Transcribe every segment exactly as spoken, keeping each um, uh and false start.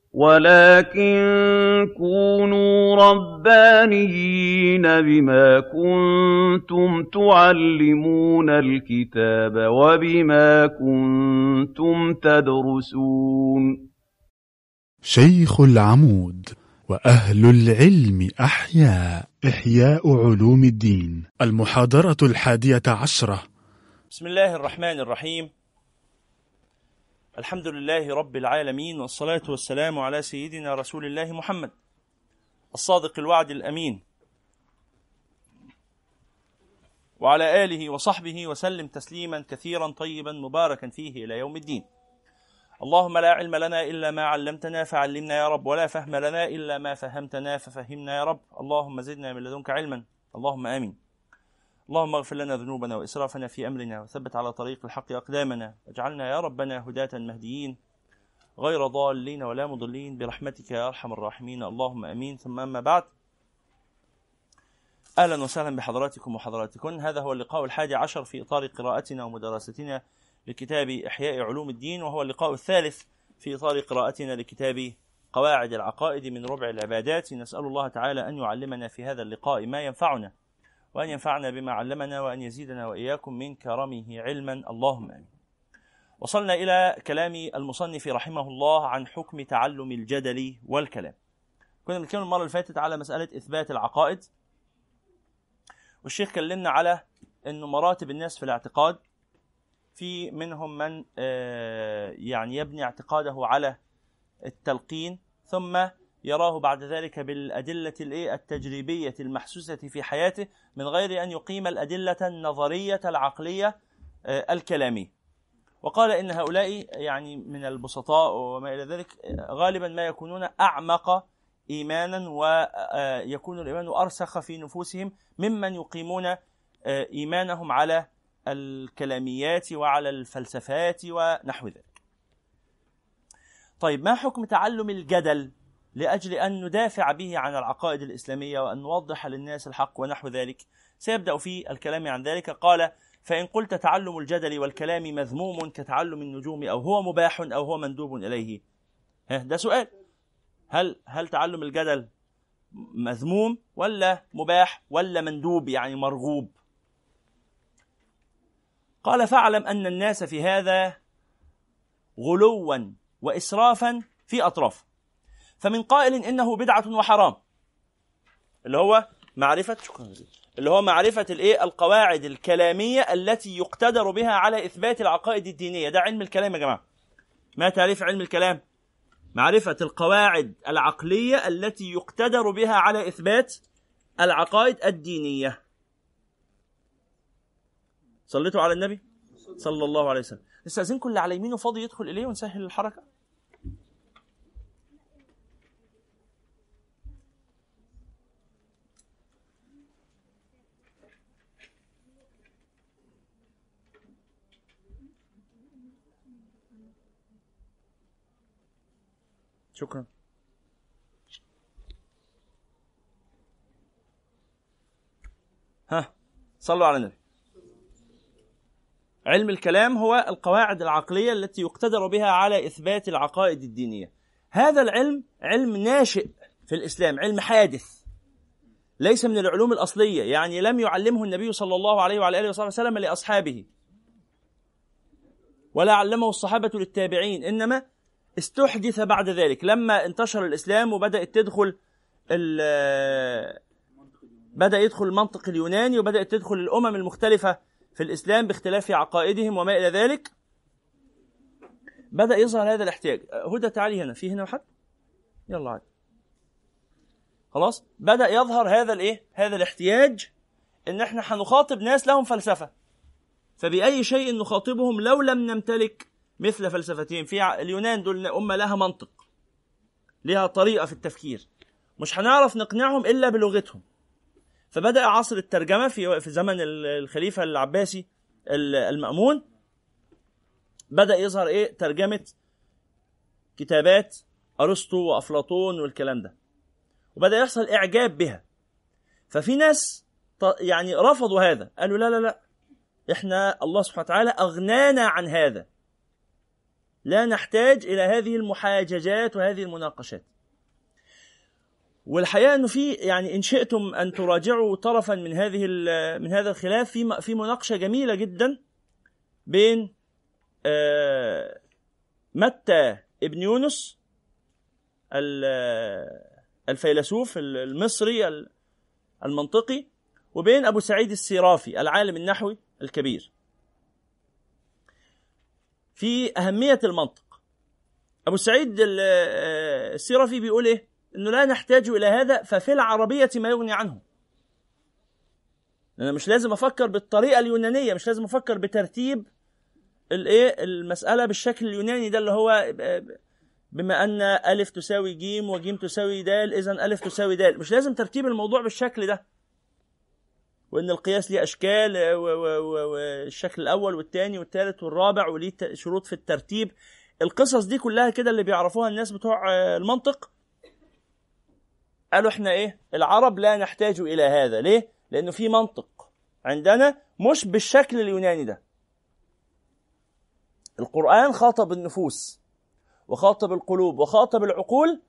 ولكن كونوا ربانيين بما كنتم تعلمون الكتاب وبما كنتم تدرسون. شيخ العمود وأهل العلم أحياء. إحياء علوم الدين، المحاضرة الحادية عشرة. بسم الله الرحمن الرحيم. الحمد لله رب العالمين، والصلاة والسلام على سيدنا رسول الله محمد الصادق الوعد الأمين، وعلى آله وصحبه وسلم تسليما كثيرا طيبا مباركا فيه إلى يوم الدين. اللهم لا علم لنا إلا ما علمتنا فعلمنا يا رب، ولا فهم لنا إلا ما فهمتنا ففهمنا يا رب. اللهم زدنا من لدنك علما، اللهم آمين. اللهم اغفر لنا ذنوبنا وإسرافنا في أمرنا، وثبت على طريق الحق أقدامنا، واجعلنا يا ربنا هداة مهديين غير ضالين ولا مضلين برحمتك يا أرحم الراحمين، اللهم آمين. ثم أما بعد، أهلا وسهلا بحضراتكم وحضراتكم. هذا هو اللقاء الحادي عشر في إطار قراءتنا ومدارستنا لكتاب إحياء علوم الدين، وهو اللقاء الثالث في إطار قراءتنا لكتاب قواعد العقائد من ربع العبادات. نسأل الله تعالى أن يعلمنا في هذا اللقاء ما ينفعنا، وأن ينفعنا بما علمنا، وأن يزيدنا وإياكم من كرمه علما، اللهم آمين. وصلنا إلى كلام المصنف رحمه الله عن حكم تعلم الجدل والكلام. كنا بنتكلم المرة اللي فاتت على مسألة إثبات العقائد، والشيخ كلمنا على أنه مراتب الناس في الاعتقاد، في منهم من يعني يبني اعتقاده على التلقين، ثم يراه بعد ذلك بالأدلة التجريبية المحسوسة في حياته من غير أن يقيم الأدلة النظرية العقلية الكلامية. وقال إن هؤلاء يعني من البسطاء وما إلى ذلك غالبا ما يكونون أعمق إيمانا، ويكون الإيمان أرسخ في نفوسهم ممن يقيمون إيمانهم على الكلاميات وعلى الفلسفات ونحو ذلك. طيب، ما حكم تعلم الجدل لأجل أن ندافع به عن العقائد الإسلامية وأن نوضح للناس الحق ونحو ذلك؟ سيبدأ في الكلام عن ذلك. قال: فإن قلت تعلم الجدل والكلام مذموم كتعلم النجوم، أو هو مباح أو هو مندوب إليه. ده سؤال، هل هل تعلم الجدل مذموم ولا مباح ولا مندوب يعني مرغوب؟ قال: فاعلم أن الناس في هذا غلوا وإسرافا في أطراف، فمن قائل إنه بدعة وحرام، اللي هو معرفة اللي هو معرفة الإيه القواعد الكلامية التي يقتدر بها على إثبات العقائد الدينية. ده علم الكلام يا جماعة. ما تعريف علم الكلام؟ معرفة القواعد العقلية التي يقتدر بها على إثبات العقائد الدينية. صليتوا على النبي صلى الله عليه وسلم. نستأذنكم اللي على يمينه فاضي يدخل إليه ونسهل الحركة. شكرا. ها، صلوا على النبي. علم الكلام هو القواعد العقلية التي يقتدر بها على إثبات العقائد الدينية. هذا العلم علم ناشئ في الإسلام، علم حادث، ليس من العلوم الأصلية، يعني لم يعلمه النبي صلى الله عليه وعلى آله وصحبه وسلم لأصحابه، ولا علمه الصحابة للتابعين، إنما استحدث بعد ذلك لما انتشر الإسلام وبدأت تدخل بدأ يدخل المنطق اليوناني، وبدأت تدخل الأمم المختلفة في الإسلام باختلاف عقائدهم وما إلى ذلك. بدأ يظهر هذا الاحتياج. هدى تعالي هنا، في هنا حد؟ يلا عادي. خلاص، بدأ يظهر هذا الايه هذا الاحتياج ان احنا هنخاطب ناس لهم فلسفة، فبأي شيء نخاطبهم لو لم نمتلك مثل فلسفتهم؟ في اليونان دول أمة لها منطق، لها طريقة في التفكير، مش هنعرف نقنعهم إلا بلغتهم. فبدأ عصر الترجمة في في زمن الخليفة العباسي المأمون، بدأ يظهر ايه ترجمة كتابات أرسطو وأفلاطون والكلام ده، وبدأ يحصل إعجاب بها. ففي ناس يعني رفضوا هذا، قالوا لا لا لا، إحنا الله سبحانه وتعالى أغنانا عن هذا، لا نحتاج إلى هذه المحاججات وهذه المناقشات. والحقيقة أنه في يعني إن شئتم أن تراجعوا طرفا من هذه من هذا الخلاف في في مناقشة جميلة جدا بين متى ابن يونس الفيلسوف المصري المنطقي وبين أبو سعيد السيرافي العالم النحوي الكبير في أهمية المنطق. أبو سعيد السيرافي بيقول إيه؟ إنه لا نحتاج إلى هذا، ففي العربية ما يغني عنه. أنا مش لازم أفكر بالطريقة اليونانية، مش لازم أفكر بترتيب الإيه المسألة بالشكل اليوناني ده اللي هو بما أن ألف تساوي جيم وجيم تساوي دال إذن ألف تساوي دال. مش لازم ترتيب الموضوع بالشكل ده، وإن القياس ليه أشكال والشكل الأول والثاني والثالث والرابع وليه شروط في الترتيب. القصص دي كلها كده اللي بيعرفوها الناس بتوع المنطق قالوا إحنا إيه العرب لا نحتاج إلى هذا. ليه؟ لأنه في منطق عندنا مش بالشكل اليوناني ده. القرآن خاطب النفوس وخاطب القلوب وخاطب العقول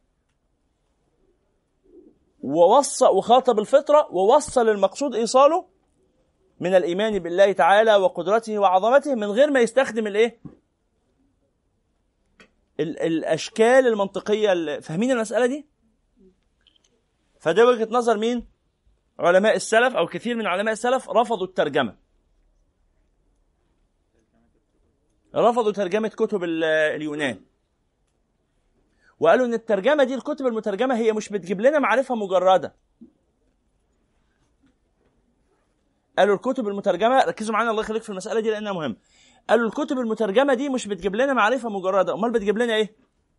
ووصل وخاطب الفطرة ووصل المقصود إيصاله من الإيمان بالله تعالى وقدرته وعظمته من غير ما يستخدم الإيه الأشكال المنطقية. فاهمين المسألة دي؟ فده وجهة نظر مين؟ علماء السلف أو كثير من علماء السلف رفضوا الترجمة، رفضوا ترجمة كتب اليونان، وقالوا ان الترجمة دي الكتب المترجمة هي مش بتجيب لنا معرفة مجردة. قالوا الكتب المترجمة، ركزوا معانا الله يخليك في المسألة دي لأنها مهمة، قالوا الكتب المترجمة دي مش بتجيب لنا معرفة مجردة، امال بتجيب لنا ايه؟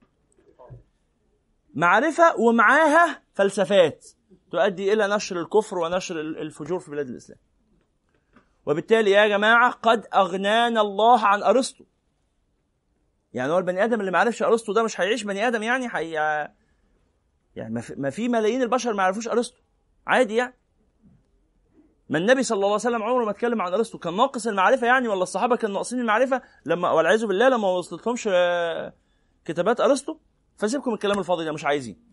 معرفة ومعاها فلسفات تؤدي إلى نشر الكفر ونشر الفجور في بلاد الإسلام. وبالتالي يا جماعة قد أغنانا الله عن أرسطو. يعني هو البني آدم اللي ما عرفش أرسطو ده مش هيعيش بني آدم، يعني حي... يعني ما في ملايين البشر ما عرفوش أرسطو عادي. يعني ما النبي صلى الله عليه وسلم عمره ما اتكلم عن أرسطو، كان ناقص المعرفة يعني؟ ولا الصحابة كانوا ناقصين المعرفة لما والعياذ بالله لما ما وصلتهمش كتابات أرسطو؟ فسيبكم الكلام الفاضي ده، مش عايزين.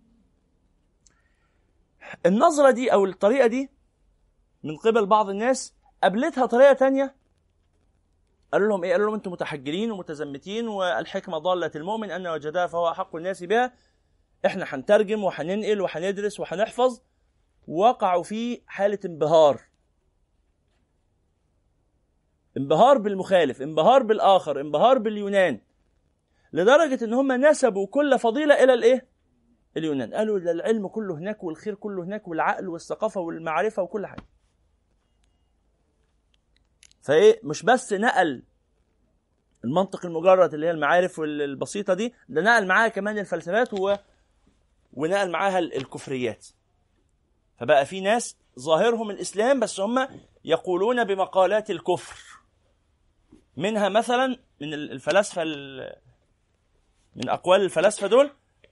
النظرة دي أو الطريقة دي من قبل بعض الناس قابلتها طريقة تانية، قالوا لهم إيه؟ قالوا لهم أنتم متحجرين ومتزمتين والحكمة ضالة المؤمن أن وجدها فهو أحق الناس بها، إحنا هنترجم وهننقل وهندرس وهنحفظ. وقعوا في حالة انبهار، انبهار بالمخالف، انبهار بالآخر، انبهار باليونان، لدرجة إن هم نسبوا كل فضيلة إلى الإيه؟ اليونان. قالوا ده العلم كله هناك والخير كله هناك والعقل والثقافة والمعرفة وكل حاجة. فايه مش بس نقل المنطق المجرد اللي هي المعارف البسيطة دي، ده نقل معاها كمان الفلسفات و... ونقل معاها الكفريات. فبقى في ناس ظاهرهم الإسلام بس هم يقولون بمقالات الكفر. منها مثلا من الفلاسفة ال... من أقوال الفلاسفة دول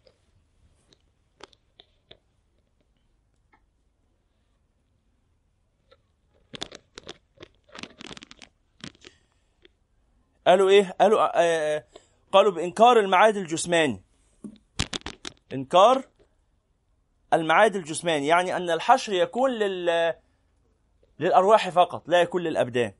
قالوا ايه؟ قالوا آه قالوا بإنكار المعاد الجسماني، إنكار المعاد الجسماني، يعني أن الحشر يكون لل للأرواح فقط لا يكون للأبدان.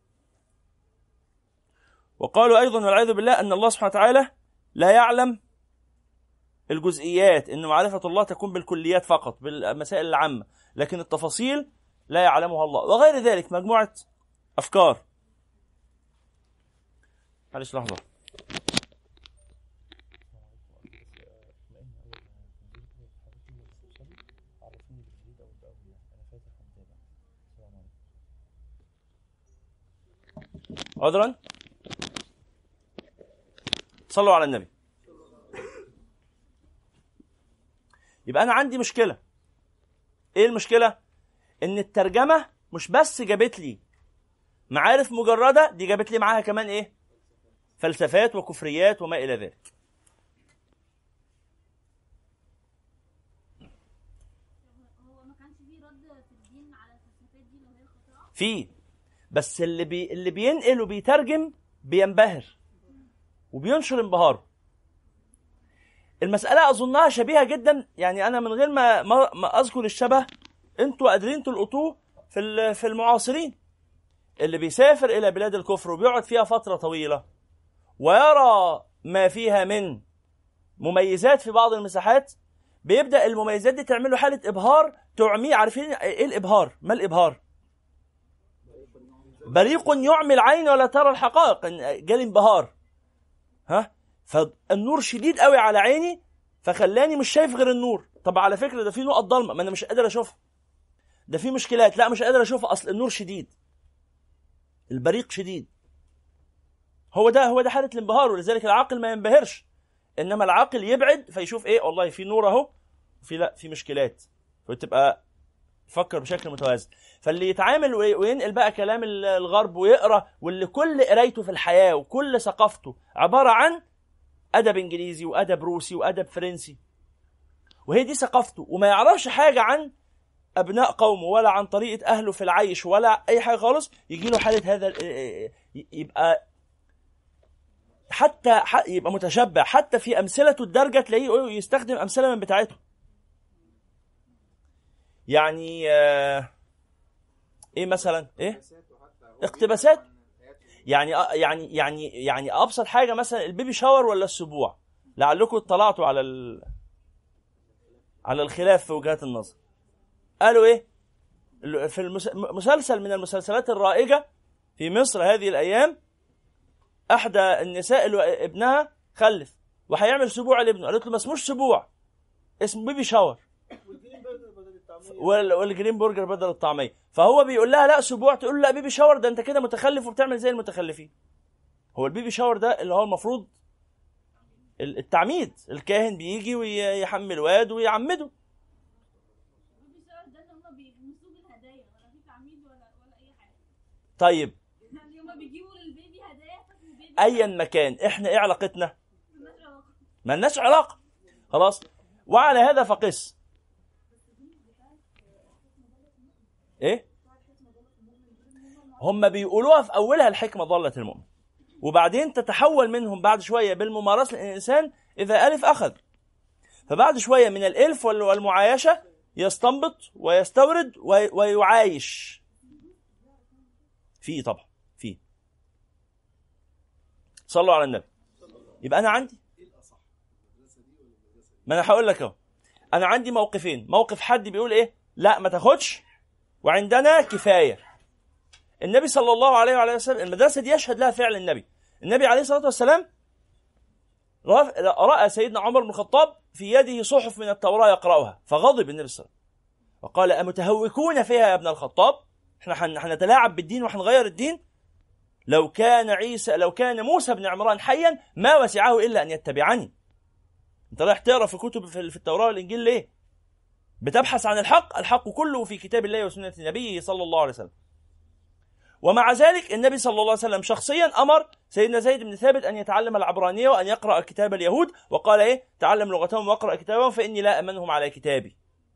وقالوا أيضا والعياذ بالله أن الله سبحانه وتعالى لا يعلم الجزئيات، إن معرفة الله تكون بالكليات فقط بالمسائل العامة، لكن التفاصيل لا يعلمها الله، وغير ذلك مجموعة أفكار. معلش لحظة. عذرا، صلوا على النبي. يبقى أنا عندي مشكلة. إيه المشكلة؟ إن الترجمة مش بس جابت لي معارف مجردة، دي جابت لي معاها كمان إيه؟ فلسفات وكفريات وما إلى ذلك. هو ما كانش فيه رد في الدين على الفلسفات دي اللي هي خطأ؟ فيه، بس اللي بي اللي بينقل وبيترجم بينبهر. وبينشر انبهاره. المسألة أظنها شبيهة جدا، يعني أنا من غير ما ما أذكر الشبه أنتوا قادرين تلقطوه في في المعاصرين، اللي بيسافر إلى بلاد الكفر وبيقعد فيها فترة طويلة ويرى ما فيها من مميزات في بعض المساحات، بيبدأ المميزات دي تعمله حالة إبهار تعميه. عارفين إيه الإبهار؟ ما الإبهار؟ بريق يعمي العين ولا ترى الحقائق، جالي انبهار، ها، فالنور شديد قوي على عيني فخلاني مش شايف غير النور. طب على فكرة ده في نقط ضلمة ما أنا مش قادر أشوفها، ده في مشكلات لا مش قادر أشوفها، أصل النور شديد، البريق شديد. هو ده هو ده حالة الانبهار. ولذلك العاقل ما ينبهرش، إنما العاقل يبعد فيشوف إيه، والله في نور أهو، وفي لا في مشكلات، فتبقى فكر بشكل متوازن. فاللي يتعامل وينقل بقى كلام الغرب ويقرأ، واللي كل قرايته في الحياة وكل ثقافته عبارة عن أدب إنجليزي وأدب روسي وأدب فرنسي، وهي دي ثقافته، وما يعرفش حاجة عن أبناء قومه ولا عن طريقة أهله في العيش ولا أي حاجة خالص، يجي له حالة هذا، يبقى حتى يبقى متشبع، حتى في أمثلته الدرجة تلاقيه يستخدم أمثلة من بتاعته. يعني آه إيه مثلا إيه اقتباسات، يعني يعني يعني يعني أبسط حاجة مثلا البيبي شاور ولا السبوع، لعلكم اطلعتوا على ال... على الخلاف في وجهات النظر. قالوا إيه في المسلسل من المسلسلات الرائجة في مصر هذه الأيام، أحدى النساء اللي ابنها خلف وهيعمل سبوع لابنه، قالت له ما اسموش سبوع، اسمه بيبي شاور، والجرين برجر بدل الطعمية. فهو بيقول لها لا سبوع، تقول له لا بيبي شاور، ده انت كده متخلف وبتعمل زي المتخلفين. هو البيبي شاور ده اللي هو المفروض التعميد، الكاهن بيجي ويحمل واد ويعمده. البيبي شاور ده اللي هم بيمسوه بالهدايا، ولا في تعميد ولا ولا اي حاجه. طيب يعني هم بيجيبوا للبيبي هدايا، فالبيبي ايا مكان، احنا ايه علاقتنا؟ ما لناش علاقه خلاص. وعلى هذا فقس ايه هم بيقولوها في اولها الحكمه ضلت المؤمن، وبعدين تتحول منهم بعد شويه بالممارسه الانسان اذا الف اخذ، فبعد شويه من الالف والمعايشه يستنبط ويستورد ويعايش فيه. طبعا فيه. صلوا على النبي. يبقى انا عندي، ما انا هقول لك اهو، انا عندي موقفين. موقف حد بيقول ايه لا ما تاخدش وعندنا كفايه. النبي صلى الله عليه وعلى وسلم المدرسه دي يشهد لها فعل النبي. النبي عليه الصلاه والسلام راى سيدنا عمر بن الخطاب في يده صحف من التوراه يقراها، فغضب النبي صلى الله عليه وسلم وقال امتهوكون فيها يا ابن الخطاب، احنا هنتلاعب بالدين وهنغير الدين؟ لو كان عيسى لو كان موسى بن عمران حيا ما وسعه الا ان يتبعني. انت رايح تقرا في كتب في التوراه والانجيل ليه؟ بتبحث عن الحق، الحق كله في كتاب الله وسنه نبيه صلى الله عليه وسلم. ومع ذلك النبي صلى الله عليه وسلم شخصيا امر سيدنا زيد بن ثابت ان يتعلم العبرانيه وان يقرا كتاب اليهود، وقال ايه تعلم لغتهم واقرا كتابهم فاني لا امنهم على كتابي.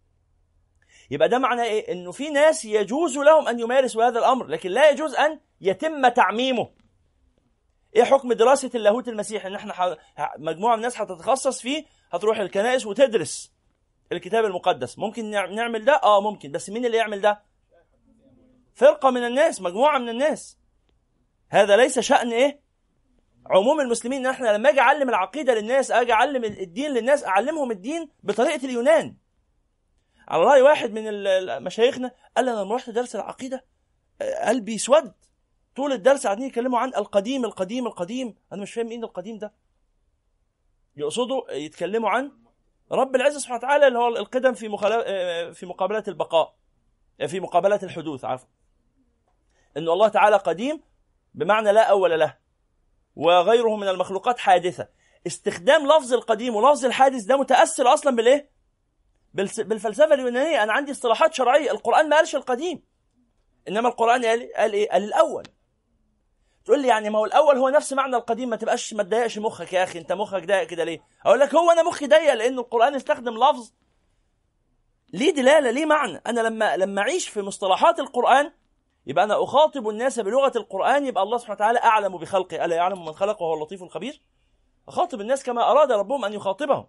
يبقى ده معناه ايه؟ انه في ناس يجوز لهم ان يمارسوا هذا الامر، لكن لا يجوز ان يتم تعميمه. ايه حكم دراسه اللاهوت المسيحي؟ ان احنا ح... مجموعه من الناس هتتخصص فيه، هتروح الكنائس وتدرس الكتاب المقدس. ممكن نعمل ده؟ اه ممكن، بس مين اللي يعمل ده؟ فرقه من الناس، مجموعه من الناس. هذا ليس شأن ايه عموم المسلمين. ان احنا لما اجي اعلم العقيده للناس، اجي اعلم الدين للناس، اعلمهم الدين بطريقه اليونان. على راي واحد من مشايخنا قال انا لما رحت درس العقيده قلبي اسود، طول الدرس قاعدين يتكلموا عن القديم القديم القديم. انا مش فاهم ايه القديم ده. يقصدوا يتكلموا عن رب العزة سبحانه وتعالى اللي هو القدم في في مقابله البقاء، في مقابله الحدوث، عفوا. ان الله تعالى قديم بمعنى لا اول له، وغيره من المخلوقات حادثه. استخدام لفظ القديم ولفظ الحادث ده متاثر اصلا بالايه؟ بالفلسفه اليونانيه. انا عندي اصطلاحات شرعيه. القران ما قالش القديم، انما القران قال قال ايه؟ قال الاول. تقول لي يعني ما هو الاول هو نفس معنى القديم، ما تبقاش ما تضايقش مخك يا اخي، انت مخك ضيق كده ليه؟ اقول لك هو انا مخي ضيق لان القران استخدم لفظ ليه دلاله، ليه معنى. انا لما لما اعيش في مصطلحات القران يبقى انا اخاطب الناس بلغه القران، يبقى الله سبحانه وتعالى اعلم بخلقه، الا يعلم من خلق وهو اللطيف الخبير. أخاطب الناس كما أراد ربهم أن يخاطبهم.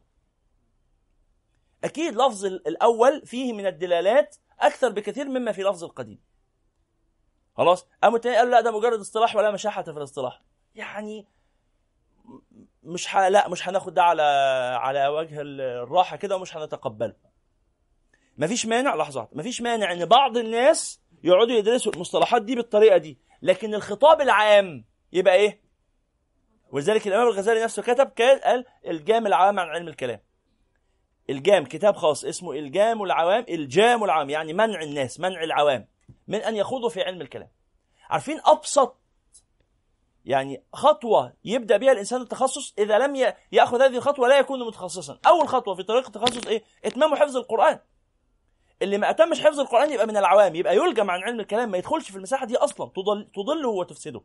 أكيد لفظ الأول فيه من الدلالات أكثر بكثير مما في لفظ القديم. خلاص. أما التاني قالوا لا ده مجرد اصطلاح ولا مشاحة في الاصطلاح، يعني مش ح... لا مش هناخد ده على على وجه الراحة كده ومش هنتقبله. مفيش مانع، لحظات، مفيش مانع إن بعض الناس يقعدوا يدرسوا المصطلحات دي بالطريقة دي، لكن الخطاب العام يبقى إيه؟ ولذلك الإمام الغزالي نفسه كتب قال الجام العام عن علم الكلام. الجام كتاب خاص اسمه الجام العوام، الجام العام يعني منع الناس، منع العوام من أن يخوضوا في علم الكلام. عارفين أبسط يعني خطوة يبدأ بها الإنسان التخصص إذا لم يأخذ هذه الخطوة لا يكون متخصصا. أول خطوة في طريق التخصص إيه؟ إتمام حفظ القرآن. اللي ما أتمش حفظ القرآن يبقى من العوام، يبقى يلجم عن علم الكلام، ما يدخلش في المساحة دي أصلا، تضل تضله وتفسده.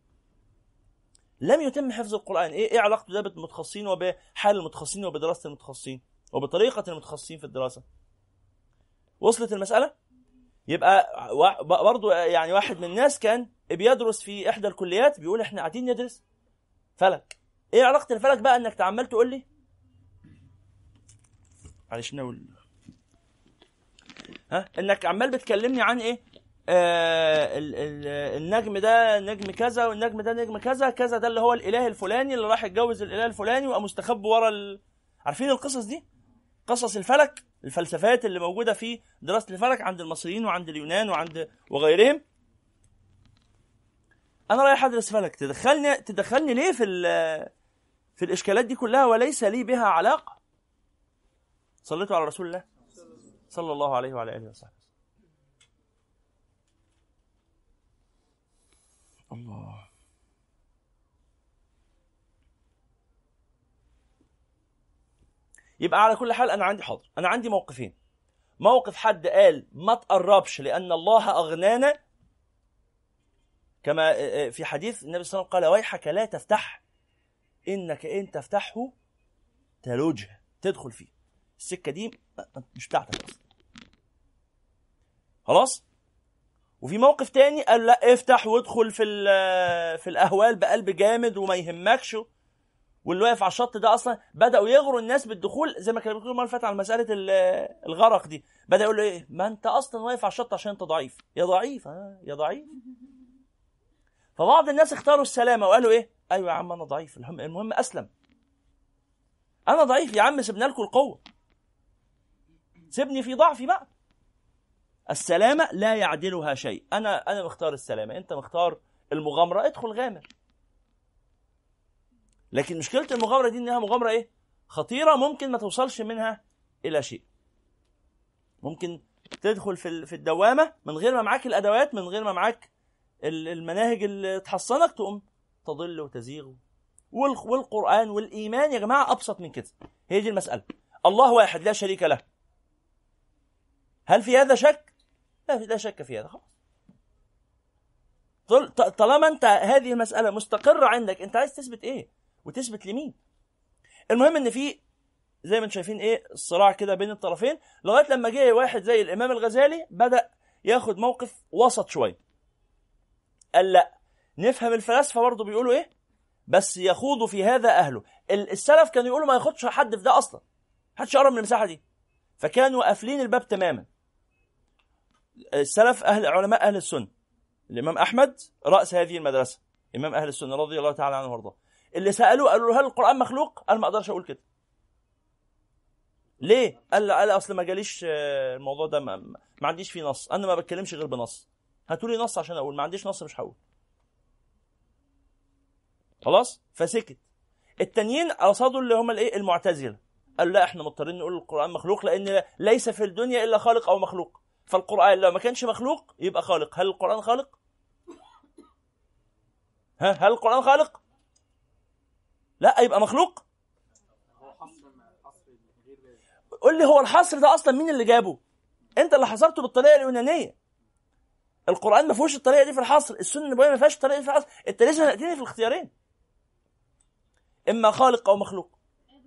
لم يتم حفظ القرآن، إيه إيه علاقته ده بالمتخصصين وبحال المتخصصين وبدراسة المتخصصين وبطريقة المتخصصين في الدراسة؟ وصلت المسألة؟ يبقى برضو يعني واحد من الناس كان بيدرس في إحدى الكليات بيقول إحنا قاعدين ندرس فلك. إيه علاقة الفلك بقى إنك تعمل تقول لي معلش نقول ها إنك عمال بتكلمني عن إيه؟ آه ال ال النجم ده نجم كذا والنجم ده نجم كذا كذا، ده اللي هو الإله الفلاني اللي راح يتجوز الإله الفلاني وقام مستخبي ورا ال... عارفين القصص دي؟ قصص الفلك، الفلسفات اللي موجودة في دراسة الفلك عند المصريين وعند اليونان وعند وغيرهم. أنا رايح أدرس فلك، تدخلني تدخلني ليه في في الإشكالات دي كلها وليس لي بها علاقة؟ صليتوا على رسول الله صلى الله عليه وعلى آله وصحبه. الله. يبقى على كل حال أنا عندي حاضر، أنا عندي موقفين. موقف حد قال ما تقربش لأن الله أغنانا، كما في حديث النبي صلى الله عليه وسلم قال ويحك لا تفتح إنك إن تفتحه تلوجه، تدخل فيه السكة دي مش بتاعتك أصلا. خلاص. وفي موقف تاني قال لا افتح وادخل في في الأهوال بقلب جامد وما يهمكش. واللي واقف على الشط ده اصلا بداوا يغروا الناس بالدخول، زي ما كانوا بيقولوا المره اللي فاتت على مساله الغرق دي، بدا يقول له ايه ما انت اصلا واقف على الشط عشان انت ضعيف. يا ضعيف ها يا ضعيف. فبعض الناس اختاروا السلامه وقالوا ايه ايوه يا عم انا ضعيف، المهم المهم اسلم. انا ضعيف يا عم سيبنا لكم القوه، سيبني في ضعفي بقى. السلامه لا يعدلها شيء. انا انا مختار السلامه، انت مختار المغامره، ادخل غامر. لكن مشكلة المغامرة دي إنها مغامرة إيه؟ خطيرة، ممكن ما توصلش منها إلى شيء. ممكن تدخل في في الدوامة من غير ما معاك الأدوات، من غير ما معاك المناهج اللي تحصنك، تقوم تضل وتزيغ. والقرآن والإيمان يا جماعة أبسط من كده. هي دي المسألة. الله واحد لا شريك له. هل في هذا شك؟ لا لا شك في هذا. خلاص. طالما أنت هذه المسألة مستقرة عندك، أنت عايز تثبت إيه؟ وتثبت لمين؟ المهم ان في زي ما انتم شايفين ايه الصراع كده بين الطرفين، لغايه لما جه واحد زي الامام الغزالي بدا ياخد موقف وسط شويه. قال لا نفهم الفلاسفه برضه بيقولوا ايه، بس يخوضوا في هذا اهله. السلف كانوا يقولوا ما ياخدش حد في ده اصلا، محدش يقرب من المساحه دي، فكانوا قافلين الباب تماما. السلف اهل علماء اهل السنه، الامام احمد راس هذه المدرسه، امام اهل السنه رضي الله تعالى عنه وارضاه. اللي سألوه قالوا له هل القرآن مخلوق؟ قال ما أقدرش أقول كده. ليه؟ قال قال أصل ما جاليش الموضوع ده، ما, ما عنديش فيه نص، أنا ما بتكلمش غير بنص، هاتولي نص عشان أقول، ما عنديش نص مش هقول. خلاص؟ فسكت. التانيين رصدوا اللي هم الايه المعتزلة، قالوا لا احنا مضطرين نقول القرآن مخلوق لأن ليس في الدنيا إلا خالق أو مخلوق، فالقرآن لو ما كانش مخلوق يبقى خالق. هل القرآن خالق؟ ها هل القرآن خالق؟ لا يبقى مخلوق. قول لي هو الحصر ده اصلا مين اللي جابه؟ انت اللي حصرته بالطريقه اليونانيه. القران ما فيهوش الطريقه دي في الحصر، السنه النبويه ما فيهاش الطريقه دي في الحصر. انت لازم تاتيني في الاختيارين، اما خالق او مخلوق.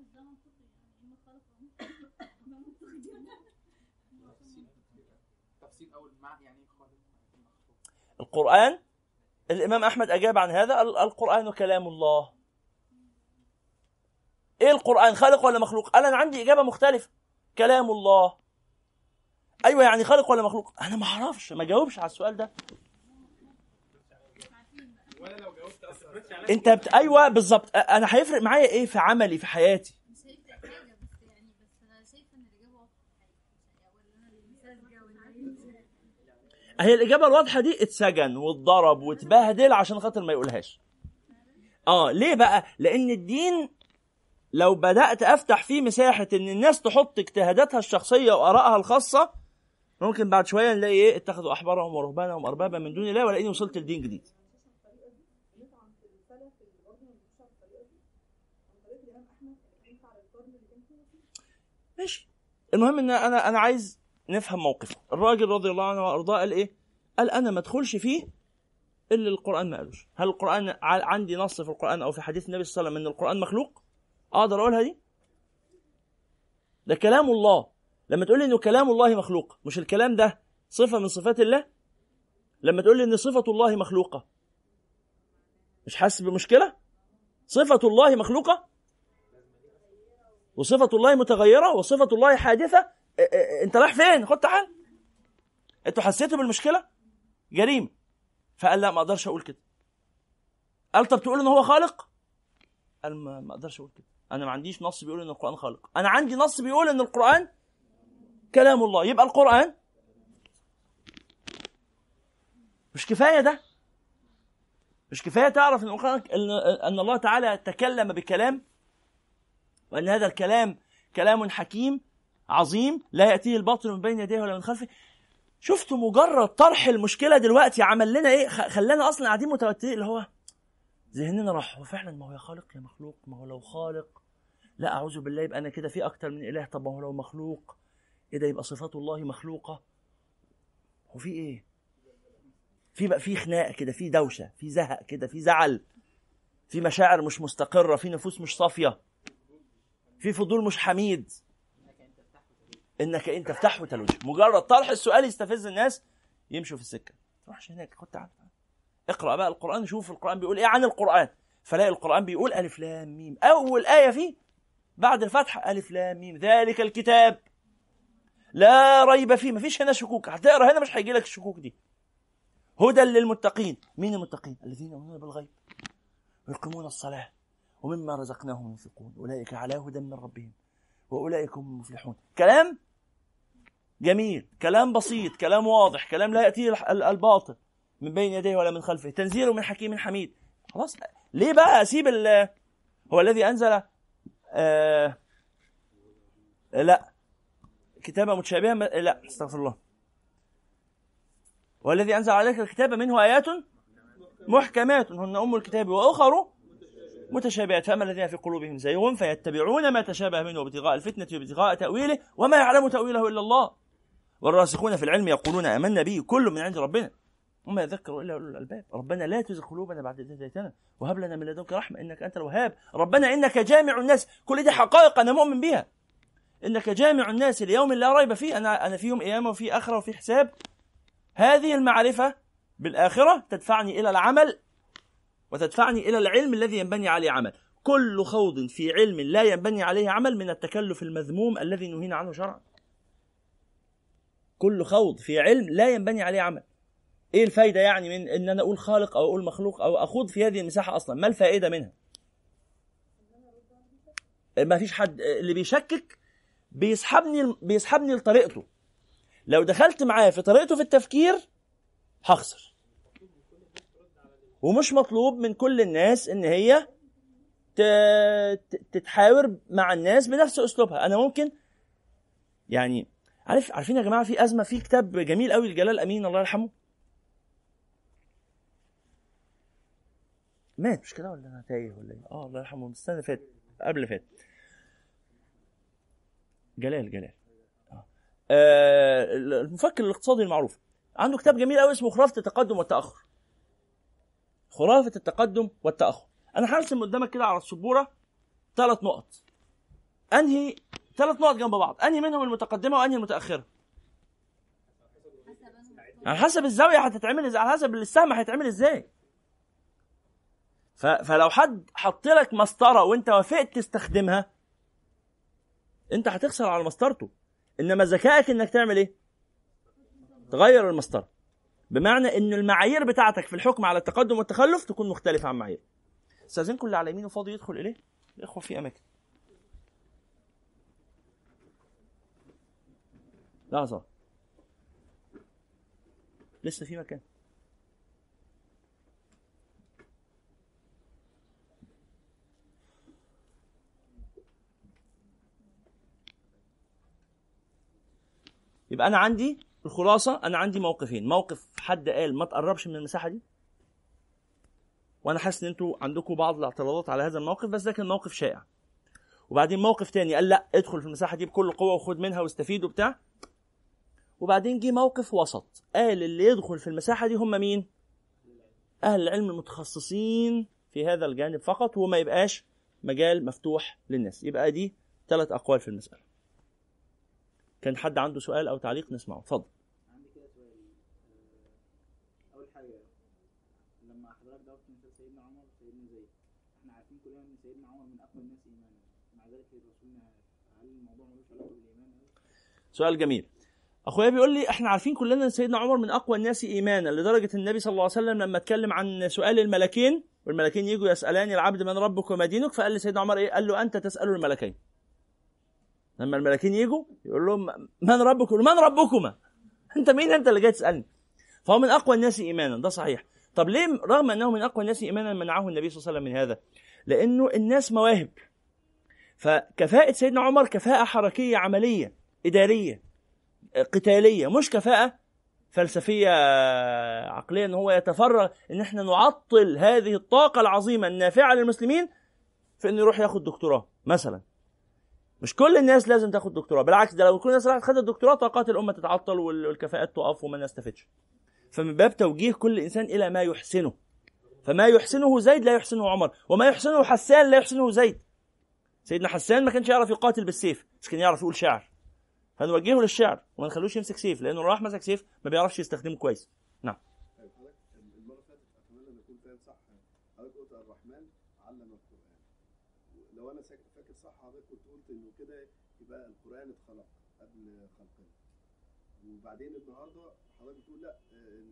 القران الامام احمد اجاب عن هذا، القران كلام الله. ايه القرآن، خالق ولا مخلوق؟ قال انا عندي اجابة مختلفة، كلام الله. ايوه يعني خالق ولا مخلوق؟ انا ما اعرفش، ما جاوبش على السؤال ده. انت بت... ايوه بالظبط. انا هيفرق معايا ايه في عملي في حياتي؟ هي الاجابه الواضحه دي اتسجن واتضرب واتبهدل عشان خاطر ما يقولهاش. اه ليه بقى؟ لان الدين لو بدات افتح فيه مساحه ان الناس تحط اجتهاداتها الشخصيه وارائها الخاصه، ممكن بعد شويه نلاقي ايه، اتخذوا احبارهم ورهبانهم اربابا من دون الله، ولاقيني وصلت لدين جديد. ماشي. المهم ان انا انا عايز نفهم موقفه. الراجل رضي الله عنه وارضاه قال ايه؟ قال انا ما ادخلش فيه الا القران ما قالوش. هل القران عندي نص في القران او في حديث النبي صلى الله عليه وسلم ان القران مخلوق؟ اقدر اقولها دي؟ ده كلام الله. لما تقول لي انه كلام الله مخلوق، مش الكلام ده صفه من صفات الله؟ لما تقول لي ان صفه الله مخلوقه، مش حاسس بمشكله؟ صفه الله مخلوقه وصفه الله متغيره وصفه الله حادثه. انت رايح فين؟ خد تعال. انتوا حسيتوا بالمشكله؟ جريمه. فقال لا ما اقدرش اقول كده. قال طب تقول ان هو خالق؟ قال ما, ما اقدرش اقول كده. انا ما عنديش نص بيقول ان القران خالق، انا عندي نص بيقول ان القران كلام الله. يبقى القران مش كفايه ده؟ مش كفايه تعرف ان القران ان الله تعالى تكلم بكلام، وان هذا الكلام كلام حكيم عظيم لا ياتيه الباطل من بين يديه ولا من خلفه؟ شفتوا مجرد طرح المشكله دلوقتي عمل لنا ايه؟ خلانا اصلا قاعدين متوترين، اللي هو ذهننا راح هو فعلا ما هو يا خالق يا مخلوق. ما هو لو خالق لا اعوذ بالله يبقى انا كده في اكتر من اله. طب ما هو لو مخلوق ايه ده؟ يبقى صفات الله مخلوقه. هو في ايه؟ في بقى في خناقه كده، في دوشه، في زهق كده، في زعل، في مشاعر مش مستقره، في نفوس مش صافيه، في فضول مش حميد. انك انت تفتح وتلوج. مجرد طرح السؤال يستفز الناس يمشوا في السكه. تروحش هناك، خد تعال اقرا بقى القران، شوف القران بيقول ايه عن القران. فلاقي القران بيقول الف لام ميم، اول ايه فيه بعد الفتحه الف لام ميم ذلك الكتاب لا ريب فيه. مفيش هنا شكوك. هتقرا هنا مش هيجي لك الشكوك دي. هدى للمتقين. مين المتقين؟ الذين يؤمنون بالغيب ويقيمون الصلاه ومما رزقناهم ينفقون اولئك على هدى من ربهم واولئك هم المفلحون. كلام جميل، كلام بسيط، كلام واضح، كلام لا يأتيه الباطل من بين يديه ولا من خلفه، تنزيل من حكيم حميد. خلاص ليه بقى أسيب ال هو الذي أنزل آه لا كتابة متشابهة لا استغفر الله والذي أنزل عليك الكتاب منه آيات محكمات هن أم الكتاب وأخر متشابهات فأما الذين في قلوبهم زيغ فيتبعون ما تشابه منه ابتغاء الفتنة وابتغاء تأويله وما يعلم تأويله إلا الله والراسخون في العلم يقولون آمنا به كل من عند ربنا وما يذكر إلا أولو الألباب. ربنا لا تزغ قلوبنا بعد إذ هديتنا وهب لنا من لدنك رحمة إنك أنت الوهاب. ربنا إنك جامع الناس. كل دي حقائق أنا مؤمن بها. إنك جامع الناس ليوم لا ريب فيه. أنا أنا في يوم قيامة وفي آخرة وفي حساب. هذه المعرفة بالآخرة تدفعني إلى العمل وتدفعني إلى العلم الذي ينبني عليه عمل. كل خوض في علم لا ينبني عليه عمل من التكلف المذموم الذي نهينا عنه شرعا. كل خوض في علم لا ينبني عليه عمل. ايه الفايدة يعني من ان انا اقول خالق او اقول مخلوق او اخوض في هذه المساحة اصلا؟ ما الفائدة منها؟ ما فيش حد. اللي بيشكك بيسحبني بيسحبني لطريقته. لو دخلت معاه في طريقته في التفكير هخسر. ومش مطلوب من كل الناس ان هي تتحاور مع الناس بنفس اسلوبها. انا ممكن يعني عارف عارفين يا جماعه في ازمه في كتاب جميل قوي لجلال امين الله يرحمه. مات مش كده ولا انا تايه ولا ايه؟ اه الله يرحمه السنه اللي فاتت قبل فات جلال جلال اه, آه المفكر الاقتصادي المعروف عنده كتاب جميل قوي اسمه خرافه التقدم والتاخر. خرافه التقدم والتاخر. انا هرسم قدامك كده على السبوره ثلاث نقط. انهي ثلاث نقط جنب بعض، انهي منهم المتقدمه وانهي المتاخره؟ على حسب الزاويه هتتعمل ازاي، على حسب السهم هيتعمل ازاي. فلو حد حط لك مسطره وانت وافقت تستخدمها انت هتخسر على مسطرته. انما ذكائك انك تعمل ايه؟ تغير المسطره، بمعنى ان المعايير بتاعتك في الحكم على التقدم والتخلف تكون مختلفه عن معايير. استاذنكم اللي على يمينه فاضي يدخل اليه، الاخوه في اماكن. لحظه لسه في مكان. يبقى انا عندي الخلاصه، انا عندي موقفين. موقف حد قال ما تقربش من المساحه دي، وانا حاسس ان انتوا عندكم بعض الاعتراضات على هذا الموقف، بس ده كان موقف شائع. وبعدين موقف تاني قال لا ادخل في المساحه دي بكل قوه وخد منها واستفيد وبتاع. وبعدين جه موقف وسط قال اللي يدخل في المساحه دي هم مين؟ اهل العلم المتخصصين في هذا الجانب فقط، وما يبقاش مجال مفتوح للناس. يبقى دي ثلاث اقوال في المساله. كان حد عنده سؤال او تعليق نسمعه؟ اتفضل. عندي كده سؤال. اول حاجه لما حضرتك ضربت مثال سيدنا عمر وسيدنا زيد، احنا عارفين كلنا ان سيدنا عمر من اقوى الناس ايمانا، مع ذلك الرسول نهى. هل الموضوع ملوش علاقه بالايمان؟ سؤال جميل. اخويا بيقول لي احنا عارفين كلنا ان سيدنا عمر من اقوى الناس ايمانا، لدرجه النبي صلى الله عليه وسلم لما اتكلم عن سؤال الملكين والملكين يجوا يسالان العبد من ربك وما دينك، فقال لسيدنا عمر ايه؟ قال له انت تسال الملكين. لما الملكين يجوا يقول لهم من ربك؟ يقول من ربكما؟ انت مين انت اللي جاي تسالني؟ فهو من اقوى الناس ايمانا، ده صحيح. طب ليه رغم انه من اقوى الناس ايمانا منعه النبي صلى الله عليه وسلم من هذا؟ لانه الناس مواهب. فكفاءه سيدنا عمر كفاءه حركيه عمليه اداريه قتاليه، مش كفاءه فلسفيه عقليه ان هو يتفرغ ان احنا نعطل هذه الطاقه العظيمه النافعه للمسلمين في انه يروح ياخد دكتوراه مثلا. مش كل الناس لازم تاخد دكتوراه، بالعكس ده لو كل الناس راحت خدت الدكتوراه طاقات الامه تتعطل والكفاءات تقف وما نستفدش. فمن باب توجيه كل انسان الى ما يحسنه، فما يحسنه زيد لا يحسنه عمر، وما يحسنه حسان لا يحسنه زيد. سيدنا حسان ما كانش يعرف يقاتل بالسيف، بس كان يعرف يقول شعر، فنوجهه للشعر وما نخلوش يمسك سيف، لانه راح مسك سيف ما بيعرفش يستخدمه كويس. نعم. المره اللي فاتت اتمنى ان اكون فاهم صح. حضرتك قلت الرحمن علم القران. لو انا فاكر صح حضرتك كنت قلت انه كده يبقى القران اتخلق قبل خلقنا، وبعدين النهارده حضرتك بتقول لا،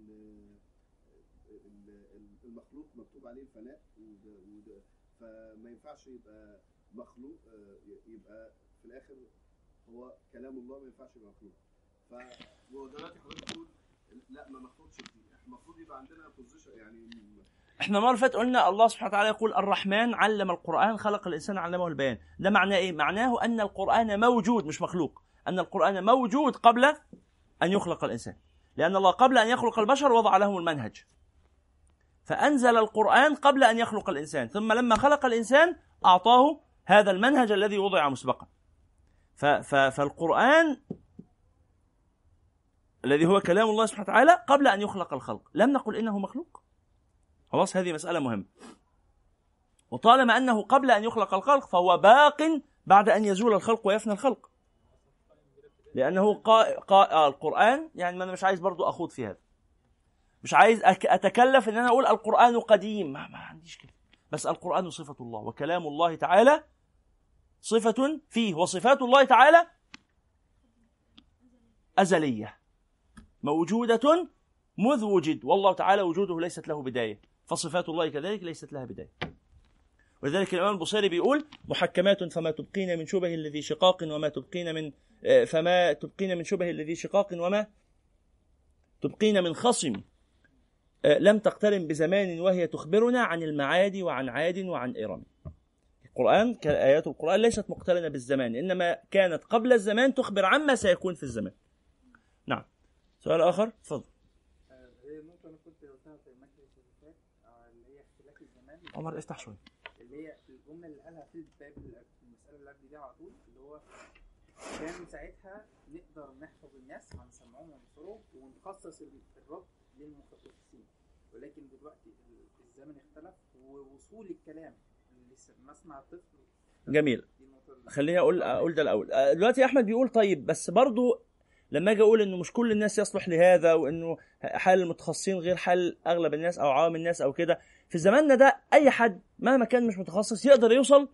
المخلوق مكتوب عليه الفناء، فما ينفعش يبقى مخلوق، يبقى في الاخر هو كلام الله ما ينفعش يبقى مخلوق. فدلوقتي حضرتك بتقول لا ما مخلوقش فيه، المفروض يبقى عندنا بوزيشن يعني. احنا المره اللي فاتت قلنا الله سبحانه وتعالى يقول الرحمن علم القرآن خلق الإنسان علمه البيان. ده معناه ايه؟ معناه أن القرآن موجود مش مخلوق، أن القرآن موجود قبل أن يخلق الإنسان، لأن الله قبل أن يخلق البشر وضع لهم المنهج، فأنزل القرآن قبل أن يخلق الإنسان، ثم لما خلق الإنسان أعطاه هذا المنهج الذي وضع مسبقا. فالقرآن الذي هو كلام الله سبحانه وتعالى قبل أن يخلق الخلق، لم نقل إنه مخلوق. خلاص، هذه مسألة مهمة. وطالما أنه قبل أن يخلق الخلق فهو باق بعد أن يزول الخلق ويفنى الخلق، لأنه قا... قا... القرآن يعني. ما أنا مش عايز برضو أخوض في هذا، مش عايز أك... أتكلف إن أنا أقول القرآن قديم، ما, ما عنديش كده. بس القرآن صفة الله وكلام الله تعالى صفة فيه، وصفات الله تعالى أزلية موجودة مذ وجد، والله تعالى وجوده ليست له بداية، فصفات الله كذلك ليست لها بداية. ولذلك الإمام البصيري بيقول محكمات فما تبقين من شبه الذي شقاق وما تبقين من فما تبقين من شبه الذي شقاق وما تبقين من خصم لم تقترن بزمان وهي تخبرنا عن المعاد وعن عاد وعن إرم. القرآن كآيات القرآن ليست مقترنة بالزمان، إنما كانت قبل الزمان تخبر عما سيكون في الزمان. نعم. سؤال آخر تفضل. هي النقطة أنا كنت قلتها في المجلس اللي فات اللي هي اختلاف الزمان. عمر افتح شوية. اللي هي الجملة اللي قالها في الباب المسألة اللي قبل دي على طول، اللي هو كان ساعتها نقدر نحفظ الناس عن سمعهم وبصرهم ونخصص الرب للمتخصصين، ولكن دلوقتي الزمن اختلف ووصول الكلام مسمع الطفل. جميل. خليني اقول اقول ده الاول. دلوقتي احمد بيقول طيب بس برضو لما اجي اقول انه مش كل الناس يصلح لهذا، وانه حال المتخصصين غير حال اغلب الناس او عوام الناس او كده، في زماننا ده اي حد مهما كان مش متخصص يقدر يوصل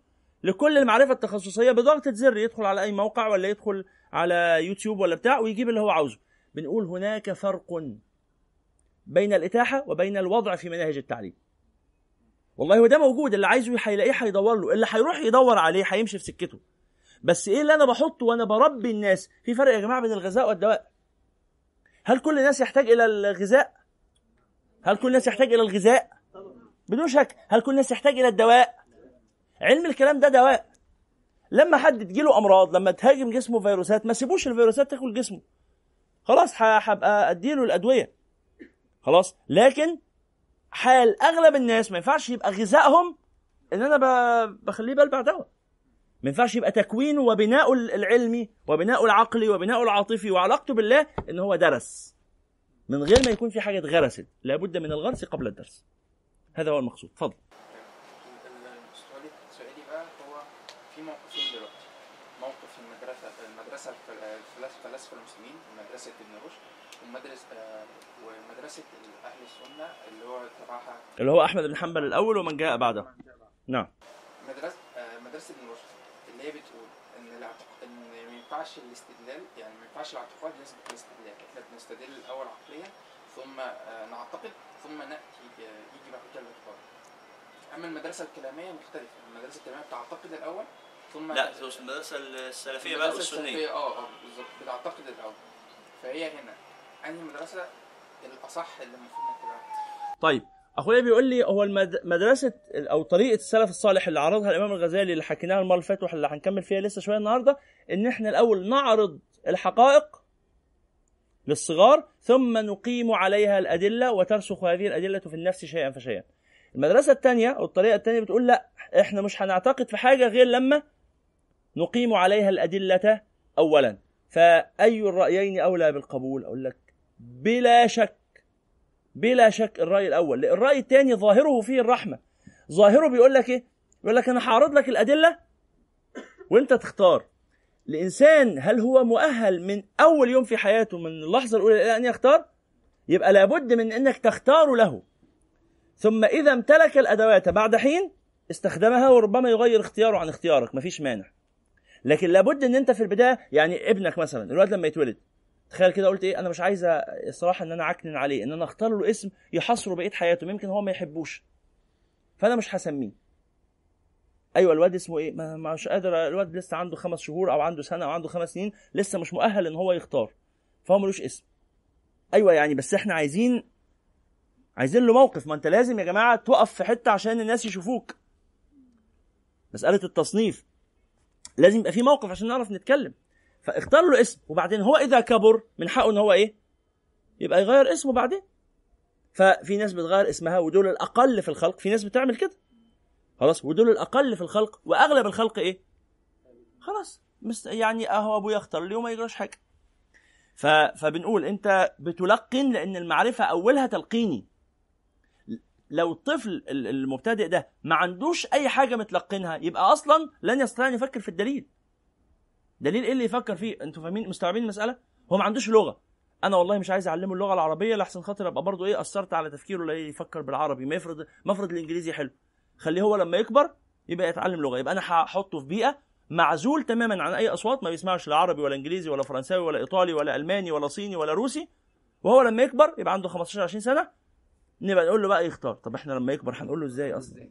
لكل المعرفه التخصصيه بضغطه زر، يدخل على اي موقع ولا يدخل على يوتيوب ولا بتاع ويجيب اللي هو عاوزه. بنقول هناك فرق بين الاتاحه وبين الوضع في مناهج التعليم. والله هو ده موجود، اللي عايزه هيلاقيه هيدور له، اللي هيروح يدور عليه هيمشي في سكته. بس ايه اللي انا بحطه وانا بربي الناس؟ في فرق يا جماعه بين الغذاء والدواء. هل كل الناس يحتاج الى الغذاء؟ هل كل الناس يحتاج الى الغذاء؟ بدون شك. هل كل الناس يحتاج الى الدواء؟ علم الكلام ده دواء. لما حد تجيله امراض، لما تهاجم جسمه فيروسات، ما سيبوش الفيروسات تاكل جسمه، خلاص هبقى اديله الادويه خلاص. لكن حال اغلب الناس ما ينفعش يبقى غذائهم ان انا بخليه بلبع دواء. ما ينفعش يبقى تكوينه وبناءه العلمي وبناءه العقلي وبناءه العاطفي وعلاقته بالله ان هو درس، من غير ما يكون في حاجه اتغرست. لابد من الغرس قبل الدرس. هذا هو المقصود. اتفضل. سؤالي بقى هو في موقفين دلوقتي، موقف المدرسه المدرسه الفلاسفه المسلمين، مدرسه ابن رشد، ومدرسه ومدرسه اهل السنه اللي هو تبعها اللي هو احمد بن حنبل الاول ومن جاء بعده. نعم. مدرسه مدرسه ابن رشد اللي هي بتقول ان الاعتقاد ان ما ينفعش الاستدلال، يعني ما ينفعش الاعتقاد يسبق الاستدلال، احنا بنستدل الاول عقليا ثم نعتقد ثم ناتي يجي بعد كده الاعتقاد. اما المدرسه الكلاميه مختلفه، المدرسه الكلاميه بتعتقد الاول ثم لا المدرسه السلفيه بقى والسنيه اه اه بالظبط بتعتقد الاول. فهي هنا انهي مدرسه الاصح اللي المفروض نتبعها؟ طيب اخويا بيقول لي هو المدرسه او طريقه السلف الصالح اللي عرضها الامام الغزالي اللي حكيناها المره اللي فاتت واللي هنكمل فيها لسه شويه النهارده، ان احنا الاول نعرض الحقائق للصغار ثم نقيم عليها الادله وترسخ هذه الادله في النفس شيئا فشيئا. المدرسه الثانيه او الطريقه الثانيه بتقول لا، احنا مش هنعتقد في حاجه غير لما نقيم عليها الادله اولا. فاي الرايين اولى بالقبول؟ اقول لك بلا شك بلا شك الرأي الأول. الرأي الثاني ظاهره فيه الرحمة. ظاهره بيقول لك إيه؟ بيقول لك أنا هعرض لك الأدلة وأنت تختار. الإنسان هل هو مؤهل من أول يوم في حياته من اللحظة الأولى إلى أن يختار؟ يبقى لابد من أنك تختار له، ثم إذا امتلك الأدوات بعد حين استخدمها، وربما يغير اختياره عن اختيارك، مفيش مانع. لكن لابد أن أنت في البداية، يعني ابنك مثلا الولد لما يتولد، تخيل كده قلت ايه، انا مش عايزه الصراحه ان انا اعكنن عليه، ان انا اختار له اسم يحصره بقيه حياته، ممكن هو ما يحبوش فانا مش هسميه. ايوه الواد اسمه ايه، ما مش قادر، الواد لسه عنده خمس شهور او عنده سنه او عنده خمس سنين، لسه مش مؤهل ان هو يختار، فهو ملوش اسم. ايوه يعني بس احنا عايزين عايزين له موقف. ما انت لازم يا جماعه تقف في حته عشان الناس يشوفوك. مساله التصنيف لازم يبقى في موقف عشان نعرف نتكلم. فاختار له اسم، وبعدين هو اذا كبر من حقه ان هو ايه، يبقى يغير اسمه بعدين. ففي ناس بتغير اسمها ودول الاقل في الخلق، في ناس بتعمل كده خلاص، ودول الاقل في الخلق، واغلب الخلق ايه خلاص يعني اهو ابويا اختار لي وما يجراش حاجه. ف... فبنقول انت بتلقن لان المعرفه اولها تلقيني. لو الطفل المبتدئ ده ما عندوش اي حاجه متلقنها، يبقى اصلا لن يستطيع ان يفكر في الدليل. دليل ايه اللي يفكر فيه؟ انتوا فاهمين مستوعبين المساله؟ هو ما عندوش لغه. انا والله مش عايز اعلمه اللغه العربيه لحسن خاطر ابقى برضه ايه اثرت على تفكيره لا يفكر بالعربي، ما يفرض ما افرض الانجليزي حلو، خليه هو لما يكبر يبقى يتعلم لغه. يبقى انا هحطه في بيئه معزول تماما عن اي اصوات، ما بيسمعش لا عربي ولا انجليزي ولا فرنساوي ولا ايطالي ولا الماني ولا صيني ولا روسي، وهو لما يكبر يبقى عنده خمستاشر عشرين سنه نبقى نقول له بقى يختار. طب احنا لما يكبر هنقول له ازاي اصلا؟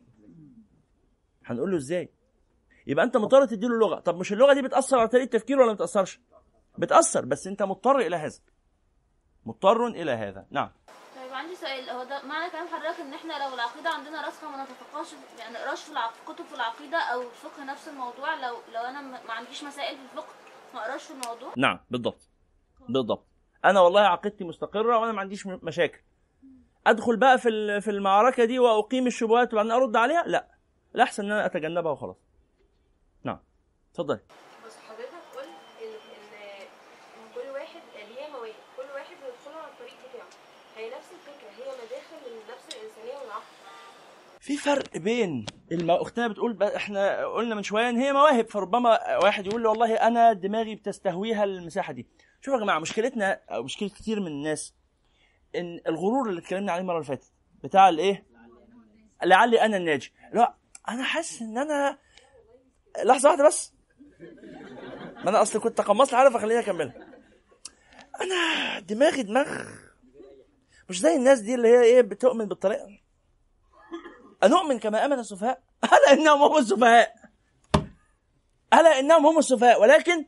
هنقول له ازاي؟ يبقى انت مضطر تديله لغه. طب مش اللغه دي بتاثر على طريقه تفكيره ولا ما بتاثرش؟ بتاثر، بس انت مضطر الى هذا، مضطر الى هذا. نعم. طيب عندي سؤال، هو ده معنى كلام حضرتك ان احنا لو العقيده عندنا راسخه ما نتفقهش، يعني نقراش في كتب في العقيده او الفقه نفس الموضوع، لو لو انا ما عنديش مسائل في الفقه ما اقراش في الموضوع؟ نعم بالضبط بالضبط. انا والله عقيدتي مستقره وانا ما عنديش مشاكل، ادخل بقى في في المعركه دي واقيم الشبهات وبعدين ارد عليها؟ لا، الاحسن ان انا اتجنبها وخلاص. نعم اتفضل. بس حضرتك قلت ان ان كل واحد ليه مواهب، كل واحد بيدخل على الطريق بتاعه، هي نفس الفكره، هي مداخل من نفس الانسانيه والعقل. في فرق بين المو... اختنا بتقول احنا قلنا من شويه ان هي مواهب، فربما واحد يقول له والله انا دماغي بتستهويها المساحه دي. شوفوا يا جماعه، مشكلتنا او مشكله كتير من الناس ان الغرور اللي اتكلمنا عليه المره اللي فاتت بتاع الايه، لعلي انا الناجي. لا انا حاسس ان انا لحظه واحده بس، ما انا اصلا كنت تقمصت عارف، خليني اكملها. انا دماغي دماغ مش زي الناس دي اللي هي ايه بتؤمن بالطريقه. أنؤمن كما آمن السفهاء؟ ألا إنهم هم السفهاء، ألا إنهم هم السفهاء، ولكن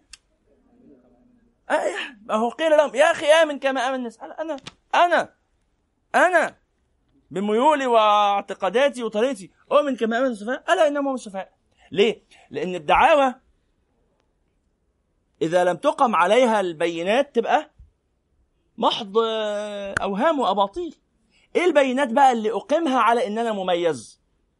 هو قيل لهم يا أخي آمن كما آمن الناس. أنا أنا أنا بميولي واعتقاداتي وطريقتي أؤمن كما آمن السفهاء، ألا إنهم هم السفهاء. ليه؟ لأن الدعاوى إذا لم تقم عليها البينات تبقى محض أوهام وأباطيل. ايه البينات بقى اللي اقيمها على ان انا مميز؟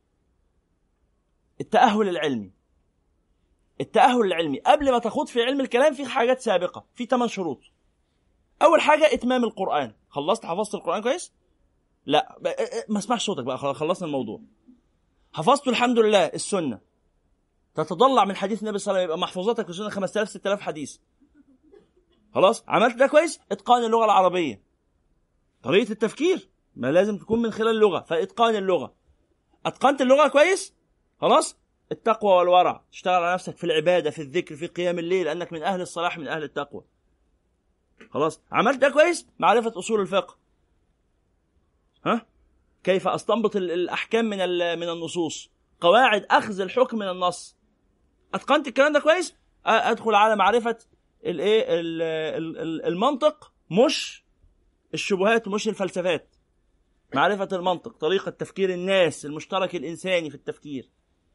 التأهل العلمي. التأهل العلمي قبل ما تخوض في علم الكلام في حاجات سابقة، في ثمان شروط. اول حاجة اتمام القرآن. خلصت حفظت القرآن كويس؟ لا ما اسمعش صوتك بقى، خلصنا الموضوع. حفظت الحمد لله السنة، تتضلع من حديث النبي صلى الله عليه وسلم، يبقى محفوظاتك في السنة خمسة آلاف ستة آلاف حديث. خلاص عملت ده كويس. اتقان اللغة العربية، طريقة التفكير ما لازم تكون من خلال اللغة، فإتقان اللغة. أتقنت اللغة كويس، خلاص. التقوى والورع، تشتغل على نفسك في العبادة، في الذكر، في قيام الليل، لأنك من أهل الصلاح من أهل التقوى. خلاص عملت ده كويس. معرفة أصول الفقه، ها كيف أستنبط الأحكام من من النصوص، قواعد أخذ الحكم من النص. أتقنت الكلام ده كويس. أدخل على معرفة الإيه المنطق، مش الشبهات ومش الفلسفات. معرفة المنطق، طريقة تفكير الناس، المشترك الإنساني في التفكير.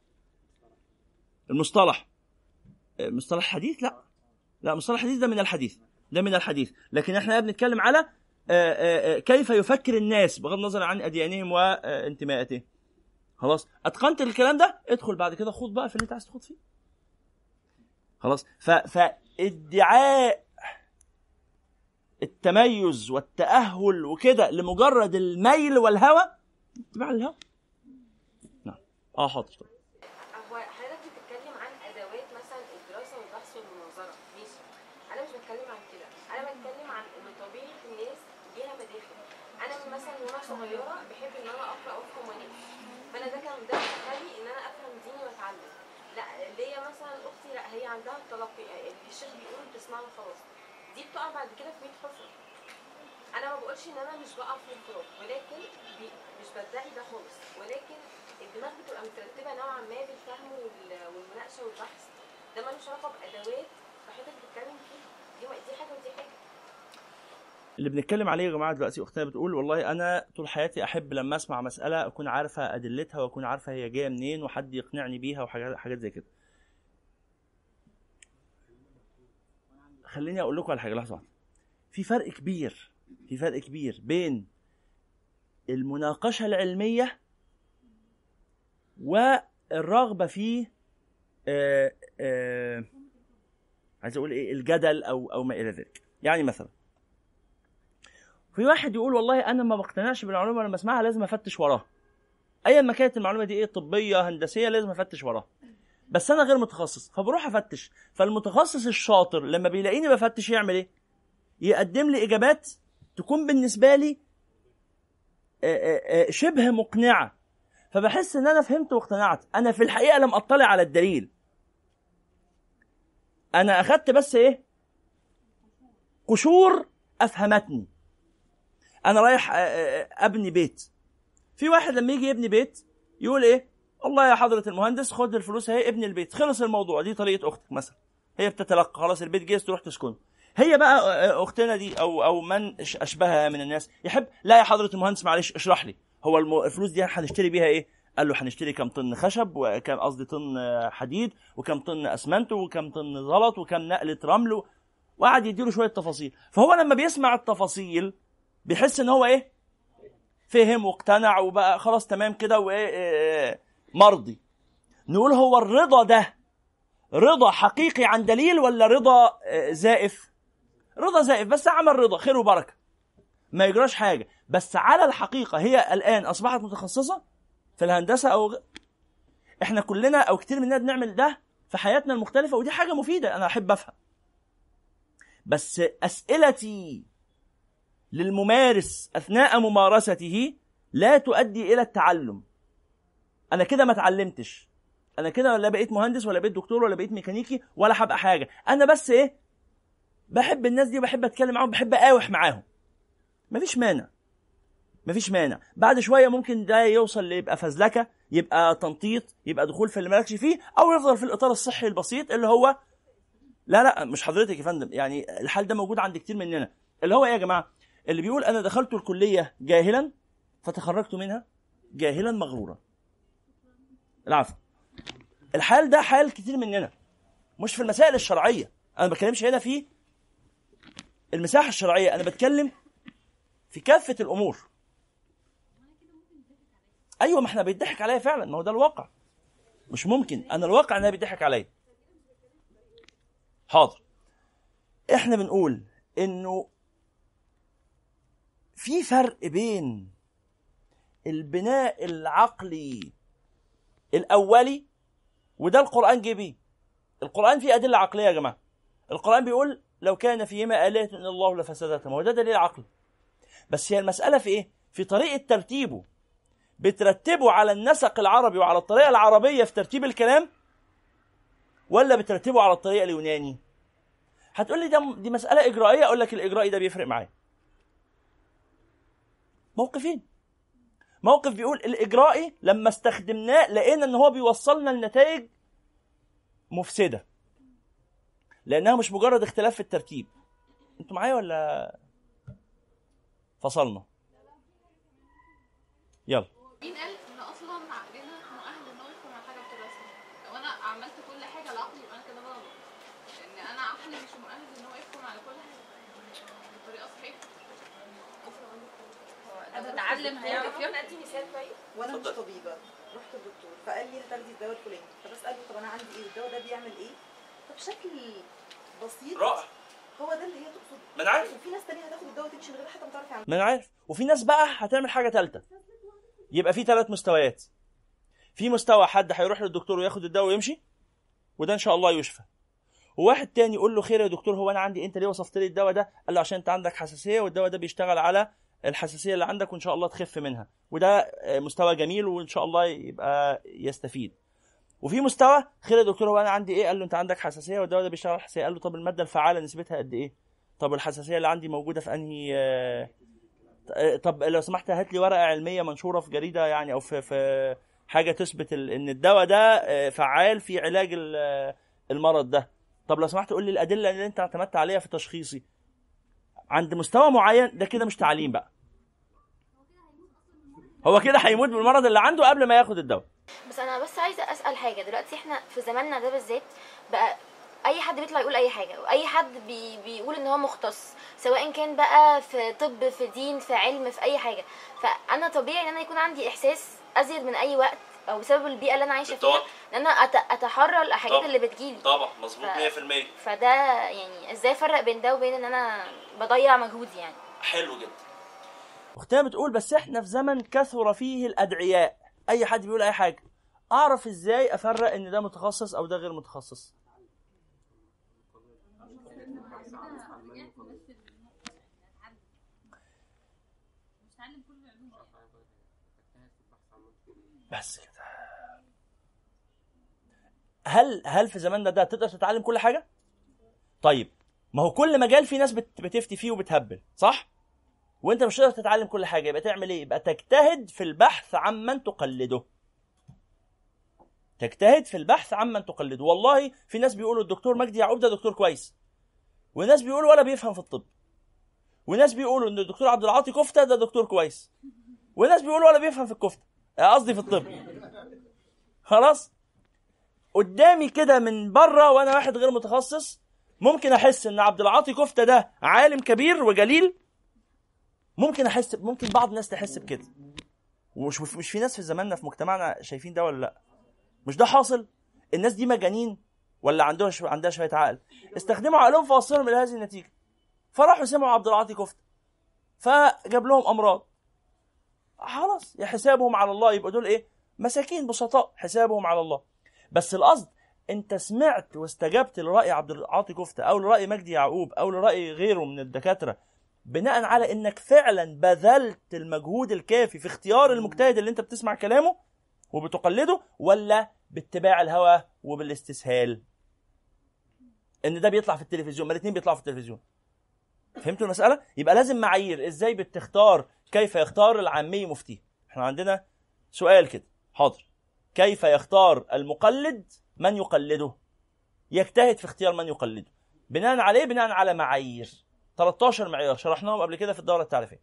المصطلح، مصطلح حديث؟ لا لا مصطلح حديث ده من الحديث، ده من الحديث. لكن احنا بنتكلم على كيف يفكر الناس بغض النظر عن أديانهم وانتماءاتهم. خلاص أتقنت الكلام ده، ادخل بعد كده خوض بقى في اللي انت عايز تخوض فيه. خلاص. فادعاء التميز والتأهل وكده لمجرد الميل والهوى، اتباع الهوى. نعم. اه حاضر. هو حضرتك بتتكلم عن ادوات مثلا الدراسه والبحث والمناظره، ماشي. انا مش بتكلم عن كده، انا بتكلم عن ان طبيعه الناس ليها مداخل. انا مثلا وانا صغيره بحب ان انا اقرا وافهم وانام، فانا ده كان ده خلي ان انا افهم ديني واتعلم. لا ليا مثلا اختي لا هي عندها التلقي، الشيخ بيقول بتسمعه خلاص، دي بتقع بعد كده في مية حفره. انا ما بقولش ان انا مش بقع في الخروج، ولكن مش بدعي ده خالص، ولكن الدماغ بتبقى مترتبه نوعا ما بالفهم والمناقشه والبحث. ده ملوش علاقه بادوات فحضرتك بتتكلم فيها، دي دي حاجه ودي حاجه. اللي بنتكلم عليه يا جماعه دلوقتي اختنا بتقول والله انا طول حياتي احب لما اسمع مساله اكون عارفه ادلتها واكون عارفه هي جايه منين وحد يقنعني بيها وحاجات حاجات زي كده. خليني اقول لكم على حاجه، لحظه. في فرق كبير في فرق كبير بين المناقشه العلميه والرغبه في آآ آآ عايز اقول ايه الجدل او او ما الى ذلك. يعني مثلا في واحد يقول والله انا ما بقتنعش بالمعلومه لما اسمعها لازم افتش وراها، ايا ما كانت المعلومه دي ايه، طبيه هندسيه، لازم افتش وراها. بس انا غير متخصص فبروح افتش. فالمتخصص الشاطر لما بيلاقيني بفتش يعمل ايه؟ يقدم لي اجابات تكون بالنسبه لي شبه مقنعه، فبحس ان انا فهمت واقتنعت. انا في الحقيقه لم اطلع على الدليل، انا اخدت بس ايه قشور افهمتني. انا رايح ابني بيت، في واحد لما يجي يبني بيت يقول ايه، والله يا حضرة المهندس خد الفلوس اهي ابني البيت، خلص الموضوع. دي طريقة اختك مثلا، هي بتتلقى خلاص البيت جاهز تروح تسكن. هي بقى اختنا دي او او من اشبهها من الناس يحب لا يا حضرة المهندس معلش اشرح لي هو الفلوس دي هنشتري بيها ايه؟ قال له هنشتري كم طن خشب وكم قصدي طن حديد وكم طن اسمنت وكم طن زلط وكم نقلة رمل، وقعد يديله شوية تفاصيل. فهو لما بيسمع التفاصيل بيحس ان هو ايه فهم واقتنع وبقى خلاص تمام كده وايه مرضي. نقول هو الرضا ده رضا حقيقي عن دليل ولا رضا زائف؟ رضا زائف، بس عمل رضا خير وبركة ما يجراش حاجة. بس على الحقيقة هي الآن أصبحت متخصصة في الهندسة أو غ... إحنا كلنا أو كتير مننا بنعمل ده في حياتنا المختلفة، ودي حاجة مفيدة أنا أحب أفهم. بس أسئلتي للممارس أثناء ممارسته لا تؤدي إلى التعلم. أنا كده ما تعلمتش، انا كده ولا بقيت مهندس ولا بقيت دكتور ولا بقيت ميكانيكي ولا هبقى حاجه، انا بس ايه بحب الناس دي وبحب اتكلم معاهم، بحب اقاوح معاهم. مفيش مانع مفيش مانع بعد شويه ممكن ده يوصل ليبقى فزلكه، يبقى تنطيط، يبقى دخول في اللي مالكش فيه، او يفضل في الاطار الصحي البسيط اللي هو لا لا مش حضرتك يا فندم. يعني الحال ده موجود عند كتير مننا، اللي هو ايه يا جماعه؟ اللي بيقول انا دخلت الكليه جاهلا فتخرجت منها جاهلا مغرورا. العفو. الحال ده حال كتير مننا، مش في المسائل الشرعيه، انا ما بتكلمش هنا في المساحه الشرعيه، انا بتكلم في كافه الامور. ايوه ما احنا بيضحك عليا فعلا، ما هو ده الواقع. مش ممكن انا الواقع انها بيضحك عليا. حاضر. احنا بنقول انه في فرق بين البناء العقلي الاولي، وده القرآن جه بيه. القرآن فيه ادله عقليه يا جماعه. القرآن بيقول لو كان فيهما آلهة الا الله لفسدتهما، وده دليل عقلي. بس هي المساله في ايه؟ في طريقه ترتيبه. بترتبه على النسق العربي وعلى الطريقه العربيه في ترتيب الكلام، ولا بترتبه على الطريقه اليوناني؟ هتقول لي ده دي مساله اجرائيه، اقول لك الاجرائي ده بيفرق معايا. موقفين. موقف بيقول الاجرائي لما استخدمناه لقينا ان هو بيوصلنا لنتائج مفسده، لانها مش مجرد اختلاف في الترتيب. انتوا معايا ولا فصلنا؟ يلا. مين قال ان اصلا عقلنا مؤهل ان هو يدخل على حاجه بطريقه اسمها؟ لو انا عملت كل حاجه العقل يبقى انا كده غلط، لان انا عقلي مش مؤهل ان هو يدخل على كل حاجه بطريقه صحيحه. انا اتعلم هيعرف يفهم. ادي مثال طيب. وانا مش طبيبه رحت الدكتور فقال لي هتاخدي الدواء الفلاني، فبساله طب انا عندي ايه الدواء ده بيعمل ايه؟ فبشكل بسيط رائع. هو ده اللي هي تقصده. ما انا عارف. وفي ناس تانية هتاخد الدواء وتمشي من غير حتى ما تعرف عنه. ما انا عارف. وفي ناس بقى هتعمل حاجه ثالثه. يبقى في ثلاث مستويات. في مستوى حد هيروح للدكتور وياخد الدواء ويمشي، وده ان شاء الله يشفى. وواحد تاني يقول له خير يا دكتور، هو انا عندي، انت ليه وصفت لي الدواء ده؟ قال له عشان انت عندك حساسيه والدواء ده بيشتغل على الحساسيه اللي عندك وان شاء الله تخف منها، وده مستوى جميل وان شاء الله يبقى يستفيد. وفي مستوى خير يا دكتور، هو انا عندي ايه؟ قال له انت عندك حساسيه والدواء ده بيشتغل على الحساسيه. قال له طب الماده الفعاله نسبتها قد ايه؟ طب الحساسيه اللي عندي موجوده في انهي؟ طب لو سمحت هات لي ورقه علميه منشوره في جريده يعني او في في حاجه تثبت ان الدواء ده فعال في علاج المرض ده. طب لو سمحت قول لي الادله اللي انت اعتمدت عليها في تشخيصي. عند مستوى معين ده كده مش تعليم بقى، هو كده هيموت بالمرض اللي عنده قبل ما ياخد الدواء. بس انا بس عايزه اسال حاجه دلوقتي. احنا في زماننا ده بالذات بقى اي حد بيطلع يقول اي حاجه، واي حد بي بيقول ان هو مختص، سواء كان بقى في طب في دين في علم في اي حاجه. فانا طبيعي ان انا يكون عندي احساس ازيد من اي وقت، او بسبب البيئه اللي انا عايشه فيها، ان انا اتحرى الحاجات اللي بتجيلي. طبعا مظبوط مية في المية. فده يعني ازاي افرق بين ده وبين ان انا بضيع مجهودي يعني؟ حلو جدا. اختنا بتقول بس احنا في زمن كثر فيه الادعياء، اي حد بيقول اي حاجه، اعرف ازاي افرق ان ده متخصص او ده غير متخصص؟ بس كده. هل هل في زماننا ده تقدر تتعلم كل حاجه؟ طيب ما هو كل مجال في ناس بتفتي فيه وبتهبل، صح؟ وانت مش تقدر تتعلم كل حاجه، يبقى تعمل ايه؟ يبقى تجتهد في البحث عمن تقلده. تجتهد في البحث عمن تقلده. والله في ناس بيقولوا الدكتور مجدي يعقوب ده دكتور كويس، وناس بيقولوا ولا بيفهم في الطب، وناس بيقولوا ان الدكتور عبد العاطي كفته ده دكتور كويس، وناس بيقولوا ولا بيفهم في الكفته، قصدي في الطب. خلاص قدامي كده من بره وانا واحد غير متخصص، ممكن احس ان عبد العاطي كفته ده عالم كبير وجليل، ممكن احس، ممكن بعض الناس تحس بكده. ومش مش في ناس في زماننا في مجتمعنا شايفين ده ولا لا؟ مش ده حاصل؟ الناس دي مجانين ولا عندها شو... عندها شويه عقل؟ استخدموا عقلهم فوصلهم الى هذه النتيجه. فراحوا سمعوا عبد العاطي كفته فجاب لهم امراض، خلاص يا حسابهم على الله، يبقى دول ايه؟ مساكين بسطاء حسابهم على الله. بس القصد انت سمعت واستجبت لراي عبد العاطي كفته او لراي مجدي يعقوب او لراي غيره من الدكاتره بناء على انك فعلا بذلت المجهود الكافي في اختيار المجتهد اللي انت بتسمع كلامه وبتقلده، ولا باتباع الهوى وبالاستسهال، ان ده بيطلع في التلفزيون، ما الاثنين بيطلعوا في التلفزيون. فهمتوا المساله؟ يبقى لازم معايير. ازاي بتختار؟ كيف يختار العامي مفتيه؟ احنا عندنا سؤال كده، حاضر. كيف يختار المقلد من يقلده؟ يجتهد في اختيار من يقلده بناء عليه، بناء على معايير. ثلاثة عشر معيار شرحناهم قبل كده في الدورة التعريفية.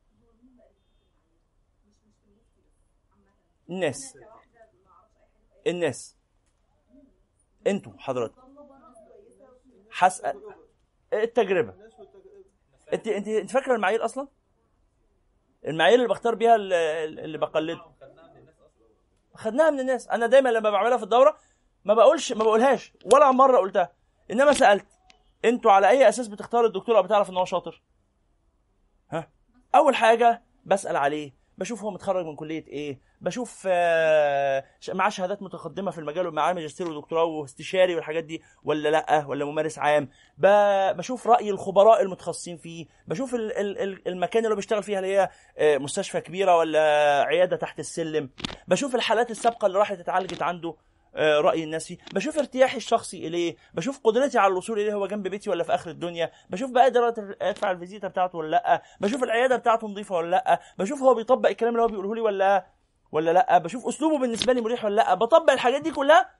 الناس الناس انتوا حضرتك حسأل التجربة. انت انت انت فاكره المعايير اصلا؟ المعايير اللي بختار بيها اللي بقلده خدناها من الناس. انا دايما لما بعملها في الدورة ما بقولش ما بقولهاش ولا مرة قلتها، انما سألت انتوا على اي اساس بتختار الدكتور او بتعرف ان هو شاطر؟ ها، اول حاجة بسأل عليه، بشوف هو متخرج من كلية ايه، بشوف معاه شهادات متقدمة في المجال ومعاه ماجستير ودكتوراه واستشاري والحاجات دي ولا لا، ولا ممارس عام. بشوف رأي الخبراء المتخصصين فيه، بشوف المكان اللي بيشتغل فيها اللي هي مستشفى كبيرة ولا عيادة تحت السلم، بشوف الحالات السابقة اللي راحت اتعالجت عنده رأي الناس فيه، بشوف ارتياحي الشخصي إليه، بشوف قدرتي على الوصول إليه هو جنب بيتي ولا في آخر الدنيا، بشوف بقدر أدفع الفيزيتا بتاعته ولا لأ، بشوف العيادة بتاعته نظيفة ولا لأ، بشوف هو بيطبق الكلام اللي هو بيقوله لي ولا ولا لأ، بشوف أسلوبه بالنسبة لي مريح ولا لأ، بطبق الحاجات دي كلها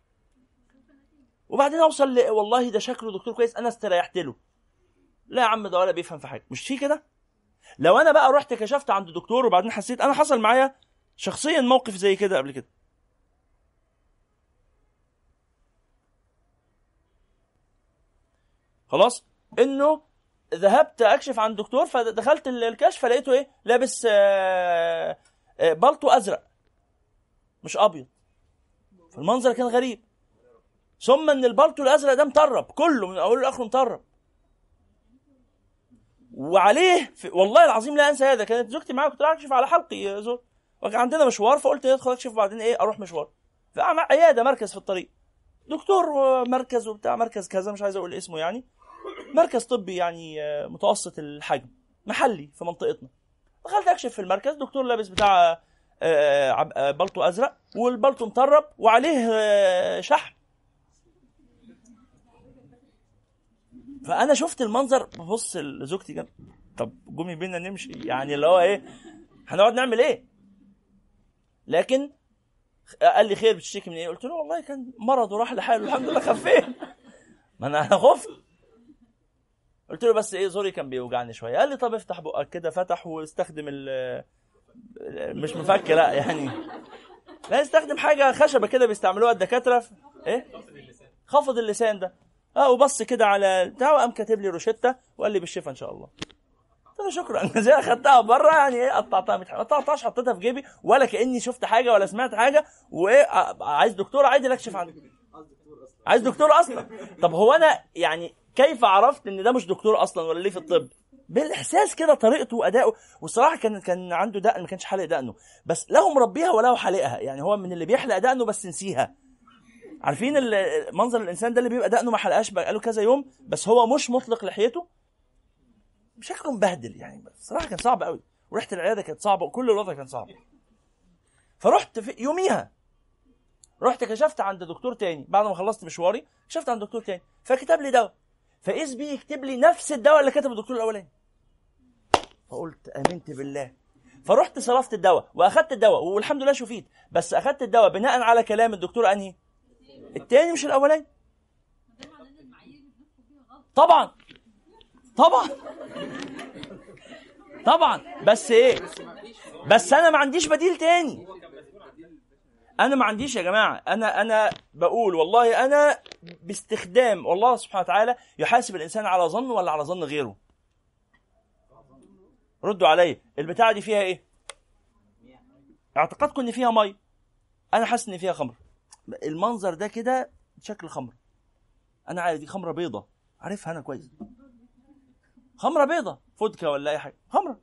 وبعدين أوصل ل والله ده شكله دكتور كويس أنا استريحت له. لا يا عم ده ولا بيفهم في حاجة، مش في كده؟ لو أنا بقى رحت كشفت عند دكتور وبعدين حسيت، أنا حصل معايا شخصيا موقف زي كده قبل كده. خلاص، انه ذهبت اكشف عن دكتور فدخلت الكشف فلقيته ايه، لابس بلطو ازرق مش ابيض، فالمنظر كان غريب. ثم ان البلطو الازرق ده مطرب كله من اوله لاخره مطرب، وعليه والله العظيم لا انسى هذا، كانت زوجتي معايا كنت رايح اكشف على حلقي زوج، وكان عندنا مشوار فقلت ادخل اكشف وبعدين ايه اروح مشوار، فعياده مركز في الطريق، دكتور مركز وبتاع مركز كذا مش عايز اقول اسمه، يعني مركز طبي يعني متوسط الحجم محلي في منطقتنا. دخلت اكشف في المركز، دكتور لابس بتاع بلطو ازرق والبلطو مطرب وعليه شحم. فانا شفت المنظر ببص لزوجتي جنب، طب قومي بينا نمشي، يعني اللي هو ايه هنقعد نعمل ايه؟ لكن قال لي خير بتشتكي من ايه؟ قلت له والله كان مرض وراح لحاله الحمد لله خفيت. ما انا خفت. قلت له بس ايه زوري كان بيوجعني شويه. قال لي طب افتح بقك كده، فتح واستخدم ال مش مفك لا يعني لا استخدم حاجه خشبه كده بيستعملوها الدكاتره في ايه خفض اللسان ده اه وبص كده على بتاعه وقام كاتب لي روشته وقال لي بالشفا ان شاء الله. قلت له شكرا جزيلا، خدتها بره يعني ايه قطعتها ما قطعتهاش حطيتها في جيبي ولا كاني شفت حاجه ولا سمعت حاجه. وايه عايز دكتور عادي اكشف عنه، عايز دكتور اصلا. طب هو انا يعني كيف عرفت ان ده مش دكتور اصلا ولا ليه في الطب؟ بالاحساس كده، طريقته وادائه. والصراحه كان كان عنده دقن ما كانش حالق دقنه، بس له مربيها وله حالقها، يعني هو من اللي بيحلق دقنه بس نسيها. عارفين منظر الانسان ده اللي بيبقى دقنه ما حلقهاش بقاله كذا يوم بس هو مش مطلق لحيته، شكله مبهدل يعني. الصراحه كان صعب قوي، وريحه العياده كانت صعبه وكل الوضع كان صعب. فرحت في يوميها رحت كشفت عند دكتور تاني بعد ما خلصت مشواري، كشفت عند دكتور تاني فكتب لي دواء، فاذ بيه يكتب لي نفس الدواء اللي كتبه الدكتور الاولاني. فقلت امنت بالله، فرحت صرفت الدواء واخدت الدواء والحمد لله شفيت، بس اخدت الدواء بناء على كلام الدكتور انهي التاني مش الاولاني. طبعا طبعا طبعا بس ايه بس انا ما عنديش بديل تاني. انا ما عنديش يا جماعه، انا انا بقول والله انا باستخدام والله سبحانه وتعالى يحاسب الانسان على ظن ولا على ظن غيره. ردوا عليا، البتاعه دي فيها ايه؟ اعتقادكم ان فيها مي، انا حاسس ان فيها خمر. المنظر ده كده شكل خمر، انا عارف دي خمره بيضه، عارفها انا كويس، خمره بيضه فودكا ولا اي حاجه خمره.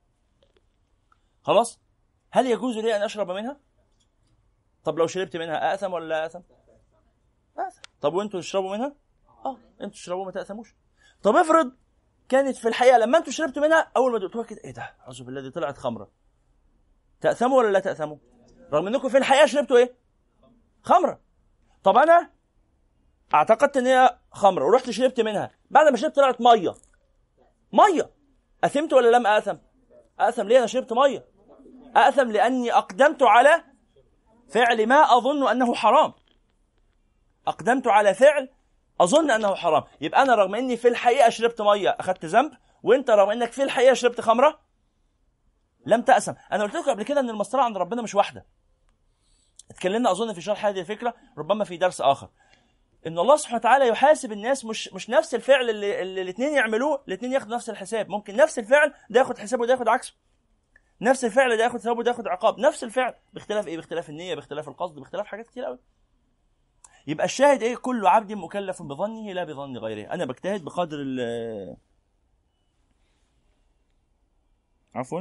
خلاص، هل يجوز لي ان اشرب منها؟ طب لو شربت منها اثم ولا لا اثم؟ اثم. طب وانتوا تشربوا منها؟ اه انتوا تشربوا ما تاثموش. طب افرض كانت في الحقيقه لما انتوا شربتوا منها اول ما دقتوها كده ايه ده اعوذ بالله دي طلعت خمره، تاثموا ولا لا تاثموا؟ رغم انكم في الحقيقه شربتوا ايه؟ خمره. طب انا اعتقدت ان هي خمره ورحت شربت منها، بعد ما شربت طلعت ميه ميه اثمت ولا لم اثم؟ اثم. ليه؟ انا شربت ميه. اثم لاني اقدمت على فعل ما اظن انه حرام، اقدمت على فعل اظن انه حرام. يبقى انا رغم اني في الحقيقه شربت ميه اخذت ذنب، وانت رغم انك في الحقيقه شربت خمره لم تأثم. انا قلت لكم قبل كده ان المسطره عند ربنا مش واحده، اتكلمنا اظن في شرح هذه الفكره ربما في درس اخر، ان الله سبحانه وتعالى يحاسب الناس مش مش نفس الفعل اللي, اللي الاثنين يعملوه الاثنين ياخدوا نفس الحساب. ممكن نفس الفعل ده ياخد حسابه وده ياخد عكسه، نفس الفعل ده ياخد ثواب وده ياخد عقاب، نفس الفعل باختلاف ايه؟ باختلاف النيه، باختلاف القصد، باختلاف حاجات كتير قوي. يبقى الشاهد ايه؟ كل عبد مكلف بظنه لا بظن غيره. انا بجتهد بقدر ال عفوا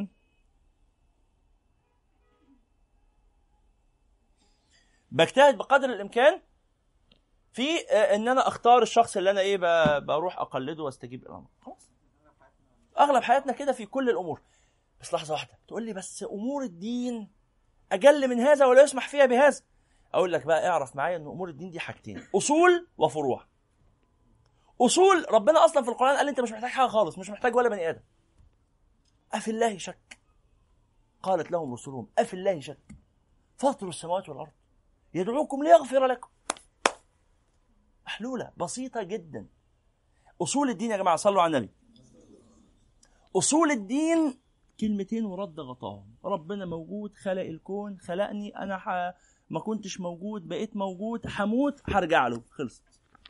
بجتهد بقدر الامكان في ان انا اختار الشخص اللي انا ايه بروح اقلده واستجيب الامر. خلاص اغلب حياتنا كده في كل الامور. بس لحظه واحده تقول لي بس امور الدين اجل من هذا ولا يسمح فيها بهذا. اقول لك بقى اعرف معايا ان امور الدين دي حاجتين، اصول وفروع. اصول ربنا اصلا في القران قال انت مش محتاج حاجه خالص، مش محتاج ولا بني ادم. افي الله شك قالت لهم رسلهم افي الله شك فاطر السماوات والارض يدعوكم ليغفر لكم. محلوله بسيطه جدا. اصول الدين يا جماعه صلوا على النبي. اصول الدين كلمتين ورد غطاهم. ربنا موجود، خلق الكون، خلقني انا ح... ما كنتش موجود بقيت موجود، هموت هرجع له، خلصت.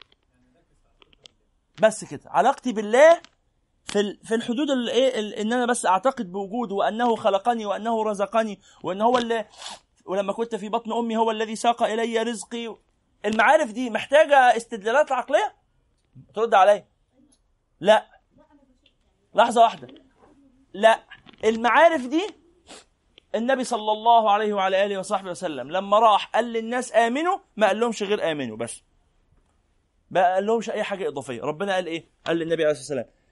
بس كده. علاقتي بالله في في الحدود الايه ان انا بس اعتقد بوجوده وانه خلقني وانه رزقني وان هو اللي ولما كنت في بطن امي هو الذي ساق الي رزقي. المعارف دي محتاجه استدلالات عقليه؟ ترد عليا لا. لحظه واحده. لا، المعارف دي النبي صلى الله عليه وعلى اله وصحبه وسلم لما راح قال للناس امنوا ما قال لهمش غير امنوا بس، ما قال لهمش اي حاجه اضافيه. ربنا قال ايه؟ قال للنبي عليه الصلاه والسلام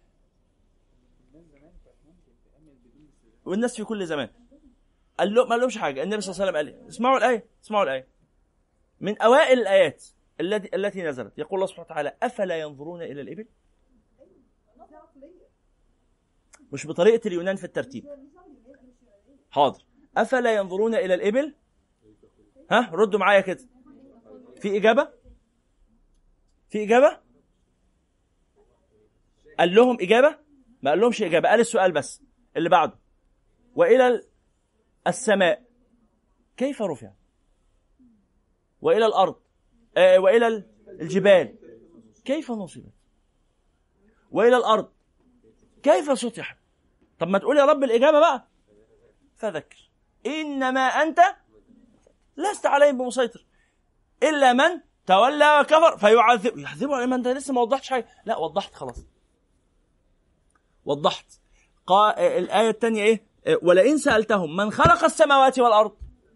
والناس في كل زمان قال له ما قال لهمش حاجه. النبي صلى الله عليه وسلم قال ايه؟ اسمعوا الايه، اسمعوا الايه من اوائل الايات التي التي نزلت. يقول الله سبحانه وتعالى افلا ينظرون الى الابل، مش بطريقه اليونان في الترتيب. حاضر. افلا ينظرون الى الابل، ها ردوا معايا كده. في اجابه؟ في اجابه؟ قال لهم اجابه؟ ما قال لهمش اجابه، قال السؤال بس اللي بعده. والى السماء كيف رفعت؟ والى الارض آه والى الجبال كيف نصبت؟ والى الارض كيف سطحت؟ طب ما تقول يا رب الاجابه بقى. فذكر انما انت لست عليهم بمسيطر الا من تولى وكفر فيعذب. يعذبه على ما انت لسه ما وضحتش حاجه. لا وضحت خلاص، وضحت. قا... الايه الثانيه ايه؟ ولئن سالتهم من خلق السماوات والارض.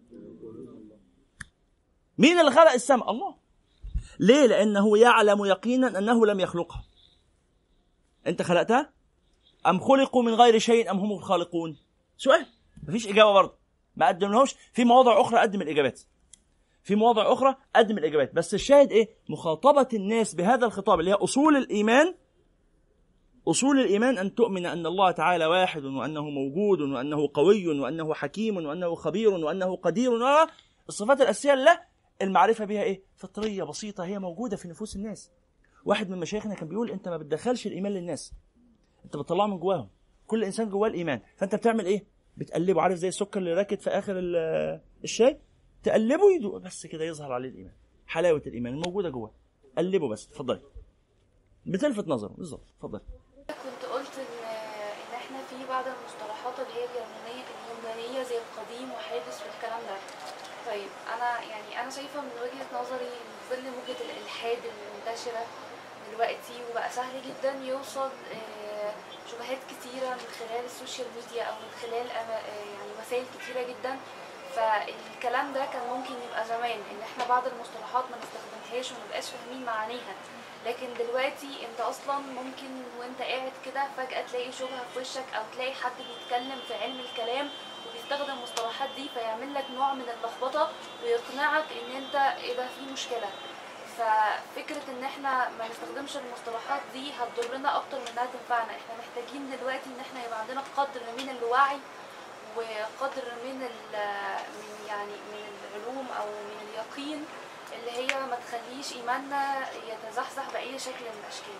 مين اللي خلق السماء؟ الله. ليه؟ لانه يعلم يقينا انه لم يخلقها. انت خلقتها ام خلقوا من غير شيء ام هم الخالقون؟ سؤال مفيش اجابه برضه. ما قدمناهوش. في مواضع اخرى قدم الاجابات، في مواضع اخرى قدم الاجابات. بس الشاهد ايه؟ مخاطبه الناس بهذا الخطاب اللي هي اصول الايمان. اصول الايمان ان تؤمن ان الله تعالى واحد وانه موجود وانه قوي وانه حكيم وانه خبير وانه قدير. الصفات الاساسيه لله المعرفه بها ايه؟ فطريه بسيطه هي موجوده في نفوس الناس. واحد من مشايخنا كان بيقول انت ما بتدخلش الايمان للناس، انت بتطلعه من جواهم. كل انسان جواه الايمان، فانت بتعمل ايه؟ بتقلبه. عارف زي السكر اللي راكد في اخر الشاي، تقلبه يدوق بس كده يظهر عليه الايمان، حلاوه الايمان الموجوده جواه. قلبه بس. اتفضلي. بتلفت نظره بالظبط. اتفضلي. كنت قلت ان ان احنا في بعض المصطلحات اللي هي اليونانيه اليونانيه زي القديم وحادث والكلام ده. طيب انا يعني انا شايفه من وجهه نظري ان ظل موجه الالحاد المنتشره دلوقتي وبقى سهل جدا يوصل شبهات كتيره من خلال السوشيال ميديا او من خلال يعني وسائل كتيره جدا. فالكلام ده كان ممكن يبقى زمان ان احنا بعض المصطلحات ما نستخدمهاش وما نبقاش فاهمين معانيها، لكن دلوقتي انت اصلا ممكن وانت قاعد كده فجأة تلاقي شبهة في وشك او تلاقي حد بيتكلم في علم الكلام يستخدم المصطلحات دي فيعمل لك نوع من اللخبطه ويقنعك ان انت ايه ده في مشكله. ففكره ان احنا ما نستخدمش المصطلحات دي هتضرنا اكتر من انها تنفعنا. احنا محتاجين دلوقتي ان احنا يبقى عندنا قدر من الوعي وقدر من من يعني من العلوم او من اليقين اللي هي ما تخليش ايماننا يتزحزح باي شكل من الاشكال.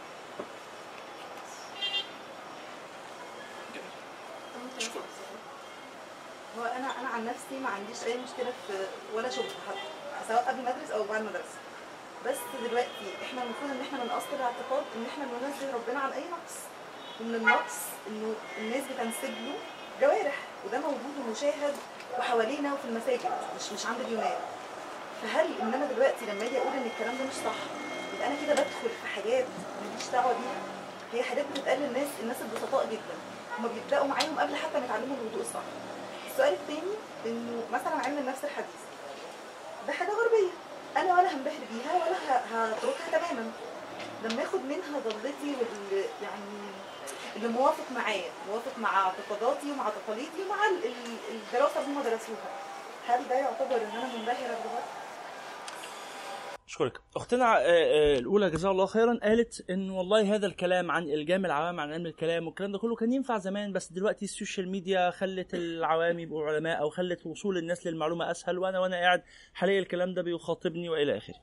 هو انا انا عن نفسي ما عنديش اي مشكله في ولا شغل حتى سواء قبل المدرسه او بعد المدرسه، بس دلوقتي احنا المفروض ان احنا من اصل الاعتقاد ان احنا ننزه ربنا عن اي نقص، ومن النقص انه الناس بتنسب له جوارح، وده موجود ومشاهد وحوالينا وفي المساجد مش مش عند اليونان. فهل ان انا دلوقتي لما اجي اقول ان الكلام ده مش صح يبقى انا كده بدخل في حاجات ماليش دعوه بيها؟ هي حاجات بتتقال للناس الناس البسطاء جدا، هما بيبداوا معاهم قبل حتى ما يتعلموا الوضوء الصح. السؤال الثاني انه مثلا علم النفس الحديث ده حاجه غربيه، انا ولا هنبهر بيها ولا هتركها تماما، لما اخد منها ضلتي وال يعني اللي موافق معايا موافق مع اعتقاداتي ومع تقاليدي ومع الدراسه اللي هم درسوها، هل ده يعتبر ان انا منبهره بلغتي؟ اشكرك. اختنا الاولى جزاها الله خيرا قالت ان والله هذا الكلام عن الجام العوام عن علم الكلام والكلام ده كله كان ينفع زمان، بس دلوقتي السوشيال ميديا خلت العوام يبقوا علماء او خلت وصول الناس للمعلومه اسهل، وانا وانا قاعد حاليا الكلام ده بيخاطبني والى اخره.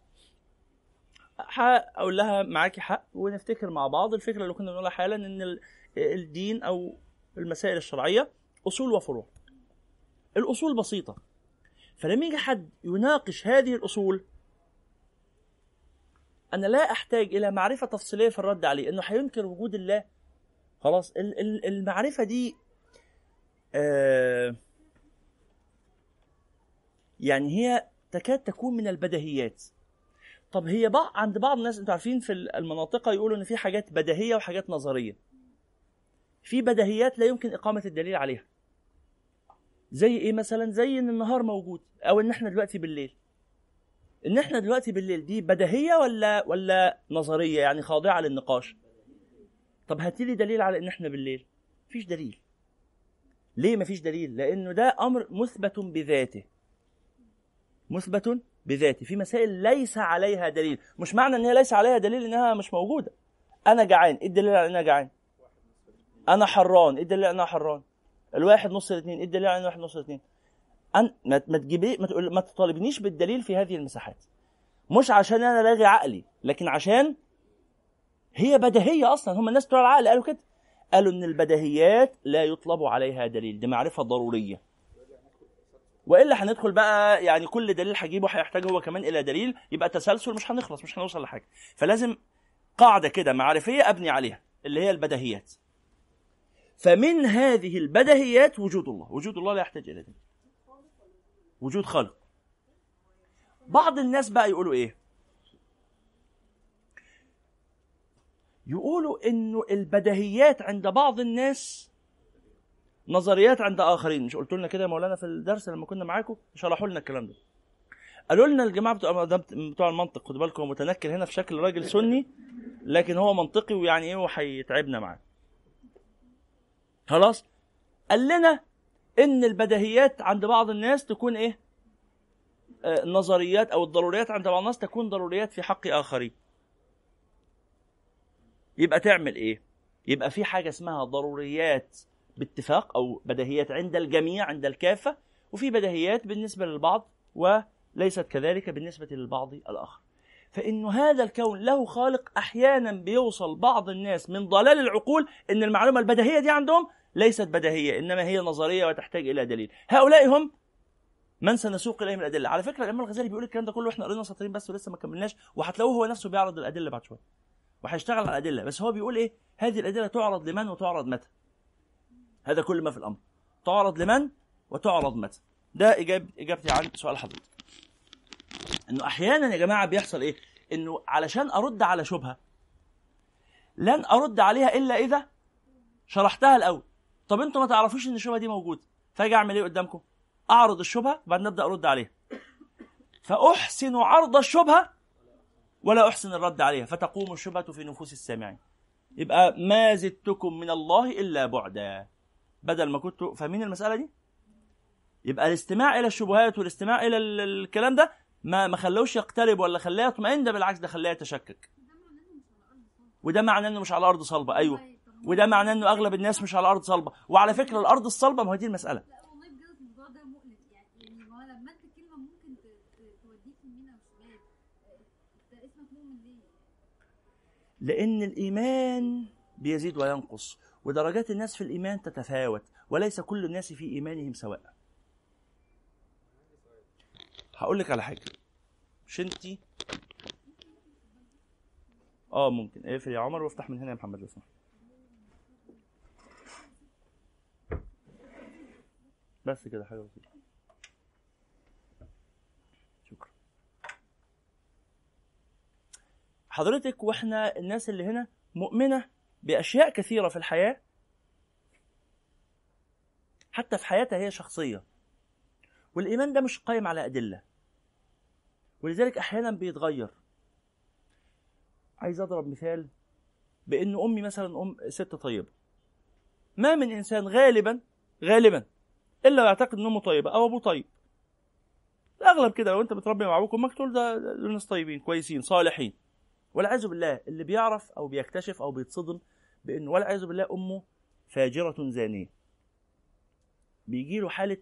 هقول لها معاكي حق، ونفتكر مع بعض الفكره اللي كنا بنقولها حالا ان الدين او المسائل الشرعيه اصول وفروع. الاصول بسيطه، فلما يجي حد يناقش هذه الاصول أنا لا أحتاج إلى معرفة تفصيلية في الرد عليه، إنه هينكر وجود الله. خلاص المعرفة دي آه يعني هي تكاد تكون من البديهيات. طب هي بعض عند بعض الناس، أنتوا عارفين في المناطق يقولوا إن في حاجات بديهية وحاجات نظرية. في بديهيات لا يمكن إقامة الدليل عليها. زي إيه مثلا؟ زي إن النهار موجود، أو إن إحنا دلوقتي بالليل. ان احنا دلوقتي بالليل دي بديهيه ولا ولا نظريه يعني خاضعه للنقاش؟ طب هاتي لي دليل على ان احنا بالليل. مفيش دليل. ليه مفيش دليل؟ لانه ده امر مثبت بذاته، مثبت بذاته. في مسائل ليس عليها دليل. مش معنى ان هي ليس عليها دليل انها مش موجوده. انا جعان، ايه الدليل على ان انا جعان؟ انا حران، ايه الدليل على ان انا حران؟ الواحد نص الاثنين، ايه الدليل على ان الواحد نص الاثنين؟ أن ما تجيبي ما تقول ما تطالبنيش بالدليل في هذه المساحات، مش عشان انا لاغي عقلي، لكن عشان هي بديهيه اصلا. هم الناس بتوع العقل قالوا كده، قالوا ان البديهيات لا يطلب عليها دليل، دي معرفه ضروريه. والا هندخل بقى يعني كل دليل هجيبه هيحتاج هو كمان الى دليل، يبقى تسلسل مش هنخلص، مش هنوصل لحاجه. فلازم قاعده كده معرفيه ابني عليها اللي هي البديهيات. فمن هذه البديهيات وجود الله. وجود الله لا يحتاج الى دليل، وجود خالق. بعض الناس بقى يقولوا ايه؟ يقولوا انه البديهيات عند بعض الناس نظريات عند اخرين. مش قلت لنا كده يا مولانا في الدرس لما كنا معاكم؟ شرحوا لنا الكلام ده. قالوا لنا الجماعه بتوع بتوع المنطق، خدوا بالكم متنكر هنا في شكل راجل سني لكن هو منطقي ويعني ايه وهيتعبنا معاه. خلاص؟ قال لنا ان البديهيات عند بعض الناس تكون ايه؟ آه النظريات او الضروريات عند بعض الناس تكون ضروريات في حق اخرين. يبقى تعمل ايه؟ يبقى في حاجه اسمها ضروريات باتفاق او بديهيات عند الجميع عند الكافه، وفي بديهيات بالنسبه للبعض وليست كذلك بالنسبه للبعض الاخر. فانه هذا الكون له خالق. احيانا بيوصل بعض الناس من ضلال العقول ان المعلومه البديهيه دي عندهم ليست بديهيه، انما هي نظريه وتحتاج الى دليل. هؤلاء هم من سنسوق اليهم الادله. على فكره الامام الغزالي بيقول الكلام ده كله احنا قرينا سطرين بس ولسه ما كملناش، وهتلاقوه هو نفسه بيعرض الادله بعد شويه وهيشتغل على الادله. بس هو بيقول ايه؟ هذه الادله تعرض لمن وتعرض متى. هذا كل ما في الامر. تعرض لمن وتعرض متى. ده اجابه اجابتي عن سؤال حضرتك. انه احيانا يا جماعه بيحصل ايه؟ انه علشان ارد على شبهه لن ارد عليها الا اذا شرحتها الاول. طب انتوا ما تعرفوش ان الشبهه دي موجوده، فاجي اعمل ايه قدامكم؟ اعرض الشبهه بعد نبدا ارد عليها. فاحسن عرض الشبهه ولا احسن الرد عليها، فتقوم الشبهه في نفوس السامعين. يبقى ما زدتكم من الله الا بعدا. بدل ما كنتوا فاهمين المساله دي؟ يبقى الاستماع الى الشبهات والاستماع الى الكلام ده ما ما خلوش يقترب ولا خلاه يطمئن، ده بالعكس ده خلاه يتشكك. وده معناه انه مش على ارض صلبه. ايوه، وده معناه انه اغلب الناس مش على ارض صلبه. وعلى فكره الارض الصلبه ما هي دي المساله. لا والله بجد الموضوع ده مقلق يعني. ما هو لما انت كلمه ممكن توديك يمين او شمال، انت اسمك مؤمن ليه؟ لان الايمان بيزيد وينقص، ودرجات الناس في الايمان تتفاوت، وليس كل الناس في ايمانهم سواء. هقول لك على حاجه، مش انتي اه ممكن اقفل يا عمر وافتح من هنا يا محمد لو سمحت. بس كده حاجه بسيطه. شكرا حضرتك. واحنا الناس اللي هنا مؤمنه باشياء كثيره في الحياه، حتى في حياتها هي شخصيه، والايمان ده مش قائم على ادله، ولذلك احيانا بيتغير. عايز اضرب مثال بان امي مثلا ام ست طيبه، ما من انسان غالبا غالبا الا يعتقد ان امه طيبه او ابوه طيب. الاغلب كده، لو انت بتربي مع ابوك وامك تقول ده ناس طيبين كويسين صالحين. والعياذ بالله اللي بيعرف او بيكتشف او بيتصدم بانه والعياذ بالله امه فاجره زانيه، بيجي له حاله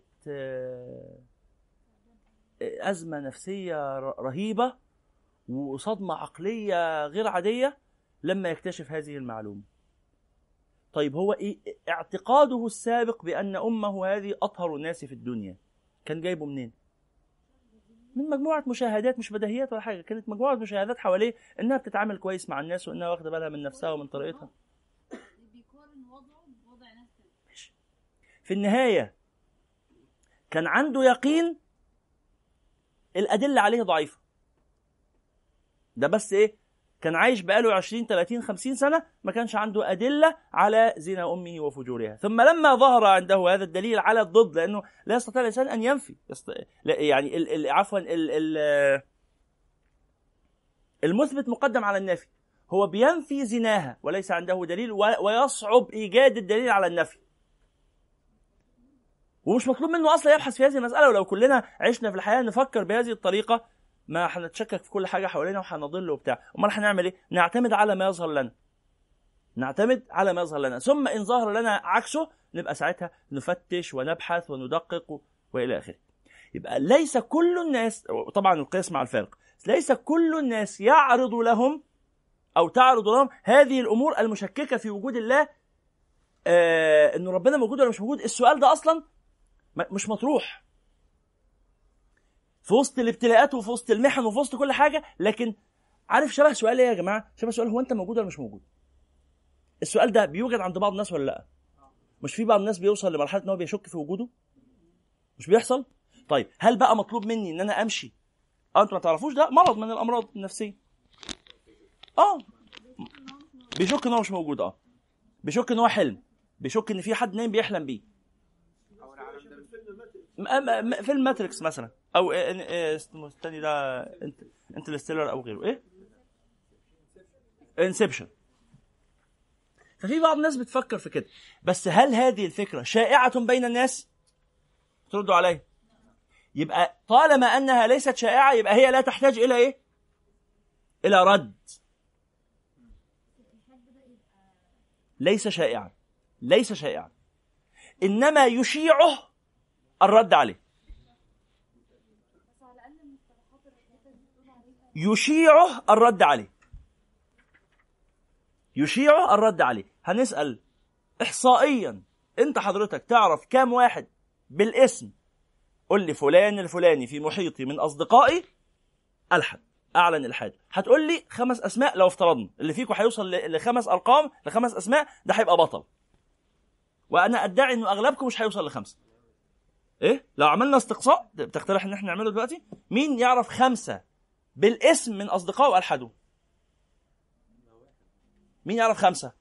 ازمه نفسيه رهيبه وصدمه عقليه غير عاديه لما يكتشف هذه المعلومه. طيب هو ايه اعتقاده السابق بان امه هذه اطهر الناس في الدنيا؟ كان جايبه منين؟ من مجموعه مشاهدات، مش بديهيات ولا حاجه، كانت مجموعه مشاهدات حواليه انها بتتعامل كويس مع الناس وانها واخده بالها من نفسها ومن طريقتها. بيقارن وضعه بوضع ناس تانية. في النهايه كان عنده يقين الادله عليه ضعيفه. ده بس ايه، كان عايش بقاله عشرين ثلاثين خمسين سنه ما كانش عنده ادله على زنا امه وفجورها. ثم لما ظهر عنده هذا الدليل على الضد، لانه لا يستطيع الانسان ان ينفي يست... يعني ال... ال... عفوا ال... ال... المثبت مقدم على النافي. هو بينفي زناها وليس عنده دليل، و... ويصعب ايجاد الدليل على النفي، ومش مطلوب منه اصلا يبحث في هذه المساله. ولو كلنا عشنا في الحياه نفكر بهذه الطريقه ما هنتشكك في كل حاجه حوالينا وهنضل وبتاع. امال هنعمل ايه؟ نعتمد على ما يظهر لنا، نعتمد على ما يظهر لنا، ثم ان ظهر لنا عكسه نبقى ساعتها نفتش ونبحث وندقق والى اخره. يبقى ليس كل الناس، طبعا القياس مع الفارق، ليس كل الناس يعرض لهم او تعرض لهم هذه الامور المشككه في وجود الله، آه انه ربنا موجود ولا مش موجود. السؤال ده اصلا مش مطروح في وسط الابتلاءات وفي وسط المحن وفي وسط كل حاجه. لكن عارف شبه سؤال ايه يا جماعه؟ شبه سؤال هو انت موجود ولا مش موجود. السؤال ده بيوجد عند بعض الناس ولا لا؟ مش في بعض الناس بيوصل لمرحله ان هو بيشك في وجوده؟ مش بيحصل؟ طيب هل بقى مطلوب مني ان انا امشي اه انتوا ما تعرفوش ده مرض من الامراض النفسيه؟ اه بيشك ان هو مش موجود، اه بيشك ان هو حلم، بيشك ان في حد نايم بيحلم بيه. فيلم ماتريكس مثلا، او الثاني ده انترستيلر او غيره، ايه انسبشن. ففي بعض الناس بتفكر في كده، بس هل هذه الفكره شائعه بين الناس؟ تردوا عليه. يبقى طالما انها ليست شائعه يبقى هي لا تحتاج الى ايه؟ الى رد. ليس شائعا، ليس شائعا، انما يشيعه الرد عليه. يشيعه الرد عليه، يشيعه الرد عليه. هنسأل إحصائيا، انت حضرتك تعرف كام واحد بالاسم قل لي فلان الفلاني في محيطي من أصدقائي ألحد أعلن الحاد؟ هتقول لي خمس أسماء. لو افترضنا اللي فيكم هيوصل لخمس أرقام لخمس أسماء ده هيبقى بطل، وأنا أدعي إنه أغلبكم مش هيوصل لخمسة. إيه؟ لو عملنا استقصاء بتقترح إن إحنا نعمله دلوقتي، مين يعرف خمسة بالاسم من أصدقائه ألحدوا؟ مين يعرف خمسة؟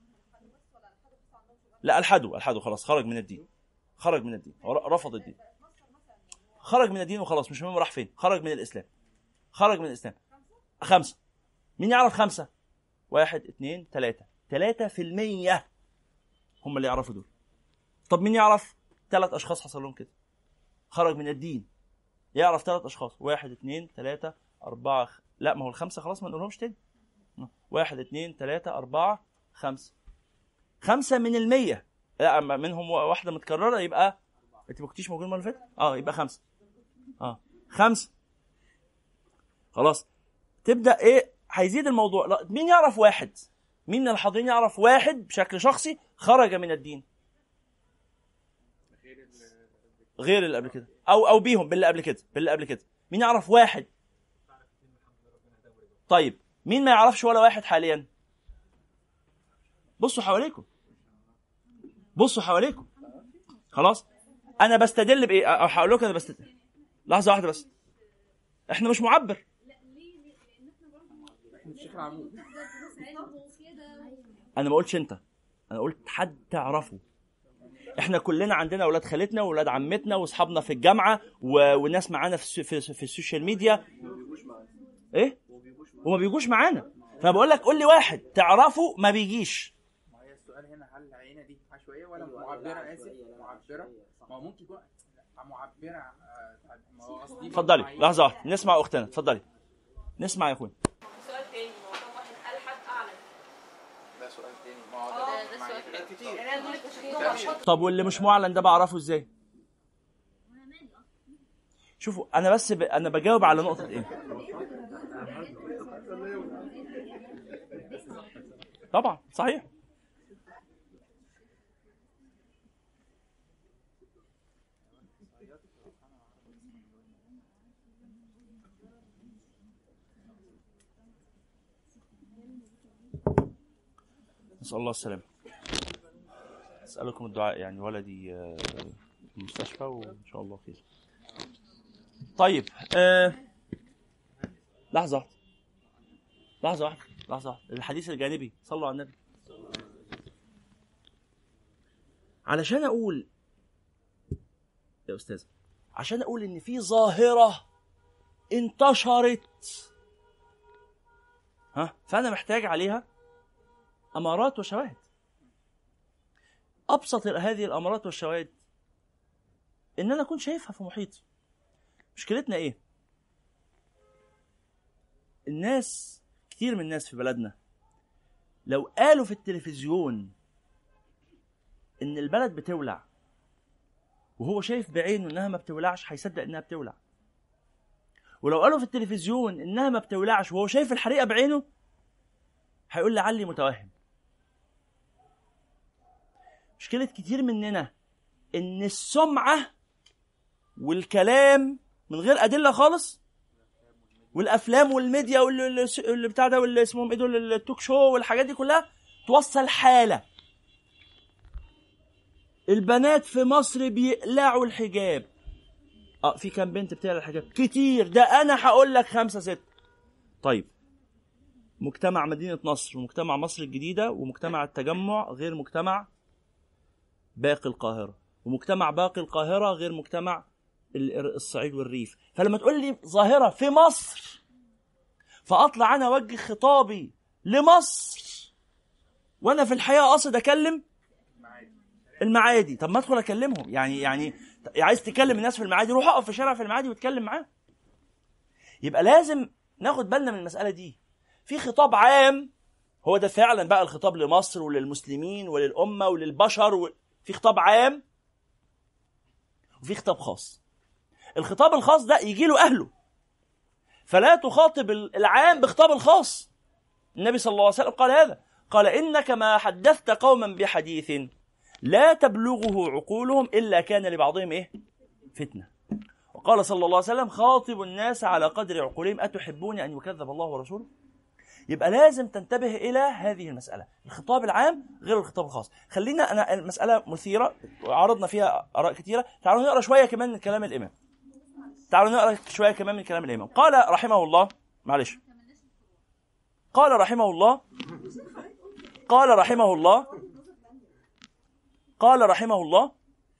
لا ألحدوا، ألحدوا خلاص، خرج من الدين، خرج من الدين، رفض الدين، خرج من الدين وخلاص، مش مهم راح فين، خرج من الإسلام، خرج من الإسلام. خمسة. مين يعرف خمسة؟ واحد اثنين ثلاثة، ثلاثة في المية هم اللي يعرفوا دول. طب مين يعرف ثلاث أشخاص حصل لهم كده؟ خرج من الدين. يعرف ثلاث اشخاص، واحد اثنين ثلاثة أربعة خ... لا ما هو الخمسة خلاص ما نقولهمش تاني. واحد اثنين ثلاثة أربعة خمسة، خمسة من المية، لا منهم واحدة متكررة يبقى انت ما كنتيش موجود المرة اللي فاتت؟ اه يبقى خمسة. اه خمسة خلاص. تبدأ ايه؟ هيزيد الموضوع. لا. مين يعرف واحد؟ مين من الحاضرين يعرف واحد بشكل شخصي خرج من الدين؟ غير اللي قبل كده او او بيهم باللي قبل كده باللي قبل كده مين يعرف واحد؟ طيب مين ما يعرفش ولا واحد حاليا؟ بصوا حواليكم، بصوا حواليكم. خلاص انا بستدل بايه؟ او هقول لكم انا بستدل. لحظه واحده بس، احنا مش معبر. انا ما قلتش انت، انا قلت حد تعرفه. احنا كلنا عندنا اولاد خالتنا واولاد عمتنا واصحابنا في الجامعه و... وناس معانا في في, في السوشيال ميديا ايه وما بيجوش معانا. فانا بقول لك قول لي واحد تعرفه ما بيجيش. ما هي السؤال هنا، هل العينه دي عشوائيه ولا معبره؟ اسف معبره. ما هو ممكن يكون معبره. اتفضلي لحظه واحده نسمع اختنا. اتفضلي نسمع يا اخويا. سؤال تاني، ما هو واحد قال حد اعلم. ده سؤال تاني. ما هو ده ده سؤال كتير. طب واللي مش معلن ده بعرفه ازاي؟ شوفوا انا بس ب... انا بجاوب على نقطه ايه. طبعا صحيح. نسأل الله السلامة. أسألكم الدعاء، يعني ولدي في المستشفى وإن شاء الله خير. طيب آه. لحظة واحدة لحظة واحدة لحظة واحدة الحديث الجانبي، صلوا على النبي. علشان أقول يا أستاذ، عشان أقول إن في ظاهرة انتشرت ها، فأنا محتاج عليها أمارات وشواهد. أبسط هذه الأمارات والشواهد إن أنا أكون شايفها في محيطي. مشكلتنا إيه؟ الناس، كتير من الناس في بلدنا لو قالوا في التلفزيون إن البلد بتولع وهو شايف بعينه إنها ما بتولعش، هيصدق إنها بتولع. ولو قالوا في التلفزيون إنها ما بتولعش وهو شايف الحريقة بعينه، هيقول لعلي متوهم. مشكلة كتير مننا إن السمعة والكلام من غير أدلة خالص، والأفلام والميديا واللي بتاع ده واللي اسمهم إيه دول التوك شو والحاجات دي كلها توصل حالة. البنات في مصر بيقلعوا الحجاب. اه في كام بنت بتقلع الحجاب؟ كتير. ده أنا هقول لك خمسة ست. طيب مجتمع مدينة نصر ومجتمع مصر الجديدة ومجتمع التجمع غير مجتمع باقي القاهرة، ومجتمع باقي القاهرة غير مجتمع الصعيد والريف. فلما تقول لي ظاهرة في مصر، فأطلع أنا أوجه خطابي لمصر وأنا في الحقيقة قاصد أكلم المعادي. طب ما أدخل أكلمهم. يعني يعني عايز تكلم الناس في المعادي، روح أقف في شارع في المعادي واتكلم معاهم. يبقى لازم ناخد بالنا من المسألة دي. في خطاب عام، هو ده فعلا بقى الخطاب لمصر وللمسلمين وللأمة وللبشر و... في خطاب عام وفي خطاب خاص. الخطاب الخاص ده يجي له أهله، فلا تخاطب العام بخطاب الخاص. النبي صلى الله عليه وسلم قال هذا، قال إنك ما حدثت قوما بحديث لا تبلغه عقولهم إلا كان لبعضهم إيه؟ فتنة. وقال صلى الله عليه وسلم خاطب الناس على قدر عقولهم أتحبون أن يكذب الله ورسوله. يبقى لازم تنتبه إلى هذه المسألة، الخطاب العام غير الخطاب الخاص. خلينا أنا المسألة مثيرة وعرضنا فيها آراء كثيرة. تعالوا نقرأ شوية كمان من كلام الإمام. تعالوا نقرأ شوية كمان من كلام الإمام. قال رحمه الله، معلش قال رحمه الله قال رحمه الله قال رحمه الله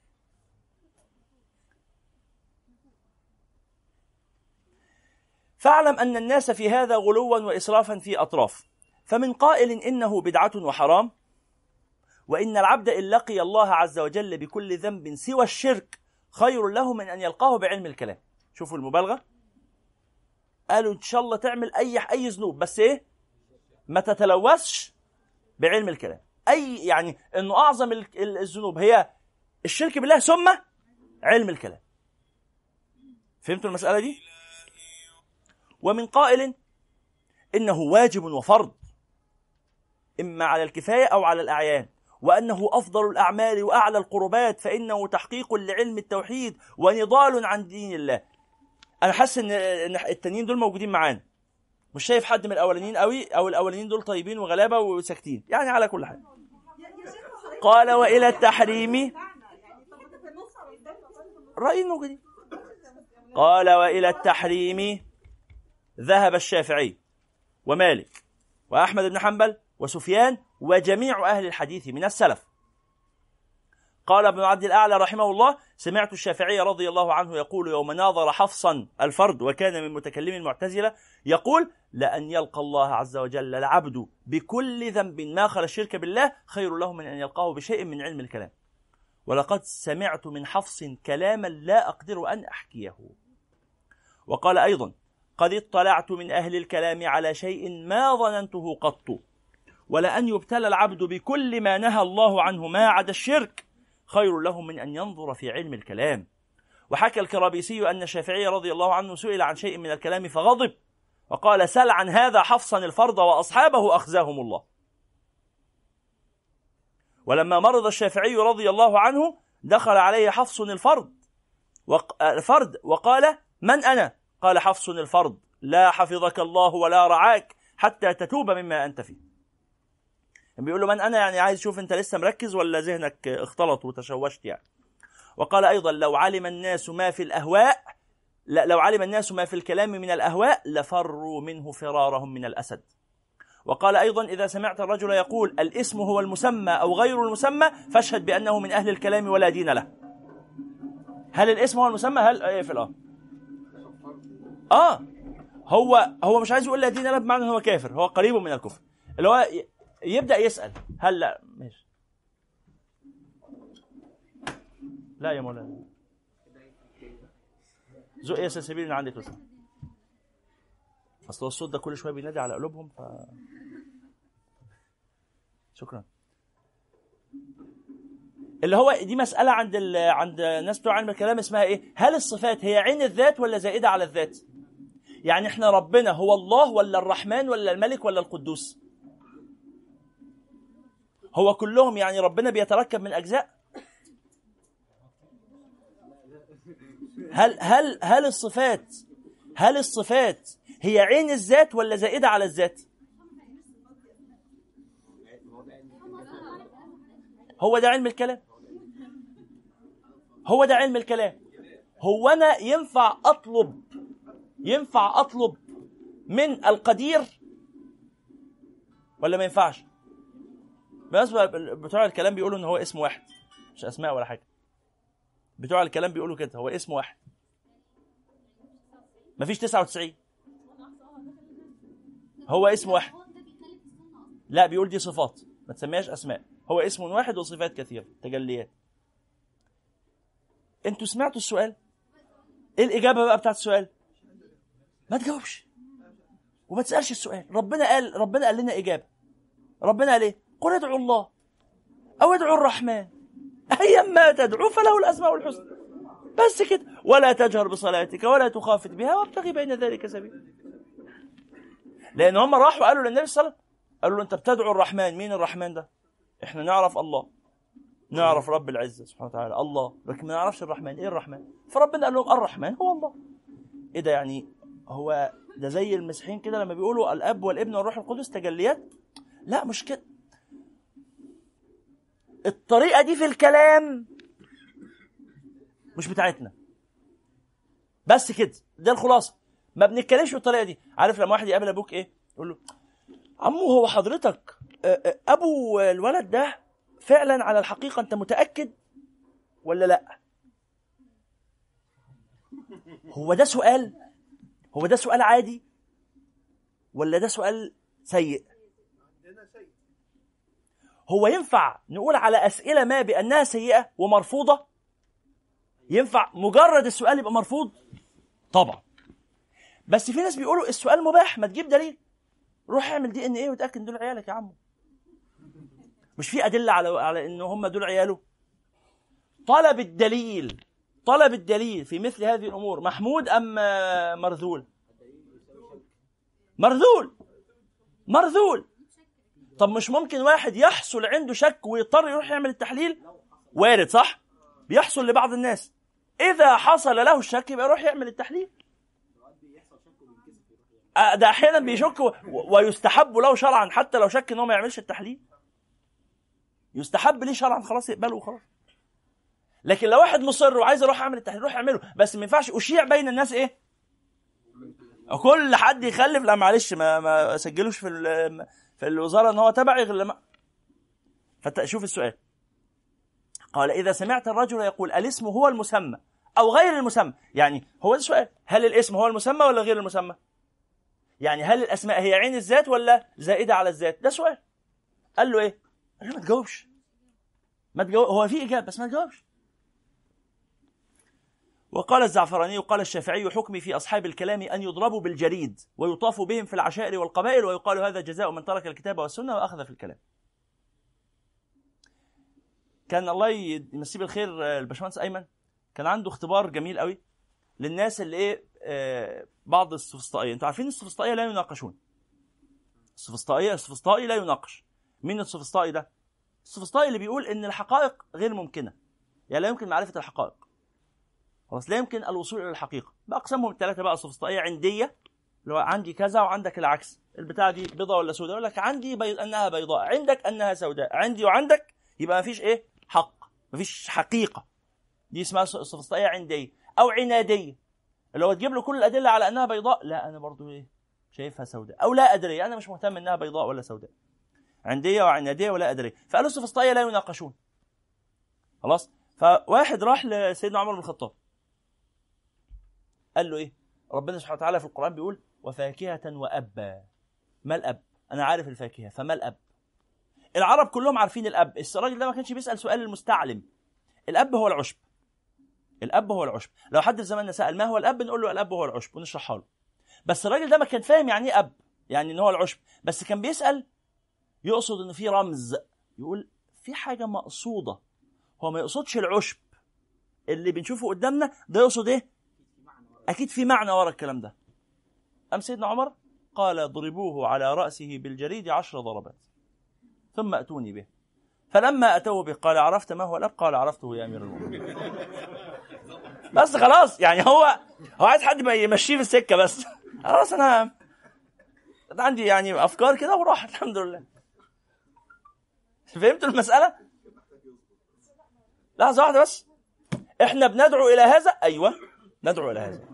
فاعلم أن الناس في هذا غلوا وإسرافا في أطراف، فمن قائل إنه بدعة وحرام، وإن العبد إن لقي الله عز وجل بكل ذنب سوى الشرك خير له من أن يلقاه بعلم الكلام. شوفوا المبالغة، قالوا إن شاء الله تعمل أي أي ذنوب بس إيه ما تتلوثش بعلم الكلام. أي يعني إنه أعظم الذنوب هي الشرك بالله ثم علم الكلام. فهمتوا المسألة دي؟ ومن قائل إنه واجب وفرض إما على الكفاية أو على الأعيان، وأنه أفضل الأعمال وأعلى القربات، فإنه تحقيق لعلم التوحيد ونضال عن دين الله. أنا حاسس إن التانيين دول موجودين معانا، مش شايف حد من الأولانيين قوي، أو الأولانيين دول طيبين وغلابة وساكتين، يعني على كل حال. قال وإلى التحريم رأي الموجودين. قال وإلى التحريم ذهب الشافعي ومالك وأحمد بن حنبل وسفيان وجميع أهل الحديث من السلف. قال ابن عبد الأعلى رحمه الله: سمعت الشافعي رضي الله عنه يقول يوم ناظر حفصا الفرد وكان من متكلم المعتزلة يقول: لأن يلقى الله عز وجل العبد بكل ذنب ما خلا الشرك بالله خير له من أن يلقاه بشيء من علم الكلام. ولقد سمعت من حفص كلاما لا أقدر أن أحكيه. وقال أيضا: قد اطلعت من أهل الكلام على شيء ما ظننته قط، ولأن يبتلى العبد بكل ما نهى الله عنه ما عدا الشرك خير له من أن ينظر في علم الكلام. وحكى الكرابيسي أن الشافعي رضي الله عنه سئل عن شيء من الكلام فغضب وقال: سل عن هذا حفصا الفرد وأصحابه أخزاهم الله. ولما مرض الشافعي رضي الله عنه دخل عليه حفص الفرد وق... الفرد وقال: من أنا؟ قال حفص الفرد: لا حفظك الله ولا رعاك حتى تتوب مما أنت فيه. بيقول له من أنا، يعني عايز شوف أنت لسه مركز ولا ذهنك اختلط وتشوشت يعني. وقال أيضا: لو علم الناس ما في الأهواء لا لو علم الناس ما في الكلام من الأهواء لفروا منه فرارهم من الأسد. وقال أيضا: إذا سمعت الرجل يقول الاسم هو المسمى أو غير المسمى فاشهد بأنه من أهل الكلام ولا دين له. هل الاسم هو المسمى؟ هل ايه في الآه آه هو هو مش عايز يقول لا دين له بمعنى هو كافر، هو قريب من الكفر، اللي هو يبدأ يسأل هل لا ماشي لا يا مولانا زق يا سلسبيل من عندك لسه، اصل الصوت ده كل شويه بينادي على قلوبهم ف شكرا. اللي هو دي مسألة عند ال... عند الناس بتوع علم الكلام اسمها ايه؟ هل الصفات هي عين الذات ولا زائدة على الذات؟ يعني احنا ربنا هو الله ولا الرحمن ولا الملك ولا القدوس؟ هو كلهم يعني ربنا بيتركب من أجزاء؟ هل هل هل الصفات هل الصفات هي عين الذات ولا زائدة على الذات؟ هو ده علم الكلام، هو ده علم الكلام. هو أنا ينفع أطلب ينفع أطلب من القدير ولا ما ينفعش؟ بس بتوع الكلام بيقولوا إن هو اسم واحد، مش أسماء ولا حاجة. بتوع الكلام بيقولوا كده، هو اسم واحد، مفيش تسعة وتسعين، هو اسم واحد. لا، بيقول دي صفات ما تسميهاش أسماء، هو اسم واحد وصفات كثيرة تجليات. انتوا سمعتوا السؤال؟ ايه الإجابة بقى بتاعت السؤال؟ ما تجاوبش وما تسألش السؤال. ربنا قال ربنا قال لنا إجابة. ربنا قال ايه؟ قل ادعوا الله أو ادعوا الرحمن أيما تدعوا فله الأسماء الحسنى، بس كده. ولا تجهر بصلاتك ولا تخافت بها وابتغي بين ذلك سبيلا. لأن هم راحوا قالوا للنبي صلى الله عليه وسلم، قالوا له أنت بتدعو الرحمن، مين الرحمن ده؟ إحنا نعرف الله، نعرف رب العزة سبحانه وتعالى الله، لكن ما نعرفش الرحمن. إيه الرحمن؟ فربنا قال لهم الرحمن هو الله. إيه ده يعني؟ هو ده زي المسيحيين كده لما بيقولوا الأب والابن والروح القدس تجليات؟ لا، مش كده. الطريقة دي في الكلام مش بتاعتنا، بس كده. ده الخلاصة، ما بنتكلمش بالطريقة دي. عارف لما واحد يقابل أبوك إيه؟ يقول له عمو هو حضرتك أبو الولد ده فعلا على الحقيقة أنت متأكد ولا لا؟ هو ده سؤال هو ده سؤال عادي ولا ده سؤال سيء؟ هو ينفع نقول على أسئلة ما بأنها سيئة ومرفوضة؟ ينفع مجرد السؤال يبقى مرفوض؟ طبعا. بس في ناس بيقولوا السؤال مباح، ما تجيب دليل، روح اعمل دي ان ايه وتاكد ان دول عيالك يا عمو. مش في ادله على على ان هم دول عياله؟ طلب الدليل طلب الدليل في مثل هذه الامور محمود ام مرذول؟ مرذول مرذول. طب مش ممكن واحد يحصل عنده شك ويضطر يروح يعمل التحليل؟ وارد، صح؟ بيحصل لبعض الناس. اذا حصل له الشك يبقى يروح يعمل التحليل. ده احيانا بيشك ويستحب له شرعا حتى لو شك انه ما يعملش التحليل، يستحب ليه شرعا، خلاص يقبله وخلاص. لكن لو واحد مصر وعايز يروح يعمل التحليل روح يعمله، بس ما ينفعش اشيع بين الناس ايه كل حد يخلف. لا معلش ما ما سجلوش في في الوزاره ان هو تبعي غير لما. فتشوف السؤال قال اذا سمعت الرجل يقول الاسم هو المسمى او غير المسمى، يعني هو السؤال هل الاسم هو المسمى ولا غير المسمى؟ يعني هل الاسماء هي عين الذات ولا زائده على الذات؟ ده سؤال. قال له ايه؟ قال له ما تجاوبش، ما تجاوب، هو في اجابه بس ما تجاوبش. وقال الزعفراني وقال الشافعي حكمي في اصحاب الكلام ان يضربوا بالجريد ويطاف بهم في العشائر والقبائل ويقال هذا جزاء من ترك الكتاب والسنه واخذ في الكلام. كان الله يمسيه بالخير الباشمهندس ايمن كان عنده اختبار جميل قوي للناس اللي ايه آه بعض السفسطائيه. انتوا عارفين السفسطائيه لا يناقشون. السفسطائيه السفسطائي لا يناقش. مين السفسطائي ده؟ السفسطائي اللي بيقول ان الحقائق غير ممكنه، يعني لا يمكن معرفه الحقائق، خلاص لا يمكن الوصول الى الحقيقه. باقسامهم الثلاثه بقى السفسطائيه عنديه اللي هو عندي كذا وعندك العكس، البتاعه دي بيضاء ولا سوداء، يقول لك عندي بيض انها بيضاء، عندك انها سوداء، عندي وعندك، يبقى ما فيش ايه حق، ما فيش حقيقه. دي اسمها السفسطائيه عنديه. او عناديه اللي هو تجيب له كل الادله على انها بيضاء، لا انا برضو ايه شايفها سوداء، او لا ادري انا مش مهتم انها بيضاء ولا سوداء. عنديه وعناديه ولا ادري. فقالوا السفسطائيه لا يناقشون. خلاص. فواحد راح لسيدنا عمر بن الخطاب قال له ايه؟ ربنا سبحانه وتعالى في القرآن بيقول وفاكهة وأبا. ما الأب؟ أنا عارف الفاكهة، فما الأب؟ العرب كلهم عارفين الأب. الراجل ده ما كانش بيسأل سؤال المستعلم. الأب هو العشب. الأب هو العشب. لو حد في زماننا سأل ما هو الأب نقول له الأب هو العشب ونشرحها له. بس الراجل ده ما كان فاهم يعني ايه أب، يعني إن هو العشب، بس كان بيسأل يقصد إن في رمز، يقول في حاجة مقصودة. هو ما يقصدش العشب اللي بنشوفه قدامنا ده، يقصد ايه؟ أكيد في معنى وراء الكلام ده. أم سيدنا عمر قال ضربوه على رأسه بالجريد عشر ضربات ثم أتوني به. فلما أتوه به قال عرفت ما هو الأب؟ قال عرفته يا أمير المؤمنين. بس خلاص، يعني هو هو عايز حد يمشيه في السكة بس. خلاص أنا عندي يعني أفكار كده وراح الحمد لله. فهمتوا المسألة؟ لحظة واحدة بس. إحنا بندعو إلى هذا؟ أيوة ندعو إلى هذا.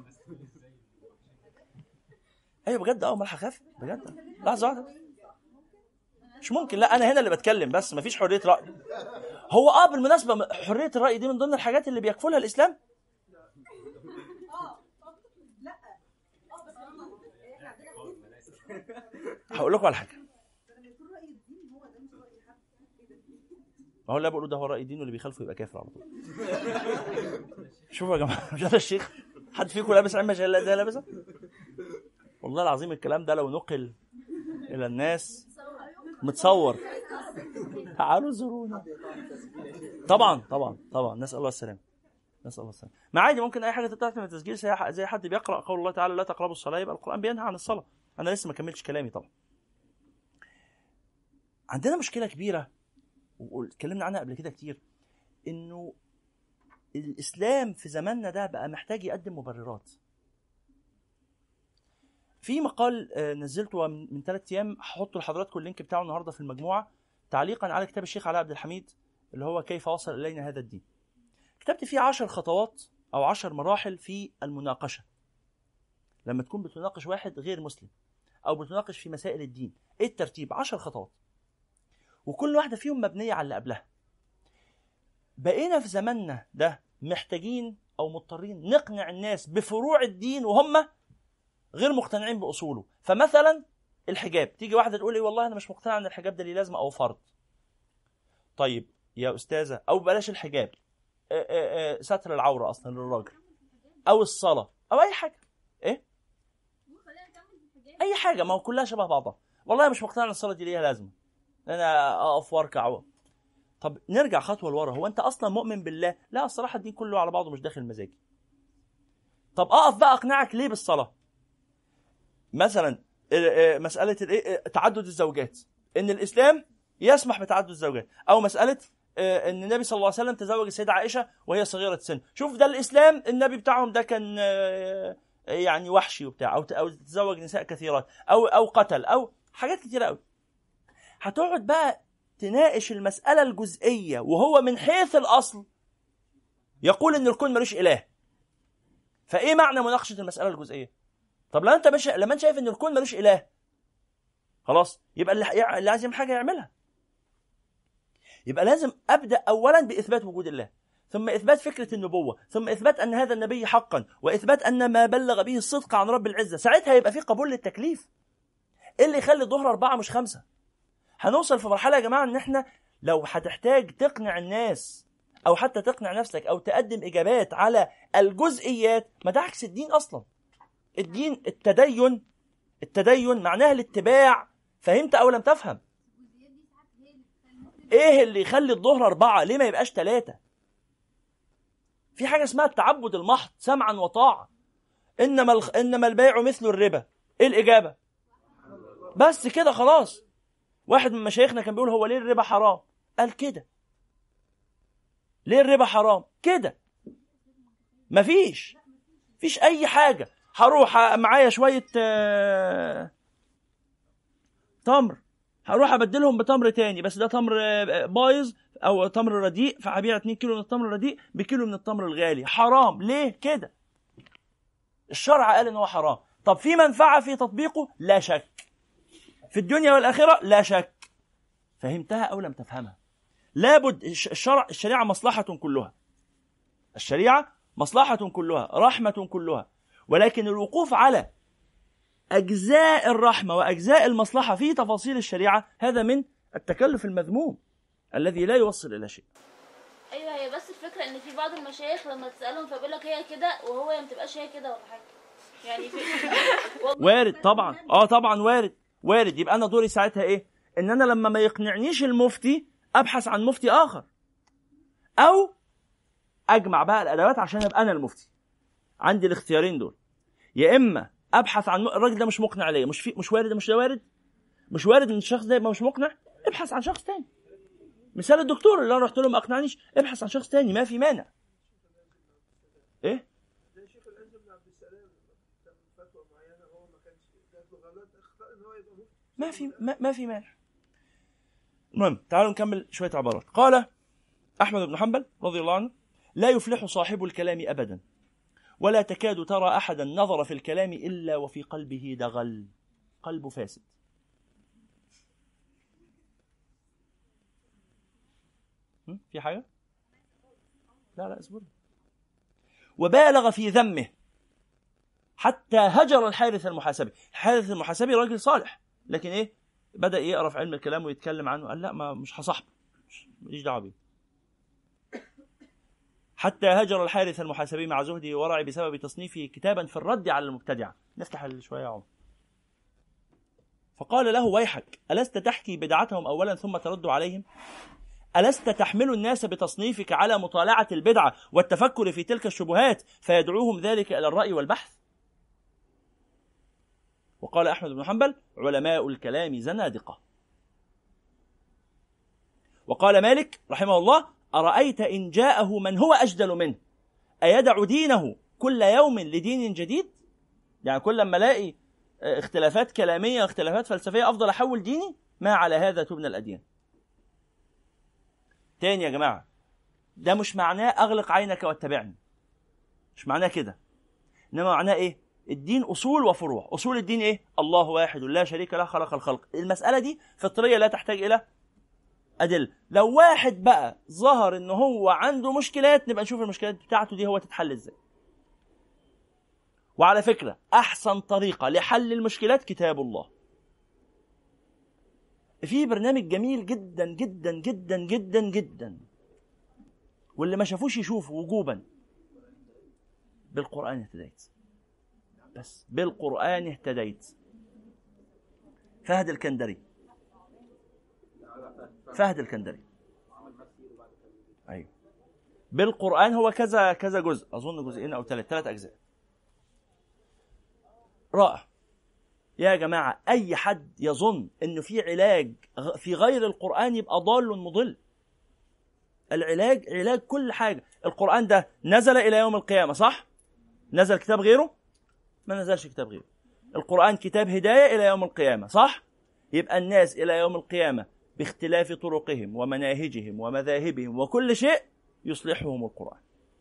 ايوه بجد. اه امال هخاف بجد. لحظه واحده مش ممكن. لا انا هنا اللي بتكلم بس مفيش حريه راي. هو اه بالمناسبه حريه الراي دي من ضمن الحاجات اللي بيكفلها الاسلام. هقول لكم على حاجه. ما هو اللي بقوله ده هو راي دين، واللي بيخالفه يبقى كافر على طول. شوفوا يا جماعه مش هذا الشيخ حد فيكم لابس عمه زي ده لابسه؟ والله العظيم الكلام ده لو نقل إلى الناس متصور. تعالوا زورونا. طبعا طبعا طبعا نسأل الله السلام. نسأل الله السلام. ما عادي ممكن أي حاجة تتعرف من التسجيل زي حد بيقرأ قول الله تعالى لا تقربوا الصلاة، يبقى القرآن بينهى عن الصلاة. أنا لسه ما كملتش كلامي طبعا. عندنا مشكلة كبيرة واتكلمنا عنها قبل كده كتير، إنه الإسلام في زماننا ده بقى محتاج يقدم مبررات. في مقال نزلته من ثلاث ايام هحط لحضراتكم اللينك بتاعه النهارده في المجموعه تعليقا على كتاب الشيخ علاء عبد الحميد اللي هو كيف وصل الينا هذا الدين. كتبت فيه عشر خطوات او عشر مراحل في المناقشه لما تكون بتناقش واحد غير مسلم او بتناقش في مسائل الدين. ايه الترتيب؟ عشر خطوات وكل واحده فيهم مبنيه على اللي قبلها. بقينا في زماننا ده محتاجين او مضطرين نقنع الناس بفروع الدين وهم غير مقتنعين بأصوله. فمثلا الحجاب، تيجي واحدة تقول لي والله أنا مش مقتنع أن الحجاب ده ليه لازمة أو فرض. طيب يا أستاذة، أو بلاش الحجاب، ستر العورة أصلا للراجل، أو الصلاة، أو أي حاجة. إيه؟ أي حاجة، ما هو كلها شبه بعضها. والله مش مقتنع أن الصلاة دي ليها لازمة، أنا أقف وأركع. طب نرجع خطوة لورا، هو أنت أصلا مؤمن بالله؟ لا الصراحة الدين كله على بعضه مش داخل مزاجي. طب أقف بقى أقنعك ليه بالصلاة. مثلا مسألة تعدد الزوجات، إن الإسلام يسمح بتعدد الزوجات، أو مسألة ان النبي صلى الله عليه وسلم تزوج السيدة عائشة وهي صغيرة السن. شوف ده الاسلام، النبي بتاعهم ده كان يعني وحشي وبتاع، او او تزوج نساء كثيرات، او او قتل، او حاجات كتيرة قوي. هتقعد بقى تناقش المسألة الجزئية، وهو من حيث الاصل يقول ان الكون ملوش اله. فايه معنى مناقشة المسألة الجزئية؟ طب لما انت مش لما انت شايف ان الكون ملوش اله، خلاص يبقى اللي لازم حاجة يعملها. يبقى لازم أبدأ أولا بإثبات وجود الله، ثم إثبات فكرة النبوة، ثم إثبات أن هذا النبي حقا، وإثبات أن ما بلغ به الصدق عن رب العزة. ساعتها يبقى في قبول للتكليف. إيه اللي يخلي الظهر أربعة مش خمسة؟ هنوصل في مرحلة يا جماعة إن إحنا لو هتحتاج تقنع الناس، أو حتى تقنع نفسك، أو تقدم إجابات على الجزئيات، ما ده عكس الدين أصلا. الدين التدين، التدين معناها الاتباع. فهمت أو لم تفهم؟ ايه اللي يخلي الظهر أربعة؟ ليه ما يبقاش ثلاثة؟ في حاجة اسمها التعبد المحض، سمعا وطاعة. إنما الخ... إنما البيع مثل الربا. ايه الإجابة؟ بس كده خلاص. واحد من مشايخنا كان بيقول هو ليه الربا حرام؟ قال كده. ليه الربا حرام؟ كده. مفيش مفيش أي حاجة. هروح معايا شوية آه... تمر، هروح ابدلهم بتمر تاني، بس ده تمر بايظ او تمر رديء، فهبيع اتنين كيلو من التمر الرديء بكيلو من التمر الغالي. حرام. ليه كده؟ الشرع قال ان هو حرام. طب في منفعة في تطبيقه؟ لا شك. في الدنيا والآخرة؟ لا شك. فهمتها او لم تفهمها؟ لابد. الشرع الشريعة مصلحة كلها، الشريعة مصلحة كلها، رحمة كلها، ولكن الوقوف على أجزاء الرحمة وأجزاء المصلحة في تفاصيل الشريعة هذا من التكلف المذموم الذي لا يوصل إلى شيء. أيوة، هي بس الفكرة إن في بعض المشايخ لما تسألهم فبيقول لك هي كده، وهو ما بتبقاش هي كده ولا حاجة. يعني في وارد طبعا. اه طبعا وارد وارد. يبقى أنا دوري ساعتها إيه؟ إن أنا لما ما يقنعنيش المفتي أبحث عن مفتي آخر، أو أجمع بقى الأدوات عشان أبقى أنا المفتي. عندي الاختيارين دول، يا إما ابحث عن الراجل ده مش مقنع ليه، مش في مش وارد مش ده وارد مش وارد ان الشخص ده يبقى مش مقنع، ابحث عن شخص تاني. مثال الدكتور اللي انا رحت له ما اقنعنيش، ابحث عن شخص تاني، ما في مانع. ايه زي شيخ الازهر بن عبد السلام كان فتوى معينه هو ما كانش جات له غلط، اخطا ان هو يبقى مفتي، ما في ما, ما في مانع. المهم تعالوا نكمل شويه عبارات. قال احمد بن حنبل رضي الله عنه: لا يفلح صاحب الكلام ابدا، ولا تكاد ترى أحدا نظر في الكلام إلا وفي قلبه دغل، قلبه فاسد. في حاجة؟ لا لا اصبر. وبالغ في ذمه حتى هجر الحارث المحاسبي. الحارث المحاسبي راجل صالح، لكن إيه؟ بدأ يقرأ في علم الكلام ويتكلم عنه، قال لا ما مش هصاحبه، ماليش دعوة بيه. حتى هجر الحارث المحاسبي مع زهدي ورعي بسبب تصنيفه كتابا في الرد على المبتدعة. نفتح شوية يا عمر. فقال له: ويحك، ألست تحكي بدعتهم أولا ثم ترد عليهم؟ ألست تحمل الناس بتصنيفك على مطالعة البدعة والتفكر في تلك الشبهات فيدعوهم ذلك إلى الرأي والبحث؟ وقال أحمد بن حنبل: علماء الكلام زنادقة. وقال مالك رحمه الله: أرأيت إن جاءه من هو أجدل منه أيدع دينه كل يوم لدين جديد؟ يعني كل ما الاقي اختلافات كلامية اختلافات فلسفية أفضل أحول ديني؟ ما على هذا تبنى الأديان. تاني يا جماعة، ده مش معناه أغلق عينك واتبعني، مش معناه كده، إنما معناه إيه؟ الدين أصول وفروع. أصول الدين إيه؟ الله واحد لا شريك له خلق الخلق. المسألة دي فطرية لا تحتاج إلى أدل. لو واحد بقى ظهر إنه هو عنده مشكلات، نبقى نشوف المشكلات بتاعته دي هو تتحل إزاي. وعلى فكرة أحسن طريقة لحل المشكلات كتاب الله. في برنامج جميل جدا جدا جدا جدا جدا واللي ما شافوش يشوفوا وجوبا. بالقرآن اهتديت، بس بالقرآن اهتديت. فهد الكندري، فهد الكندري أيوه. بالقرآن هو كذا كذا جزء، أظن جزئين أو ثلاث ثلاث أجزاء. رائع يا جماعة. أي حد يظن إنه في علاج في غير القرآن يبقى ضال مضل. العلاج علاج كل حاجة. القرآن ده نزل إلى يوم القيامة صح؟ نزل كتاب غيره؟ ما نزلش كتاب غيره. القرآن كتاب هداية إلى يوم القيامة صح؟ يبقى الناس إلى يوم القيامة باختلاف طرقهم ومناهجهم ومذاهبهم وكل شيء يصلحهم القرآن،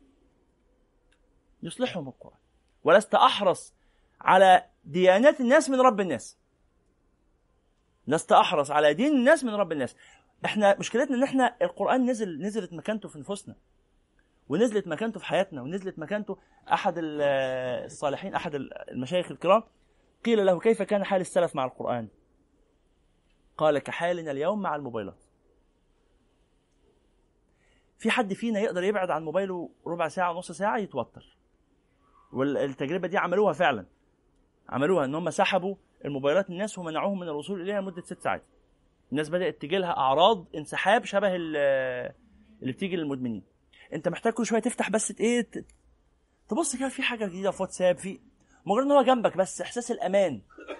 يصلحهم القرآن. ولست أحرص على ديانات الناس من رب الناس، لست أحرص على دين الناس من رب الناس. احنا مشكلتنا ان احنا القرآن نزل نزلت مكانته في نفوسنا، ونزلت مكانته في حياتنا، ونزلت مكانته. أحد الصالحين، أحد المشايخ الكرام، قيل له كيف كان حال السلف مع القرآن؟ قال كحالنا اليوم مع الموبايلات. في حد فينا يقدر يبعد عن موبايله ربع ساعة نص ساعة يتوتر؟ والتجربة دي عملوها فعلا، عملوها ان هم سحبوا الموبايلات الناس ومنعوهم من الوصول إليها لمدة ست ساعات. الناس بدأت تجي لها أعراض انسحاب شبه اللي بتيجي للمدمنين. انت محتاج كل شويه تفتح بس ايه، تبص كده في حاجه جديده في واتساب، في مجرد ان هو جنبك بس احساس الامان.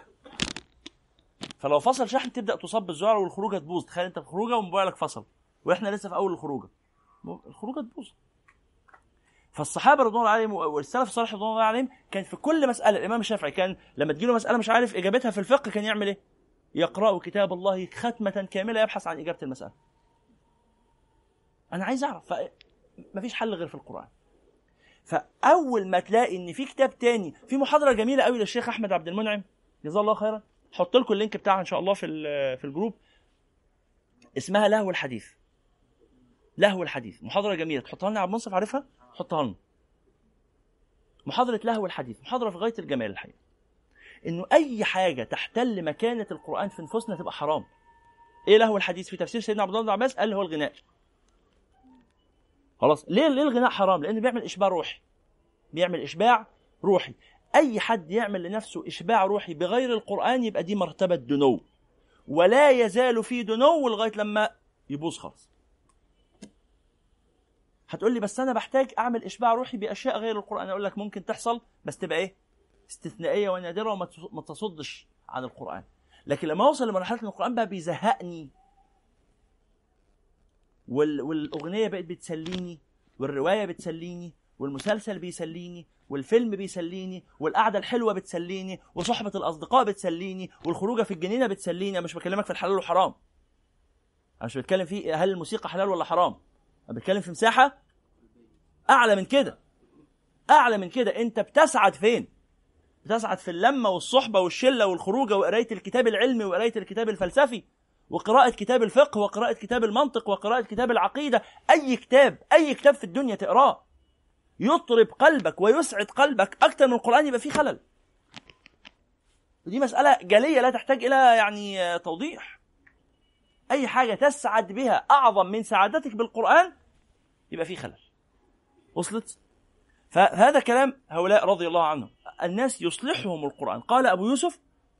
فلو فصل شحن تبدا تصاب بالذعر والخروجه تبوظ. تخيل انت في خروجه وموبايلك فصل واحنا لسه في اول الخروجه، الخروجه تبوظ. فالصحابه رضوان الله عليهم والسلف الصالح رضوان الله عليهم كان في كل مساله. الامام الشافعي كان لما تجيله مساله مش عارف اجابتها في الفقه كان يعمل ايه؟ يقرأ كتاب الله ختمه كامله يبحث عن اجابه المساله. انا عايز اعرف، مفيش حل غير في القرآن. فأول ما تلاقي إن في كتاب تاني، في محاضرة جميلة قوي للشيخ أحمد عبد المنعم جزاه الله خيرا، حط لكم اللينك بتاعها إن شاء الله في في الجروب، اسمها لهو الحديث. لهو الحديث محاضرة جميلة، تحطها لنا على المنصف، عارفها؟ حطها لنا. محاضرة لهو الحديث، محاضرة في غاية الجمال الحقيقة. إنه أي حاجة تحتل مكانة القرآن في نفوسنا تبقى حرام. إيه لهو الحديث؟ في تفسير سيدنا عبد الله بن عباس قال هو الغناء. خلاص ليه ليه الغناء حرام؟ لانه بيعمل اشباع روحي، بيعمل اشباع روحي. اي حد يعمل لنفسه اشباع روحي بغير القرآن يبقى دي مرتبة دنو، ولا يزال في دنو لغاية لما يبوظ خالص. هتقول لي بس انا بحتاج اعمل اشباع روحي باشياء غير القرآن. اقول لك ممكن تحصل بس تبقى ايه؟ استثنائية ونادرة وما تصدش عن القرآن. لكن لما اوصل لمرحلة ان القرآن بقى بيزهقني، والأغنية بقت بتسليني، والرواية بتسليني، والمسلسل بيسليني، والفيلم بيسليني، والقعدة الحلوة بتسليني، وصحبة الأصدقاء بتسليني، والخروجة في الجنينة بتسليني. أنا مش بكلمك في الحلال والحرام، أنا مش بتكلم في هل الموسيقى حلال ولا حرام، أنا بتكلم في مساحة أعلى من كده، أعلى من كده. أنت بتسعد فين؟ بتسعد في اللمة والصحبة والشلة والخروجة وقراية الكتاب العلمي وقراية الكتاب الفلسفي وقراءة كتاب الفقه وقراءة كتاب المنطق وقراءة كتاب العقيدة. أي كتاب، أي كتاب في الدنيا تقراه يطرب قلبك ويسعد قلبك أكتر من القرآن يبقى فيه خلل. ودي مسألة جلية لا تحتاج إلى يعني توضيح. أي حاجة تسعد بها أعظم من سعادتك بالقرآن يبقى فيه خلل. وصلت؟ فهذا كلام هؤلاء رضي الله عنهم، الناس يصلحهم القرآن. قال أبو يوسف: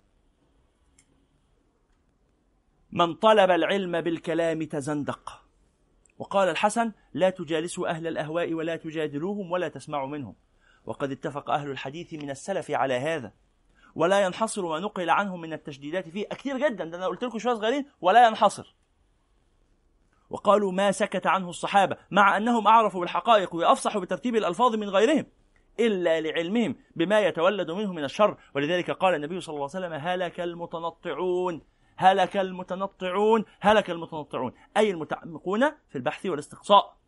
من طلب العلم بالكلام تزندق. وقال الحسن: لا تجالسوا أهل الأهواء ولا تجادلوهم ولا تسمعوا منهم. وقد اتفق أهل الحديث من السلف على هذا، ولا ينحصر ما نقل عنهم من التشديدات فيه. كثير جدا، ده أنا قلت لكم شوية صغيرين، ولا ينحصر. وقالوا ما سكت عنه الصحابة مع أنهم أعرفوا بالحقائق وأفصحوا بترتيب الألفاظ من غيرهم إلا لعلمهم بما يتولد منه من الشر. ولذلك قال النبي صلى الله عليه وسلم: هلك المتنطعون، هلك المتنطعون، هلك المتنطعون، أي المتعمقون في البحث والاستقصاء.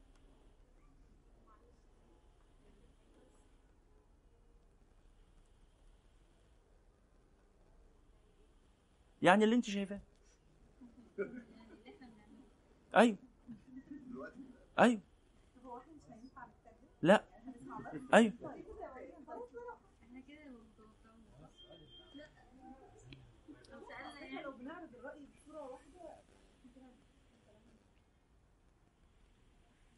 يعني اللي انت شايفاه. أيوه أيوه لا أيوه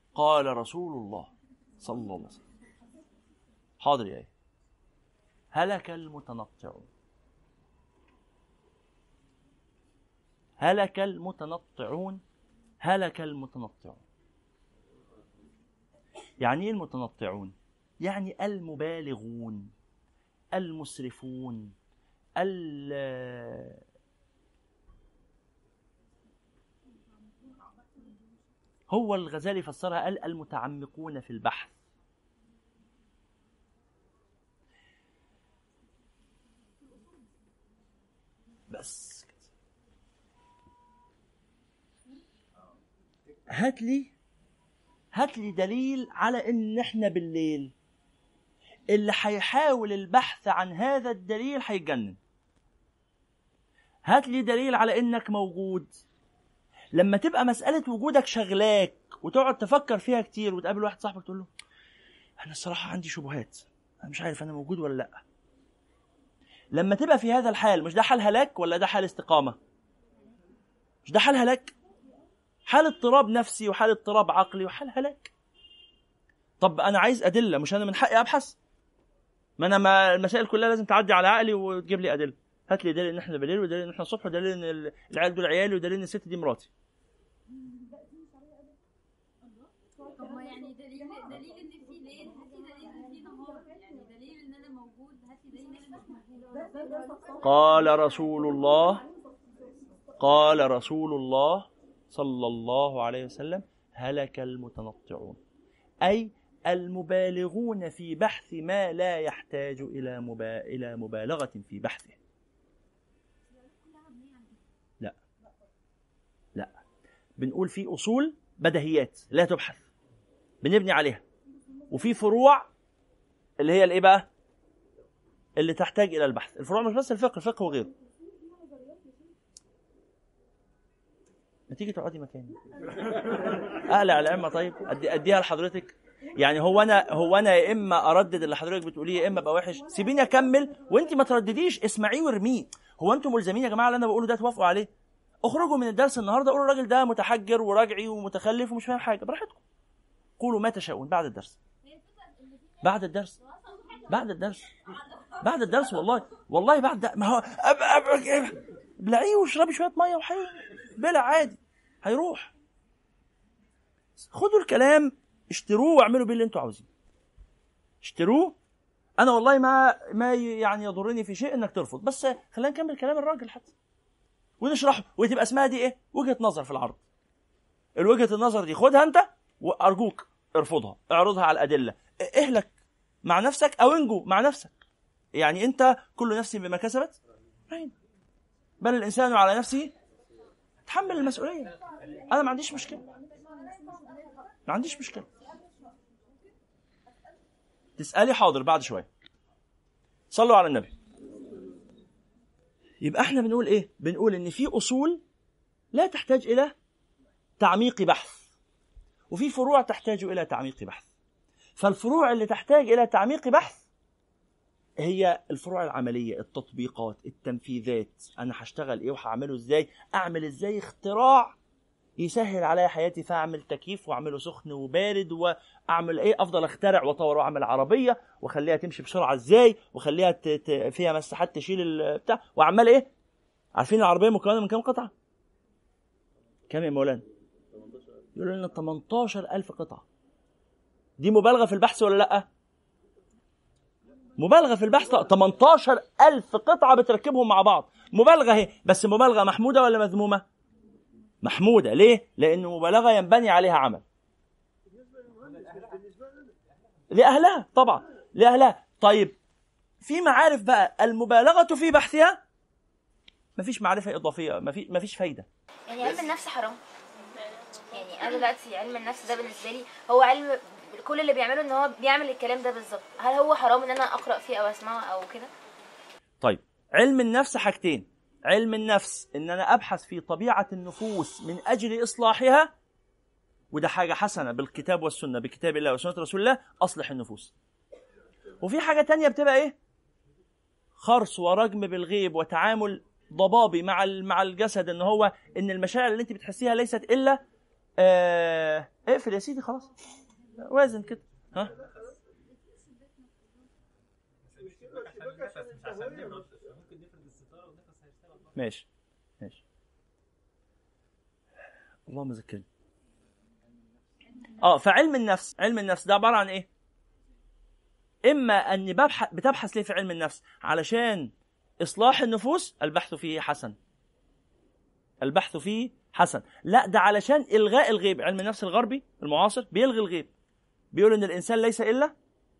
قال رسول الله صلى الله عليه وسلم. حاضر يا ايه؟ هلك المتنطعون، هلك المتنطعون، هلك المتنطعون. يعني ايه المتنطعون؟ يعني المبالغون، المسرفون، ال هو الغزالي فسرها قال المتعمقون في البحث. بس هات لي هات لي دليل على ان احنا بالليل اللي هيحاول البحث عن هذا الدليل هيتجنن. هات لي دليل على انك موجود. لما تبقى مسألة وجودك شغلاك وتقعد تفكر فيها كتير وتقابل واحد صاحبك تقول له انا الصراحة عندي شبهات، انا مش عارف انا موجود ولا لا. لما تبقى في هذا الحال، مش ده حال هلاك ولا ده حال استقامة؟ مش ده حال هلاك؟ حال اضطراب نفسي وحال اضطراب عقلي وحال هلاك. طب انا عايز ادله، مش انا من حقي ابحث؟ ما انا ما المسائل كلها لازم تعدي على عقلي وتجيب لي ادله. هات لي دليل ان احنا بالليل، ودليل ان احنا الصبح، ودليل ان العيال دول عيالي، ودليل ان الست دي مراتي. طب ما يعني دليل دليل ان في ليل، هاتي دليل ان في نهار، يعني دليل ان انا موجود، هاتي دليل ان انا مش موجود. قال رسول الله قال رسول الله صلى الله عليه وسلم هلك المتنطعون، أي المبالغون في بحث ما لا يحتاج إلى مبا... إلى مبالغة في بحثه. لا لا بنقول في أصول بديهيات لا تبحث بنبني عليها، وفي فروع اللي هي الإيه بقى؟ اللي تحتاج إلى البحث. الفروع مش بس الفقه، الفقه وغيره. ما تيجي تقعدي مكاني اقلع العمه. طيب أدي اديها لحضرتك. يعني هو انا هو انا يا اما اردد اللي حضرتك بتقوليه يا اما ابقى وحش. سيبيني اكمل وانت ما تردديش، اسمعيه وارميه. هو انتم ملزمين يا جماعه اللي انا بقوله ده توافقوا عليه؟ اخرجوا من الدرس النهارده قولوا الراجل ده متحجر وراجعي ومتخلف ومش فاهم حاجه، براحتكم. قولوا ما تشاءون بعد الدرس. بعد الدرس بعد الدرس بعد الدرس والله والله بعد ما هو ابلعيه واشربي شويه ميه وحي بلا عادي هيروح. خدوا الكلام اشتروه واعملوا بيه اللي انتوا عاوزين. اشتروه. انا والله ما ما يعني يضرني في شيء انك ترفض، بس خلينا نكمل كلام الراجل حتى ونشرحه وتبقى اسمها دي ايه؟ وجهة نظر في العرض. الوجهة النظر دي خدها انت وارجوك ارفضها، اعرضها على الادله، اهلك مع نفسك او انجو مع نفسك. يعني انت كل نفس بما كسبت رهينة، بل الانسان على نفسه تحمل المسؤوليه. انا ما عنديش مشكله، ما عنديش مشكله. تسالي حاضر بعد شويه. صلوا على النبي. يبقى احنا بنقول ايه؟ بنقول ان في اصول لا تحتاج الى تعميق بحث، وفي فروع تحتاج الى تعميق بحث. فالفروع اللي تحتاج الى تعميق بحث هي الفروع العمليه، التطبيقات، التنفيذات. انا هشتغل ايه وهعمله ازاي؟ اعمل ازاي اختراع يسهل عليا حياتي، فاعمل تكييف واعمله سخن وبارد، واعمل ايه؟ افضل اخترع واطور واعمل عربيه واخليها تمشي بسرعه ازاي، واخليها ت... ت... فيها مساحات تشيل البتاع، واعمل ايه؟ عارفين العربيه مكونه من كام قطعه؟ كام يا مولانا؟ يقولوا لنا ثمانية عشر ألف قطعه. دي مبالغه في البحث ولا لا؟ مبالغه في البحث. ثمانية عشر ألف قطعه بتركبهم مع بعض، مبالغه اهي. بس مبالغه محموده ولا مذمومه؟ محموده. ليه؟ لانه مبالغه ينبني عليها عمل لاهلها. طبعا لاهلها. طيب في معارف بقى المبالغه في بحثها مفيش معرفه اضافيه، مفيش مفيش فايده. يعني علم النفس حرام. يعني انا دلوقتي علم النفس ده بالنسبه لي هو علم كل اللي بيعمله ان هو بيعمل الكلام ده بالظبط. هل هو حرام ان انا اقرا فيه او اسمعه او كده؟ طيب علم النفس حاجتين. علم النفس ان انا ابحث في طبيعه النفوس من اجل اصلاحها، وده حاجه حسنه بالكتاب والسنه، بكتاب الله وسنه رسول الله، اصلح النفوس. وفي حاجه تانية بتبقى ايه؟ خرص ورجم بالغيب وتعامل ضبابي مع مع الجسد، ان هو ان المشاعر اللي انت بتحسيها ليست الا آه... اقفل يا سيدي خلاص، وازن كده. ها ماشي ماشي. اللهم ذكرني. اه فعلم النفس، علم النفس ده عباره عن ايه؟ اما ان ببحث بتبحث ليه في علم النفس؟ علشان اصلاح النفوس، البحث فيه حسن، البحث فيه حسن. لا، ده علشان الغاء الغيب. علم النفس الغربي المعاصر بيلغي الغيب، بيقول ان الانسان ليس الا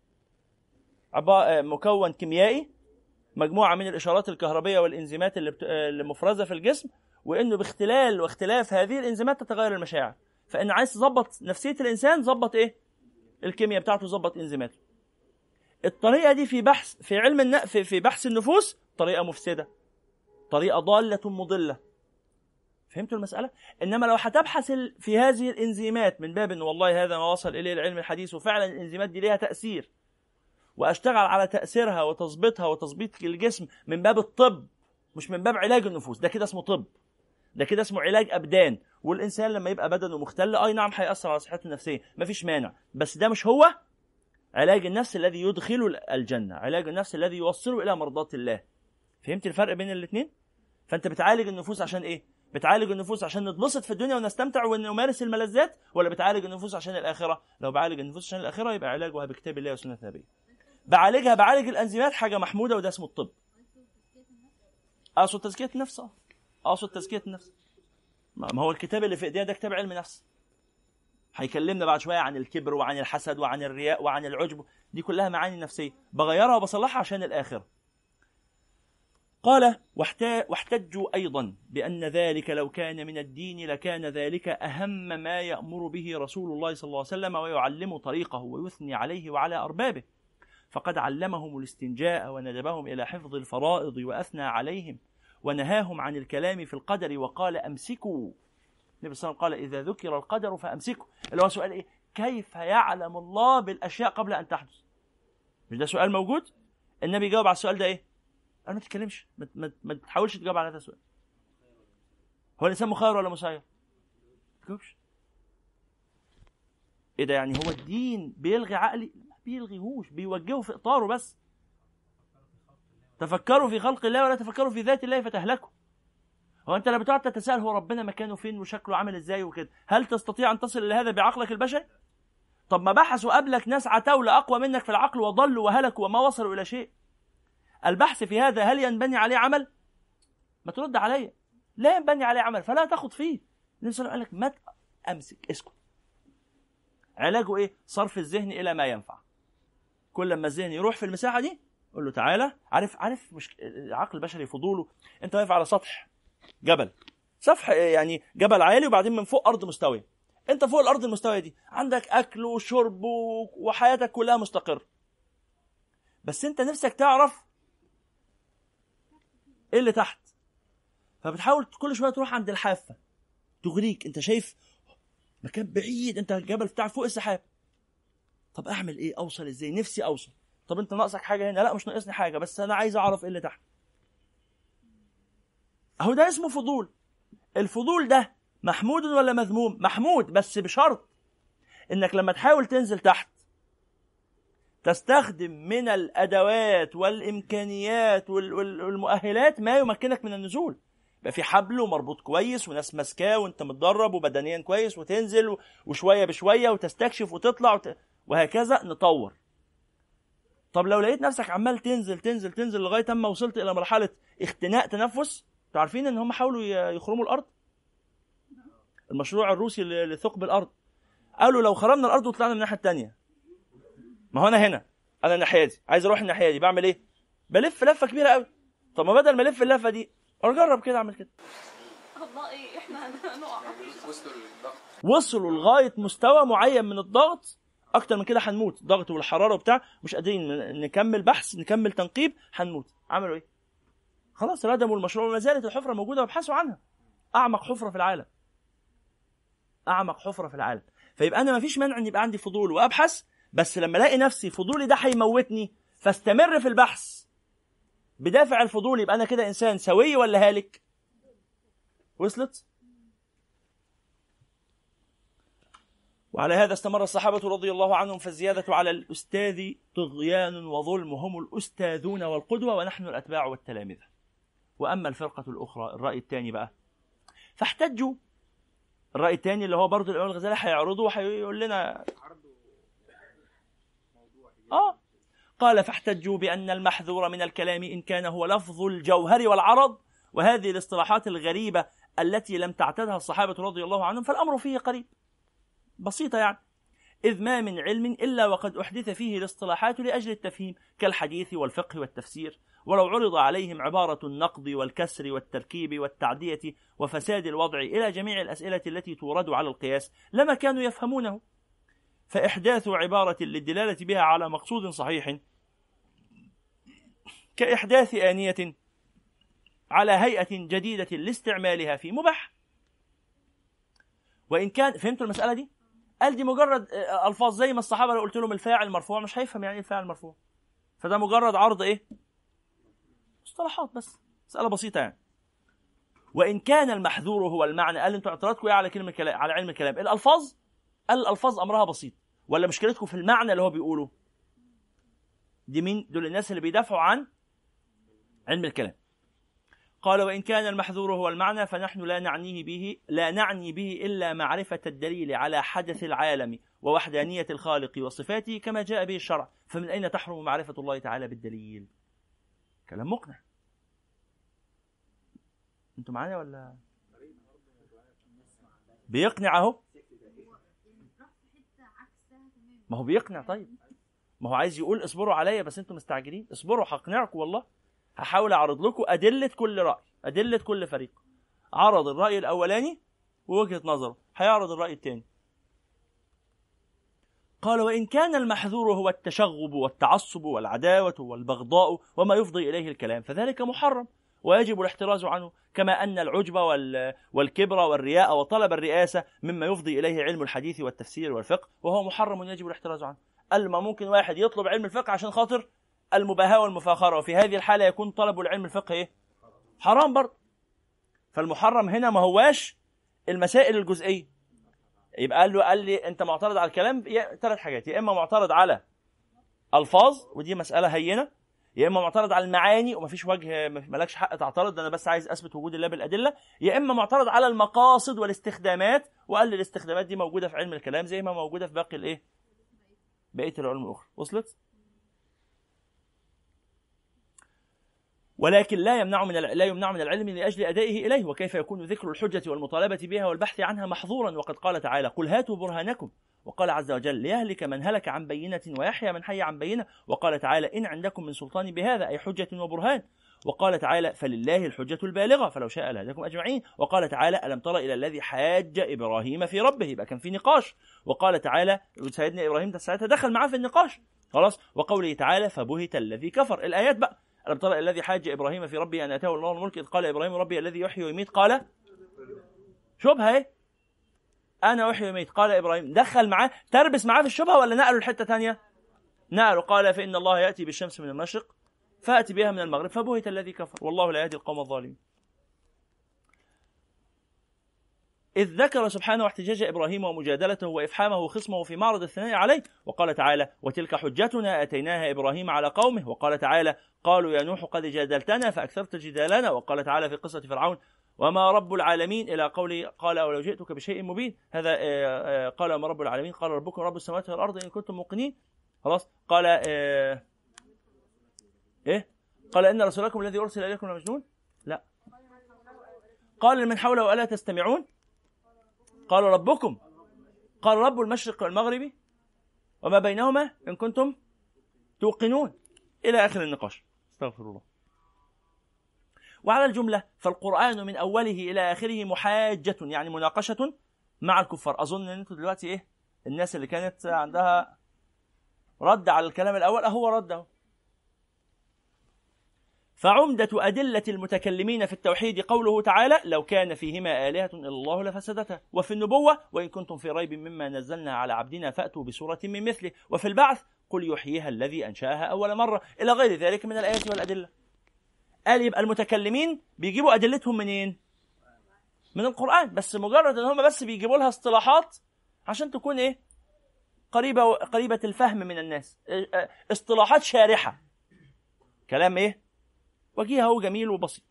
مكون كيميائي، مجموعه من الاشارات الكهربيه والانزيمات اللي, بت... اللي مفرزه في الجسم، وانه باختلال واختلاف هذه الانزيمات تتغير المشاعر. فان عايز تظبط نفسيه الانسان، ظبط ايه؟ الكيمياء بتاعته، ظبط انزيماته. الطريقه دي في بحث في علم الن... في... في بحث النفوس طريقه مفسده، طريقه ضاله مضله. فهمتوا المساله؟ انما لو هتبحث في هذه الانزيمات من باب ان والله هذا ما وصل اليه العلم الحديث، وفعلا الانزيمات دي ليها تاثير، واشتغل على تاثيرها وتظبيطها وتظبيط الجسم من باب الطب، مش من باب علاج النفوس. ده كده اسمه طب، ده كده اسمه علاج ابدان. والانسان لما يبقى بدنه مختل، اي نعم هيأثر على صحته النفسيه، مفيش مانع، بس ده مش هو علاج النفس الذي يدخله الجنه، علاج النفس الذي يوصله الى مرضات الله. فهمت الفرق بين الاثنين؟ فانت بتعالج النفوس عشان ايه؟ بتعالج النفوس عشان نتبسط في الدنيا ونستمتع ونمارس الملذات، ولا بتعالج النفوس عشان الاخره؟ لو بعالج النفوس عشان الاخره يبقى علاجها بكتاب الله وسنه النبي. بعالجها بعالج الانزيمات، حاجه محموده، وده اسمه الطب. اقصد تزكيه النفس، اقصد تزكيه النفس. ما هو الكتاب اللي في ايدينا ده كتاب علم نفس، هيكلمنا بعد شويه عن الكبر وعن الحسد وعن الرياء وعن العجب، دي كلها معاني نفسيه بغيرها وبصلحها عشان الاخره. قال واحتجوا أيضا بأن ذلك لو كان من الدين لكان ذلك أهم ما يأمر به رسول الله صلى الله عليه وسلم، ويعلم طريقه ويثني عليه وعلى أربابه، فقد علمهم الاستنجاء وندبهم إلى حفظ الفرائض وأثنى عليهم ونهاهم عن الكلام في القدر وقال أمسكوا. النبي صلى الله عليه وسلم قال إذا ذكر القدر فأمسكوا، اللي هو سؤال إيه؟ كيف يعلم الله بالأشياء قبل أن تحدث؟ مش ده سؤال موجود؟ النبي جاوب على السؤال ده إيه؟ أنا ما تتكلمش، ما, ما, ما تحاولش تجاوب على هذا السؤال. هو الإنسان مخير ولا مسير؟ ما تجاوبش. إيه ده يعني؟ هو الدين بيلغي عقلي؟ ما بيلغيهوش، بيوجهه في إطاره بس. تفكروا في خلق الله ولا تفكروا في ذات الله فتهلكوا. هو أنت لما بتقعد تتساءل هو ربنا مكانه فين وشكله عامل إزاي وكده، هل تستطيع أن تصل إلى هذا بعقلك البشري؟ طب ما بحثوا قبلك ناس عتاولة أقوى منك في العقل وضلوا وهلكوا وما وصلوا إلى شيء. البحث في هذا هل ينبني عليه عمل؟ ما ترد عليا، لا ينبني عليه عمل، فلا تاخذ فيه. النبي صلى الله عليه وسلم قال لك ما امسك، اسكت. علاجه ايه؟ صرف الذهن الى ما ينفع. كل ما الذهن يروح في المساحه دي قول له تعالى. عارف عارف مش العقل البشري فضوله، انت واقف على سطح جبل، سفح يعني جبل عالي وبعدين من فوق ارض مستويه، انت فوق الارض المستويه دي عندك اكل وشرب وحياتك كلها مستقر، بس انت نفسك تعرف ايه اللي تحت، فبتحاول كل شويه تروح عند الحافه تغريك. انت شايف مكان بعيد، انت الجبل بتاعك فوق السحاب. طب اعمل ايه؟ اوصل ازاي؟ نفسي اوصل. طب انت ناقصك حاجه هنا؟ لا مش ناقصني حاجه، بس انا عايز اعرف ايه اللي تحت. اهو ده اسمه فضول. الفضول ده محمود ولا مذموم؟ محمود، بس بشرط انك لما تحاول تنزل تحت تستخدم من الأدوات والإمكانيات والمؤهلات ما يمكنك من النزول. يبقى في حبل ومربوط كويس وناس ماسكاه وانت متدرب وبدنيا كويس، وتنزل وشوية بشوية وتستكشف وتطلع وت... وهكذا نطور. طب لو لقيت نفسك عمال تنزل تنزل تنزل لغاية اما وصلت إلى مرحلة اختناق تنفس، تعرفين ان هم حاولوا يخرموا الأرض؟ المشروع الروسي لثقب الأرض، قالوا لو خرمنا الأرض وطلعنا من الناحية التانية، ما هو انا هنا، انا الناحيه دي عايز اروح الناحيه دي، بعمل ايه؟ بلف لفه كبيره قوي. طب ما بدل ما الف اللفه دي اجرب كده اعمل كده. والله ايه احنا هنقع. وصلوا لغايه مستوى معين من الضغط، اكتر من كده هنموت، ضغط والحراره وبتاع، مش قادرين نكمل بحث نكمل تنقيب، هنموت. عملوا ايه؟ خلاص ردموا المشروع، وما زالت الحفره موجوده وابحثوا عنها. اعمق حفره في العالم، اعمق حفره في العالم. فيبقى انا ما فيش مانع ان يبقى عندي فضول وابحث، بس لما الاقي نفسي فضولي ده هيموتني فاستمر في البحث بدافع الفضول، يبقى انا كده انسان سوي ولا هالك؟ وصلت؟ وعلى هذا استمر الصحابة رضي الله عنهم، فالزيادة على الأستاذ طغيان وظلم، هم الأستاذون والقدوة ونحن الأتباع والتلامذة. وأما الفرقة الأخرى الرأي الثاني بقى، فاحتجوا. الرأي الثاني اللي هو برضو الإمام الغزالي هيعرضه وهيقول لنا آه قال فاحتجوا بأن المحذور من الكلام إن كان هو لفظ الجوهر والعرض، وهذه الاصطلاحات الغريبة التي لم تعتدها الصحابة رضي الله عنهم، فالأمر فيه قريب بسيطة يعني، إذ ما من علم إلا وقد أحدث فيه الاصطلاحات لأجل التفهيم كالحديث والفقه والتفسير، ولو عرض عليهم عبارة النقض والكسر والتركيب والتعدية وفساد الوضع إلى جميع الأسئلة التي تورد على القياس لما كانوا يفهمونه. فإحداث عبارة للدلالة بها على مقصود صحيح كإحداث آنية على هيئة جديدة لاستعمالها في مباح. وإن كان فهمتوا المسألة دي؟ قال دي مجرد ألفاظ، زي ما الصحابة لو قلت لهم الفاعل مرفوع مش هيفهم يعني الفاعل مرفوع، فده مجرد عرض إيه؟ مصطلحات بس، مسألة بسيطة يعني. وإن كان المحذور هو المعنى، قال انتوا اعتراضكم إيه على كلمة كلام، على علم الكلام؟ الألفاظ. قال الألفاظ أمرها بسيط، ولا مشكلتكم في المعنى اللي هو بيقوله؟ دي مين؟ دول الناس اللي بيدافعوا عن علم الكلام. قال وإن كان المحذور هو المعنى فنحن لا نعنيه به لا نعني به إلا معرفة الدليل على حدث العالم ووحدانية الخالق وصفاته كما جاء به الشرع، فمن أين تحرم معرفة الله تعالى بالدليل؟ كلام مقنع. أنتم معايا ولا بيقنع أهو؟ ما هو بيقنع. طيب ما هو عايز يقول اصبروا عليا، بس أنتم مستعجلين. اصبروا هقنعكم والله. هحاول أعرض لكم أدلة كل رأي، أدلة كل فريق. عرض الرأي الأولاني ووجهة نظره، هيعرض الرأي الثاني. قال وإن كان المحذور هو التشغب والتعصب والعداوة والبغضاء وما يفضي إليه الكلام فذلك محرم ويجب الاحتراز عنه، كما أن العجب والكبر والرياء وطلب الرئاسة مما يفضي إليه علم الحديث والتفسير والفقه وهو محرم يجب الاحتراز عنه. قال ما ممكن واحد يطلب علم الفقه عشان خاطر المباهاة والمفاخرة، وفي هذه الحالة يكون طلب العلم الفقه إيه؟ حرام برضه. فالمحرم هنا ما هواش المسائل الجزئية. يبقى قال له قال لي أنت معترض على الكلام ثلاث حاجات، يا إما معترض على ألفاظ ودي مسألة هينة، يا إما معترض على المعاني ومفيش وجه مالكش حق تعترض، أنا بس عايز أثبت وجود الله بالأدلة، يا إما معترض على المقاصد والاستخدامات، وقال لي الاستخدامات دي موجودة في علم الكلام زي ما موجودة في باقي الإيه؟ بقية العلوم الأخرى. وصلت؟ ولكن لا يمنع من لا يمنع من العلم لأجل أدائه إليه، وكيف يكون ذكر الحجة والمطالبة بها والبحث عنها محظورا وقد قال تعالى قل هاتوا برهانكم، وقال عز وجل ليهلك من هلك عن بينة ويحيى من حي عن بينة، وقال تعالى إن عندكم من سلطان بهذا أي حجة وبرهان، وقال تعالى فلله الحجة البالغة فلو شاء لهداكم أجمعين، وقال تعالى ألم تر إلى الذي حاج إبراهيم في ربه، يبقى كان في نقاش، وقال تعالى سيدنا إبراهيم ساعتها دخل معاه في النقاش خلاص، وقوله تعالى فبهت الذي كفر. الآيات بقى ألم ترى الذي حاج إبراهيم في ربه أن أتاه الله الملك إذ قال إبراهيم ربي الذي يحيي ويميت قال شبهة إيه؟ أنا أحيي ويميت قال إبراهيم، دخل معاه تربس معاه في الشبهة ولا نقلوا الحتة تانية؟ نقلوا قال فإن الله يأتي بالشمس من المشرق فأتي بها من المغرب فبهت الذي كفر والله لا يهدي القوم الظالمين. إذ ذكر سبحانه احتجاج إبراهيم ومجادلته وإفحامه وخصمه في معرض الثناء عليه، وقال تعالى وتلك حجتنا آتيناها إبراهيم على قومه، وقال تعالى قالوا يا نوح قد جادلتنا فأكثرت جدالنا، وقال تعالى في قصة فرعون وما رب العالمين إلى قوله قال ولو جئتك بشيء مبين، هذا قال وما رب العالمين قال ربكم رب السماوات والأرض إن كنتم موقنين. خلاص قال إيه قال إن رسولكم الذي أرسل إليكم لمجنون، لا قال من حوله ألا تستمعون قال ربكم قال رب المشرق والمغرب وما بينهما إن كنتم توقنون إلى آخر النقاش. استغفر الله. وعلى الجملة فالقرآن من أوله إلى آخره محاجة يعني مناقشة مع الكفار. أظن أن أنتم دلوقتي إيه الناس اللي كانت عندها رد على الكلام الأول أهو رده. فعمدة أدلة المتكلمين في التوحيد قوله تعالى لو كان فيهما آلهة إلا الله لفسدتا، وفي النبوة وإن كنتم في ريب مما نزلنا على عبدنا فأتوا بسورة من مثله، وفي البعث قل يحييها الذي أنشأها أول مرة، إلى غير ذلك من الآيات والأدلة. قال يبقى المتكلمين بيجيبوا أدلتهم منين؟ من القرآن، بس مجرد أن هم بس بيجيبوا لها اصطلاحات عشان تكون ايه قريبه قريبه الفهم من الناس، اصطلاحات شارحه، كلام ايه وجيهه وجميل وبسيط.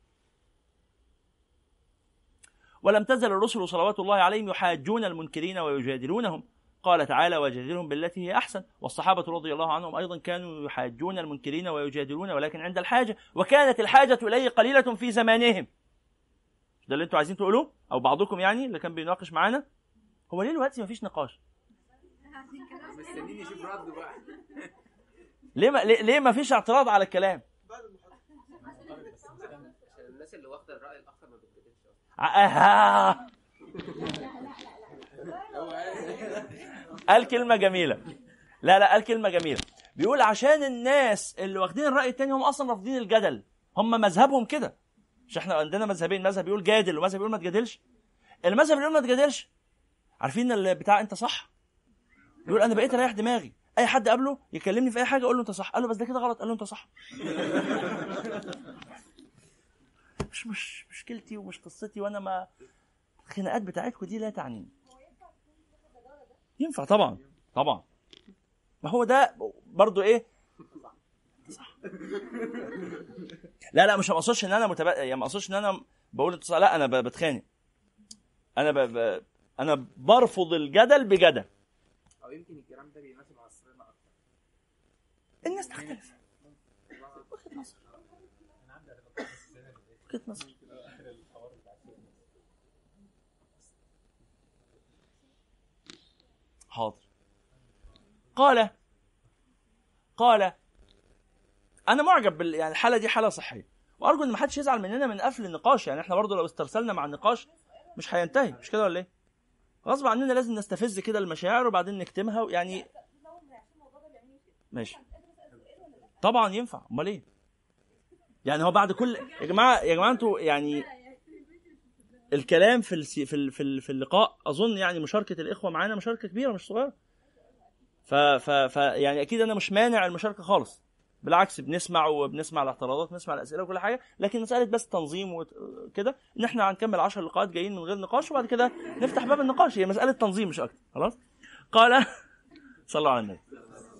ولم تزل الرسل صلوات الله عليهم يحاجون المنكرين ويجادلونهم، قال تعالى وجادلهم بالتي هي أحسن. والصحابة رضي الله عنهم أيضا كانوا يحاجون المنكرين ويجادلون ولكن عند الحاجة، وكانت الحاجة إليه قليلة في زمانهم. ده اللي انتوا عايزين تقولوه أو بعضكم يعني اللي كان بيناقش معانا. هو ليه الوقت مفيش نقاش؟ مستنيني اشوف رد بقى. ليه ما ليه ما فيش اعتراض على الكلام؟ الناس اللي واخده الراي الاخر ما بتجادلش. اها قال كلمه جميله. لا لا قال كلمه جميله، بيقول عشان الناس اللي واخدين الراي الثاني هم اصلا رافضين الجدل، هم مذهبهم كده. مش احنا عندنا مذهبين، مذهب بيقول جادل ومذهب بيقول ما تجادلش. المذهب اللي يقول ما تجادلش عارفين البتاع انت صح، يقول انا بقيت اريح دماغي، اي حد قابله يكلمني في اي حاجه اقول له انت صح، قال له بس ده كده غلط، قال له انت صح. مش مش مشكلتي ومش قصتي، وانا ما الخناقات بتاعتكم دي لا تعنيني. ينفع طبعا طبعا، ما هو ده برضو ايه صح. لا لا مش مقصودش ان انا متب... يعني ما اقصدش ان انا بقول انت صح، لا انا بتخانق، انا ب... ب... انا برفض الجدل بجدل. او يمكن الكلام ده بيناسب عصرنا اكتر، الناس تختلف. وجهة نظر وجهة نظر. حاضر. قال قال انا معجب بال يعني الحاله دي حاله صحيه، وارجو ان ما حدش يزعل مننا من قفل النقاش. يعني احنا برضو لو استرسلنا مع النقاش مش هينتهي، مش كده ولا ايه؟ غصب عننا لازم نستفز كده المشاعر وبعدين نكتمها. يعني ماشي طبعا ينفع، امال ايه؟ يعني هو بعد كل يا جماعه يا جماعه انتوا يعني الكلام في السي... في ال... في, ال... في اللقاء اظن يعني مشاركه الاخوه معانا مشاركه كبيره مش صغيره. ف... ف... ف يعني اكيد انا مش مانع المشاركه خالص، بالعكس بنسمع وبنسمع الاعتراضات بنسمع الاسئله وكل حاجه، لكن مساله بس تنظيم وكده ان احنا هنكمل عشر لقاءات جايين من غير نقاش وبعد كده نفتح باب النقاش. هي مساله تنظيم مش اكتر. خلاص. قال صلوا على النبي.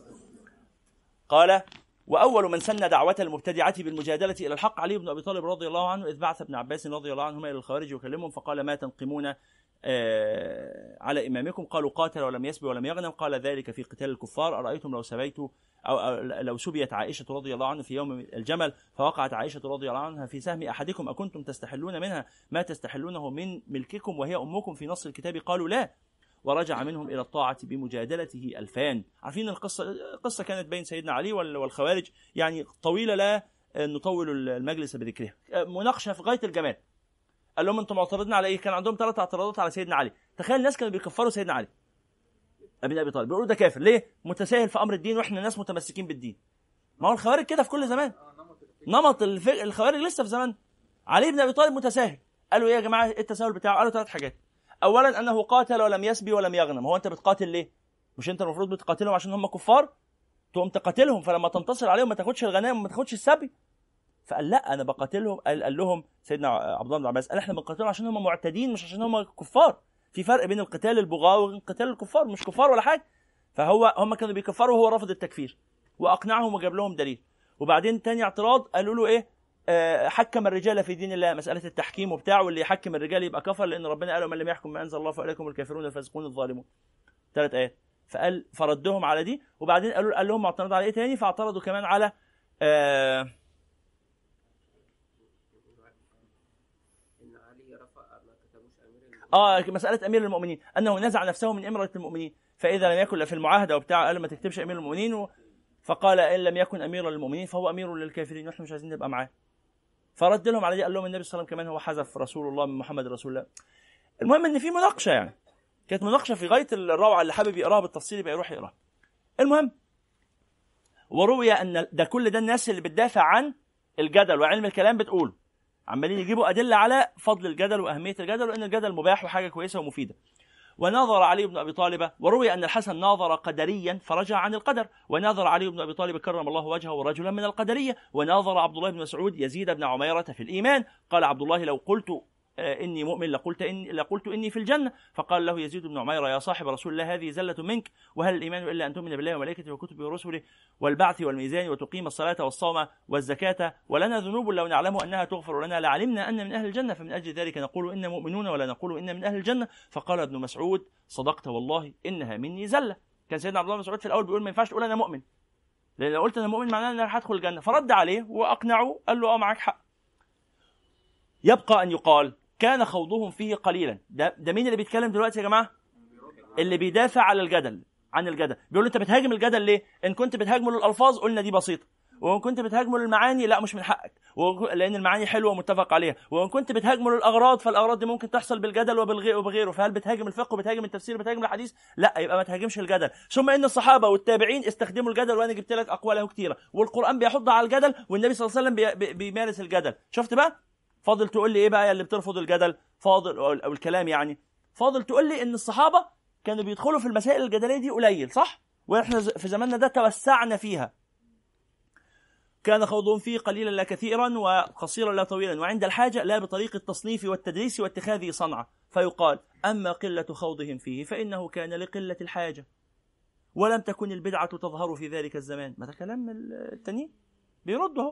قال واول من سن دعوه المبتدعه بالمجادله الى الحق علي بن ابي طالب رضي الله عنه، اذ بعث ابن عباس رضي الله عنهما الى الخوارج يكلمهم فقال ما تنقمون آه على امامكم؟ قالوا قاتل ولم يسب ولم يغنم. قال ذلك في قتال الكفار. ارايتم لو سبيت أو, أو لو سبيت عائشه رضي الله عنها في يوم الجمل فوقعت عائشه رضي الله عنها في سهم احدكم اكنتم تستحلون منها ما تستحلونه من ملككم وهي امكم في نص الكتاب؟ قالوا لا. ورجع منهم إلى الطاعة بمجادلته ألفان. عارفين القصة القصة كانت بين سيدنا علي والخوارج، يعني طويلة لا نطول المجلس بذكرها. مناقشة في غاية الجمال. قال لهم أنتم معترضين على إيه؟ كان عندهم ثلاث اعتراضات على سيدنا علي. تخيل الناس كانوا بيكفروا سيدنا علي ابن أبي طالب، بيقولوا ده كافر ليه؟ متساهل في أمر الدين وإحنا ناس متمسكين بالدين. ما هو الخوارج كده في كل زمان، نمط الخوارج لسه في زمان. علي بن أبي طالب متساهل. قالوا إيه يا جماعة التساهل بتاعه؟ قالوا ثلاث حاجات. اولا انه قاتل ولم يسبي ولم يغنم. هو انت بتقاتل ليه؟ مش انت المفروض بتقاتلهم عشان هم كفار؟ تقوم تقاتلهم فلما تنتصر عليهم ما تاخدش الغنائم وما تاخدش السبي. فقال لا انا بقاتلهم. قال, قال لهم سيدنا عبد الله بن عباس قال احنا بنقاتلهم عشان هم معتدين مش عشان هم كفار. في فرق بين القتال البغاة وبين قتال الكفار، مش كفار ولا حاجه. فهو هم كانوا بيكفروا وهو رفض التكفير واقنعهم وجاب لهم دليل. وبعدين تاني اعتراض قالوا له ايه؟ حكم الرجال في دين الله، مسألة التحكيم وبتاع، واللي يحكم الرجال يبقى كفر لأن ربنا قال من لم يحكم ما أنزل الله فأولئكم الكافرون الفاسقون الظالمون. ثلاث آيات. فقال فردهم على دي. وبعدين قالوا قال لهم اعترضوا على إيه تاني؟ فاعترضوا كمان على آه إن علي رفع ما كتبوش أمير آه مسألة أمير المؤمنين، أنه نزع نفسه من إمرة المؤمنين، فإذا لم يكن في المعاهدة وبتاع قال ما تكتبش أمير المؤمنين و... فقال إن لم يكن أميرا للمؤمنين فهو أمير للكافرين ونحن مش عايزين نبقى معاه. فرد لهم على دي. قال لهم النبي صلى الله عليه وسلم كمان هو حذف رسول الله من محمد رسول الله. المهم ان في مناقشه، يعني كانت مناقشه في غايه الروعه، اللي حابب يقراها بالتفصيل يبقى يروح يقراها. المهم وروي ان ده كل ده الناس اللي بتدافع عن الجدل وعلم الكلام بتقول عمالين يجيبوا ادله على فضل الجدل واهميه الجدل وان الجدل مباح وحاجه كويسه ومفيده. وناظر علي بن أبي طالب، وروي أن الحسن ناظر قدريا فرجع عن القدر، وناظر علي بن أبي طالب كرم الله وجهه رجلا من القدرية، وناظر عبد الله بن مسعود يزيد بن عميرة في الإيمان. قال عبد الله لو قلت إني مؤمن لقلت إني, لقلت إني في الجنة. فقال له يزيد بن عمير يا صاحب رسول الله هذه زلة منك، وهل الإيمان إلا أن تؤمن بالله وملائكته وكتبه ورسله والبعث والميزان وتقيم الصلاة والصوم والزكاة، ولنا ذنوب لو نعلم أنها تغفر لنا لعلمنا أن من أهل الجنة، فمن أجل ذلك نقول إن مؤمنون ولا نقول إن من أهل الجنة. فقال ابن مسعود صدقت والله إنها مني زلة. كان سيدنا عبد الله بن مسعود في الأول بيقول ما ينفعش تقول أنا مؤمن، لأن لو قلت أنا مؤمن معناه أن أنا هدخل الجنة. فرد عليه وأقنعه، قال له أه معك حق. يبقى أن يقال كان خوضهم فيه قليلا. ده, ده مين اللي بيتكلم دلوقتي يا جماعة؟ اللي بيدافع على الجدل عن الجدل. بيقول أنت بتهاجم الجدل ليه؟ إن كنت بتهاجمه للألفاظ قلنا دي بسيطة، وإن كنت بتهاجمه للمعاني لا مش من حقك، لأن المعاني حلوة ومتفق عليها، وإن كنت بتهاجمه للأغراض فالأغراض دي ممكن تحصل بالجدل وبغيره. فهل بتهاجم الفقه وبتهاجم التفسير وبتهاجم الحديث؟ لا، يبقى ما تهاجمش الجدل. ثم إن الصحابة والتابعين استخدموا الجدل، وأنا جبت لك أقواله كتيرة، والقرآن بيحض على الجدل، والنبي صلى الله عليه وسلم بي بيمارس الجدل. شفت بقى؟ فاضل تقول لي إيه بقى يا اللي بترفض الجدل؟ فاضل أو الكلام يعني فاضل تقول لي إن الصحابة كانوا بيدخلوا في المسائل الجدلية دي قليل، صح؟ وإحنا في زماننا ده توسعنا فيها. كان خوضهم فيه قليلا لا كثيرا، وقصيرا لا طويلا، وعند الحاجة لا بطريق التصنيف والتدريس واتخاذه صنعة. فيقال أما قلة خوضهم فيه فإنه كان لقلة الحاجة، ولم تكن البدعة تظهر في ذلك الزمان. ماذا كلام التانيين بيرده.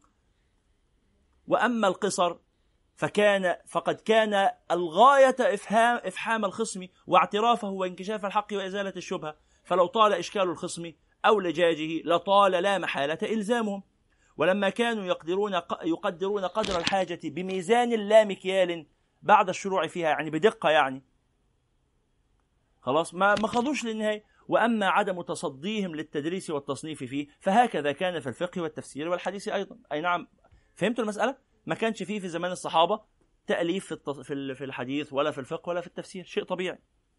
وأما القصر فكان فقد كان الغاية إفهام, إفحام الخصم واعترافه وانكشاف الحق وإزالة الشبهة، فلو طال إشكال الخصم أو لجاجه لطال لا محالة إلزامهم. ولما كانوا يقدرون يقدرون قدر الحاجة بميزان لا مكيال بعد الشروع فيها، يعني بدقة، يعني خلاص ما ما خضوش للنهاية. وأما عدم تصديهم للتدريس والتصنيف فيه فهكذا كان في الفقه والتفسير والحديث أيضا. أي نعم، فهمتوا المسألة؟ ما كانش فيه في زمان الصحابة تأليف في التص... في الحديث ولا في الفقه ولا في التفسير، شيء طبيعي.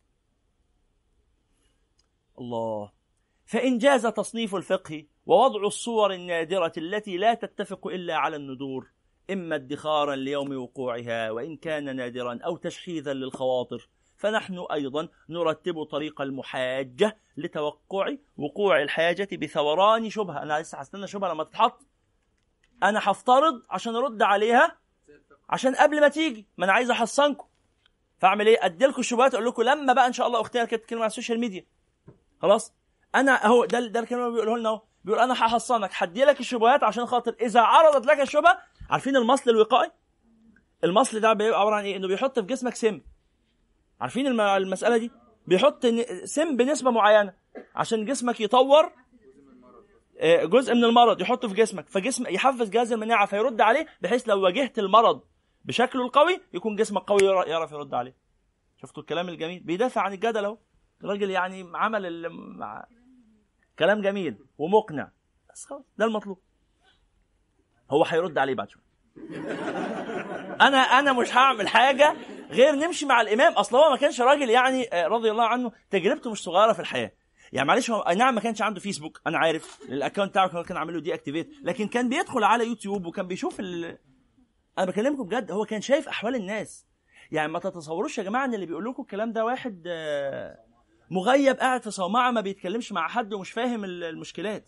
الله. فإن جاز تصنيف الفقه ووضع الصور النادرة التي لا تتفق إلا على الندور، إما ادخارا ليوم وقوعها وإن كان نادرا، أو تشحيذا للخواطر، فنحن أيضا نرتب طريق المحاجة لتوقع وقوع الحاجة بثوران شبهة. أنا لسه هستنى شبهة لما تتحط، أنا هفترض عشان أرد عليها، عشان قبل ما تيجي ما أنا عايز أحصنكم. فأعمل إيه؟ أديلكم الشبهات، أقول لكم لما بقى إن شاء الله أختي كانت كلمة على السوشيال ميديا، خلاص أنا أهو ده ده الكلام اللي بيقوله لنا أهو، بيقول أنا هحصنك، هدي لك الشبهات عشان خاطر إذا عرضت لك الشبهة. عارفين المصل الوقائي؟ المصل ده بيبقى عبارة عن إيه؟ إنه بيحط في جسمك سم. عارفين المسألة دي؟ بيحط سم بنسبة معينة عشان جسمك يطور جزء من المرض، يحطه في جسمك، فجسم يحفز جهاز المناعة فيرد عليه، بحيث لو واجهت المرض بشكله القوي يكون جسمك قوي يعرف يرد عليه. شفتوا الكلام الجميل؟ بيدافع عن الجدل اهو الراجل، يعني عمل مع... كلام جميل ومقنع، بس خلاص ده المطلوب. هو هيرد عليه بعد شويه. انا انا مش هعمل حاجه غير نمشي مع الامام. اصل هو ما كانش راجل يعني رضي الله عنه تجربته مش صغيره في الحياه، يعني معلش هو نعم ما كانش عنده فيسبوك، انا عارف الاكونت بتاعه كان عامل له دي اكتيفيت، لكن كان بيدخل على يوتيوب وكان بيشوف ال... انا بكلمكم بجد، هو كان شايف احوال الناس. يعني ما تتصوروش يا جماعه ان اللي بيقول لكم الكلام ده واحد مغيب قاعد في صومعه ما بيتكلمش مع حد ومش فاهم المشكلات،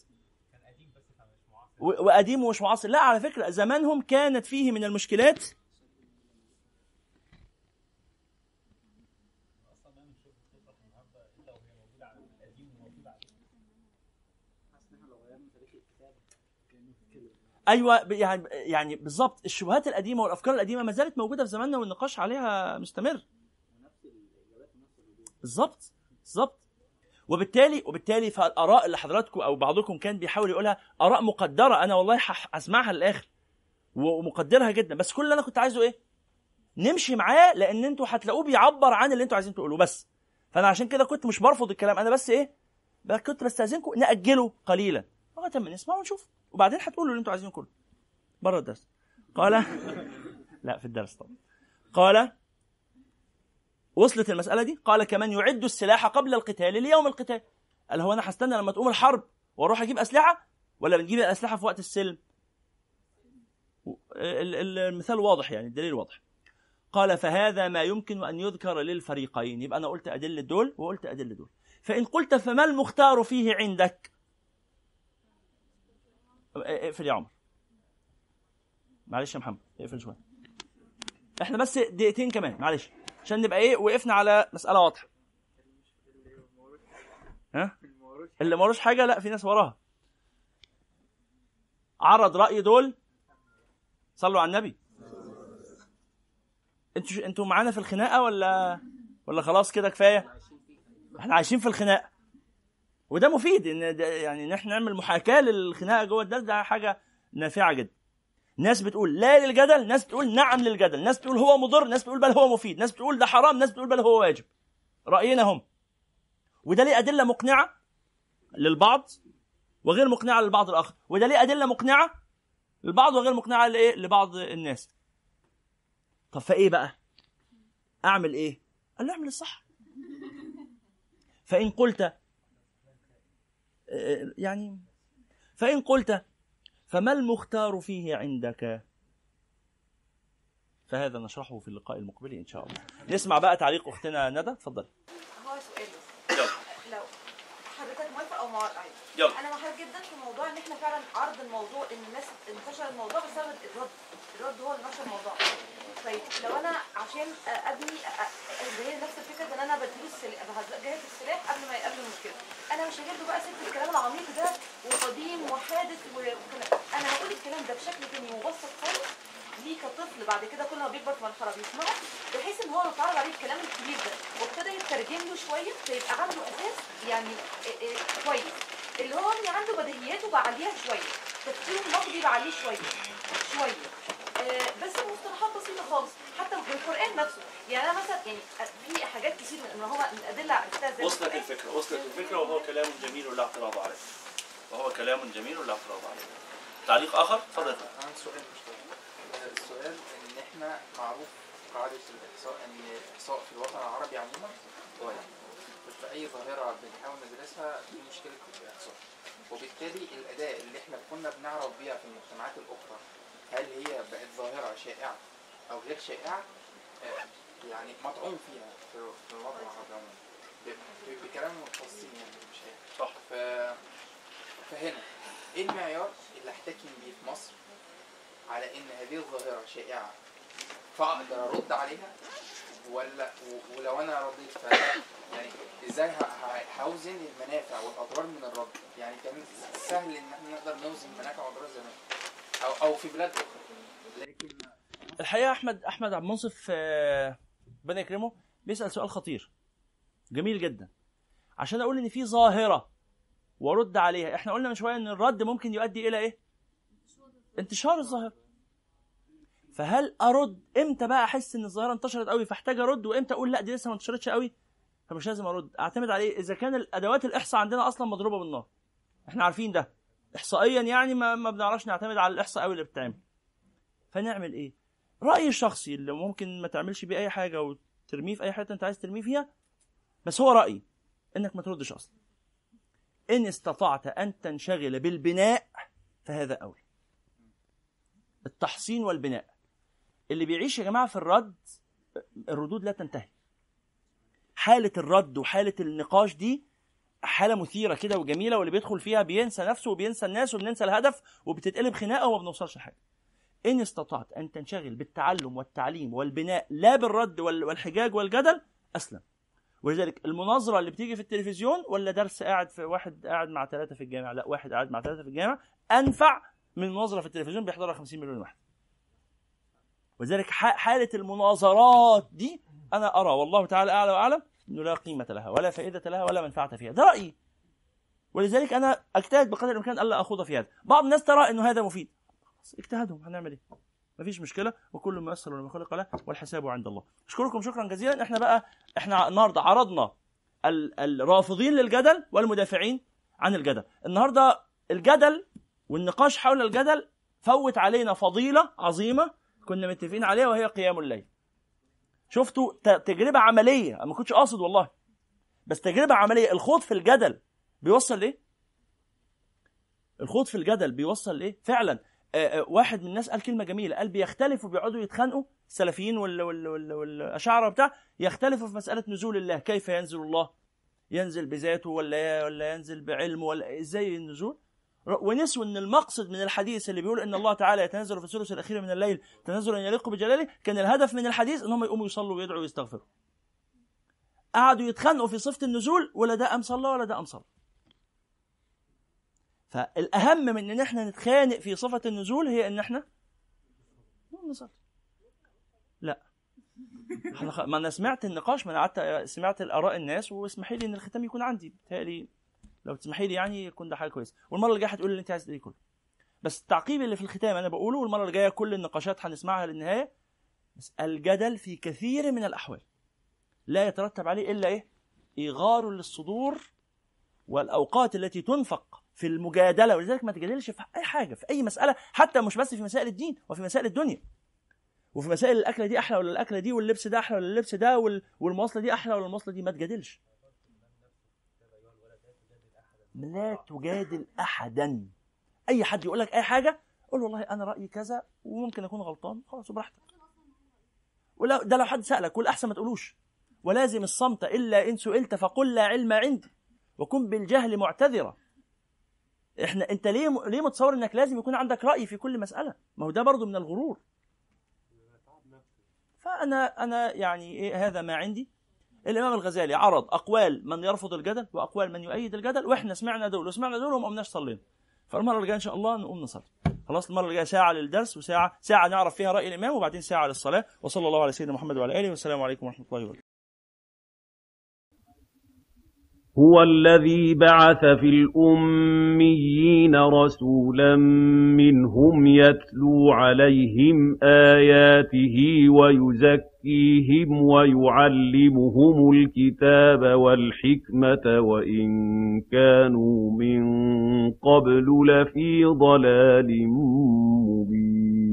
وقديم ومش معاصر. لا، على فكره زمانهم كانت فيه من المشكلات ايوه يعني يعني بالظبط. الشبهات القديمه والافكار القديمه ما زالت موجوده في زماننا والنقاش عليها مستمر. بالظبط بالظبط. وبالتالي وبالتالي فالاراء اللي حضراتكم او بعضكم كان بيحاول يقولها اراء مقدره، انا والله هسمعها للاخر ومقدرها جدا، بس كل اللي انا كنت عايزه ايه؟ نمشي معاه، لان انتوا هتلاقوه بيعبر عن اللي انتوا عايزين تقولوه بس. فانا عشان كده كنت مش برفض الكلام، انا بس ايه؟ كنت بستاذنكم ناجله قليلا لغايه ما نسمع ونشوف، وبعدين هتقولوا اللي انتوا عايزينه كله بره الدرس. قال لا في الدرس طبعا. قال وصلت المسألة دي. قال كمان يعد السلاح قبل القتال ليوم القتال. قال هو أنا هستنى لما تقوم الحرب واروح أجيب أسلحة، ولا بنجيب الأسلحة في وقت السلم؟ المثال واضح، يعني الدليل واضح. قال فهذا ما يمكن أن يذكر للفريقين. يبقى أنا قلت أدلة دول وقلت أدلة دول. فإن قلت فما المختار فيه عندك؟ اقفل يا عمر، معلش يا محمد اقفل شوية. احنا بس دقيقتين كمان معلش عشان نبقى ايه وقفنا على مساله واضحه. ها اللي ما وروش حاجه؟ لا، في ناس وراها. عرض راي دول، صلوا على النبي. انتوا انتوا معانا في الخناقه ولا ولا خلاص كده كفايه؟ احنا عايشين في الخناقه، وده مفيد ان يعني ان احنا نعمل محاكاه للخناقه جوه الدرس، ده حاجه نافعه جدا. ناس بتقول لا للجدل، ناس بتقول نعم للجدل، ناس بتقول هو مضر، ناس بتقول بل هو مفيد، ناس بتقول ده حرام، ناس بتقول بل هو واجب. راينا هم، وده ليه ادله مقنعه للبعض وغير مقنعه للبعض الاخر، وده ليه ادله مقنعه للبعض وغير مقنعه لايه لبعض الناس. طب فايه بقى اعمل ايه؟ قال له اعمل الصح. فان قلت يعني فان قلت فما المختار فيه عندك، فهذا نشرحه في اللقاء المقبل ان شاء الله. نسمع بقى تعليق اختنا ندى، اتفضل. هو سؤال بس لو حضرتك موافق او معارض عادي. يلا. انا معاك جدا في موضوع ان احنا فعلا عرض الموضوع، ان الناس انتشر الموضوع بسبب الرد. الرد هو اللي نشر الموضوع. طيب لو انا عشان ابني هي نفس الفكره ان انا بديله السلاح، جاهز السلاح قبل ما يقابل المشكله، انا مش هجيب له بقى سيره الكلام العميق ده وقديم وحادث وكلام. انا هقول الكلام ده بشكل تاني مبسط خالص ليه كطفل بعد كده كل ما بيكبر في مرحله بيسمعه، بحيث ان هو لو اتعرض عليه الكلام الكبير ده وابتدى يترجم له شويه فيبقى عنده اساس يعني كويس، اللي هو ان عنده بديهياته بعليها شويه، تفكيره النقدي بعليه شويه شويه آه بس المصطلحات بسيطه خالص حتى في القران نفسه. يعني انا مثلا يعني في حاجات كتير من هو من الادله عرفتها. وصلت الفكره وصلت الفكره وهو كلام جميل ولا اعتراض عليه. وهو كلام جميل ولا اعتراض عليه. تعليق اخر؟ اتفضل. انا سؤال مش طبيعي. السؤال ان احنا معروف قاعده الاحصاء ان الاحصاء في الوطن العربي عموما ضايع. في اي ظاهره بنحاول ندرسها دي مشكله الاحصاء، وبالتالي الاداء اللي احنا كنا بنعرف بيها في المجتمعات الاخرى هل هي بقت ظاهره شائعه او غير شائعه؟ يعني مطعون فيها في الوطن العربي عموما بكلام متخصصين يعني مش عارف. صح. ف... فهنا ايه المعيار اللي احتكم بيه في مصر على ان هذه الظاهره شائعه فاقدر ارد عليها، ولا ولو انا رديت فده يعني ازاي هوزن المنافع والاضرار من الرد؟ يعني كان سهل ان احنا نقدر نوزن المنافع والاضرار زمان او او في بلاد اخرى. لكن الحقيقه احمد احمد عبد المنصف ربنا يكرمه بيسال سؤال خطير جميل جدا عشان اقول ان في ظاهره وارد عليها. احنا قلنا من شويه ان الرد ممكن يؤدي الى ايه؟ انتشار الظاهره. فهل ارد امتى بقى؟ احس ان الظاهره انتشرت قوي فاحتاج ارد، وامتى اقول لا دي لسه ما انتشرتش قوي فمش لازم ارد؟ اعتمد عليه اذا كان الادوات الاحصاء عندنا اصلا مضروبه بالنار. احنا عارفين ده احصائيا، يعني ما, ما بنعرفش نعتمد على الاحصاء قوي اللي بتتعمل. فنعمل ايه؟ رايي الشخصي اللي ممكن ما تعملش بيه اي حاجه وترميه في اي حته انت عايز ترميه فيها، بس هو رايي انك ما تردش اصلا. ان استطعت ان تنشغل بالبناء فهذا اولى. التحصين والبناء. اللي بيعيش يا جماعه في الرد الردود لا تنتهي. حاله الرد وحاله النقاش دي حاله مثيره كده وجميله، واللي بيدخل فيها بينسى نفسه وبينسى الناس وبننسى الهدف وبتتقلب خناقه وما بنوصلش لحاجه. ان استطعت ان تنشغل بالتعلم والتعليم والبناء لا بالرد والحجاج والجدل اسلم. ولذلك المناظره اللي بتيجي في التلفزيون ولا درس قاعد في واحد قاعد مع ثلاثه في الجامعه، لا واحد قاعد مع ثلاثه في الجامعه انفع من مناظره في التلفزيون بيحضرها خمسين مليون واحد. ولذلك حاله المناظرات دي انا ارى والله تعالى اعلى واعلم انه لا قيمه لها ولا فائده لها ولا منفعه فيها. ده رايي، ولذلك انا اجتهد بقدر الامكان الا اخوض في هذا. بعض الناس ترى انه هذا مفيد، اجتهادهم هنعمل ايه؟ مفيش مشكله، وكل ما يسر لما خلق له والحساب عند الله. اشكركم شكرا جزيلا. احنا بقى احنا النهارده عرضنا الرافضين للجدل والمدافعين عن الجدل. النهارده الجدل والنقاش حول الجدل فوت علينا فضيله عظيمه كنا متفقين عليها وهي قيام الليل. شفتوا تجربه عمليه، انا ما كنتش قاصد والله، بس تجربه عمليه. الخوض في الجدل بيوصل ليه؟ الخوض في الجدل بيوصل ليه؟ فعلا آه واحد من الناس قال كلمه جميله، قال بيختلفوا بيقعدوا يتخانقوا السلفيين وال وال وال والاشاعره بتاع يختلفوا في مساله نزول الله، كيف ينزل الله؟ ينزل بذاته ولا ولا ينزل بعلمه ولا ازاي النزول؟ ونسوا ان المقصد من الحديث اللي بيقول ان الله تعالى يتنزل في الثلث الاخير من الليل تنزلا يليق بجلاله، كان الهدف من الحديث ان هم يقوموا يصلوا ويدعوا ويستغفروا. قعدوا يتخانقوا في صفة النزول، ولا ده قام صلى ولا ده قام صلى. فالاهم من ان احنا نتخانق في صفة النزول هي ان احنا نصلي. لا ما انا سمعت النقاش، ما انا قعدت سمعت الاراء الناس، واسمحي لي ان الختام يكون عندي، بتهيألي لو تسمحي لي يعني يكون ده حاجه كويسه. والمره اللي جايه هتقولي اللي انت عايز تقوليه كله، بس التعقيب اللي في الختام انا بقوله، والمره اللي جايه كل النقاشات هنسمعها للنهايه. بس الجدل في كثير من الاحوال لا يترتب عليه الا ايه؟ ايغار للصدور والاوقات التي تنفق في المجادله. ولذلك ما تجادلش في اي حاجه، في اي مساله، حتى مش بس في مسائل الدين، وفي مسائل الدنيا، وفي مسائل الاكله دي احلى ولا الاكله دي، واللبس ده احلى ولا اللبس ده، والمواصله دي احلى ولا المواصله دي. ما تجادلش، لا تجادل احدا. اي حد يقول لك اي حاجه قول والله انا رايي كذا وممكن اكون غلطان، خلاص براحتك. ولا ده لو حد سالك والاحسن ما تقولوش. ولازم الصمت الا ان سئلت فقل لا علم عندي وكن بالجهل معتذرا. احنا انت ليه م... ليه متصور انك لازم يكون عندك راي في كل مساله؟ ما هو ده برضو من الغرور. فانا انا يعني إيه هذا ما عندي. الامام الغزالي عرض اقوال من يرفض الجدل واقوال من يؤيد الجدل، واحنا سمعنا دول وسمعنا دول وما قمناش صلينا. فالمره اللي جايه ان شاء الله نقوم نصلي. خلاص المره اللي جايه ساعه للدرس، وساعه ساعه نعرف فيها راي الامام، وبعدين ساعه للصلاه. وصلى الله على سيدنا محمد وعلى اله، والسلام عليكم ورحمه الله وبركاته. هو الذي بعث في الأميين رسولا منهم يتلو عليهم آياته ويزكيهم ويعلمهم الكتاب والحكمة وإن كانوا من قبل لفي ضلال مبين.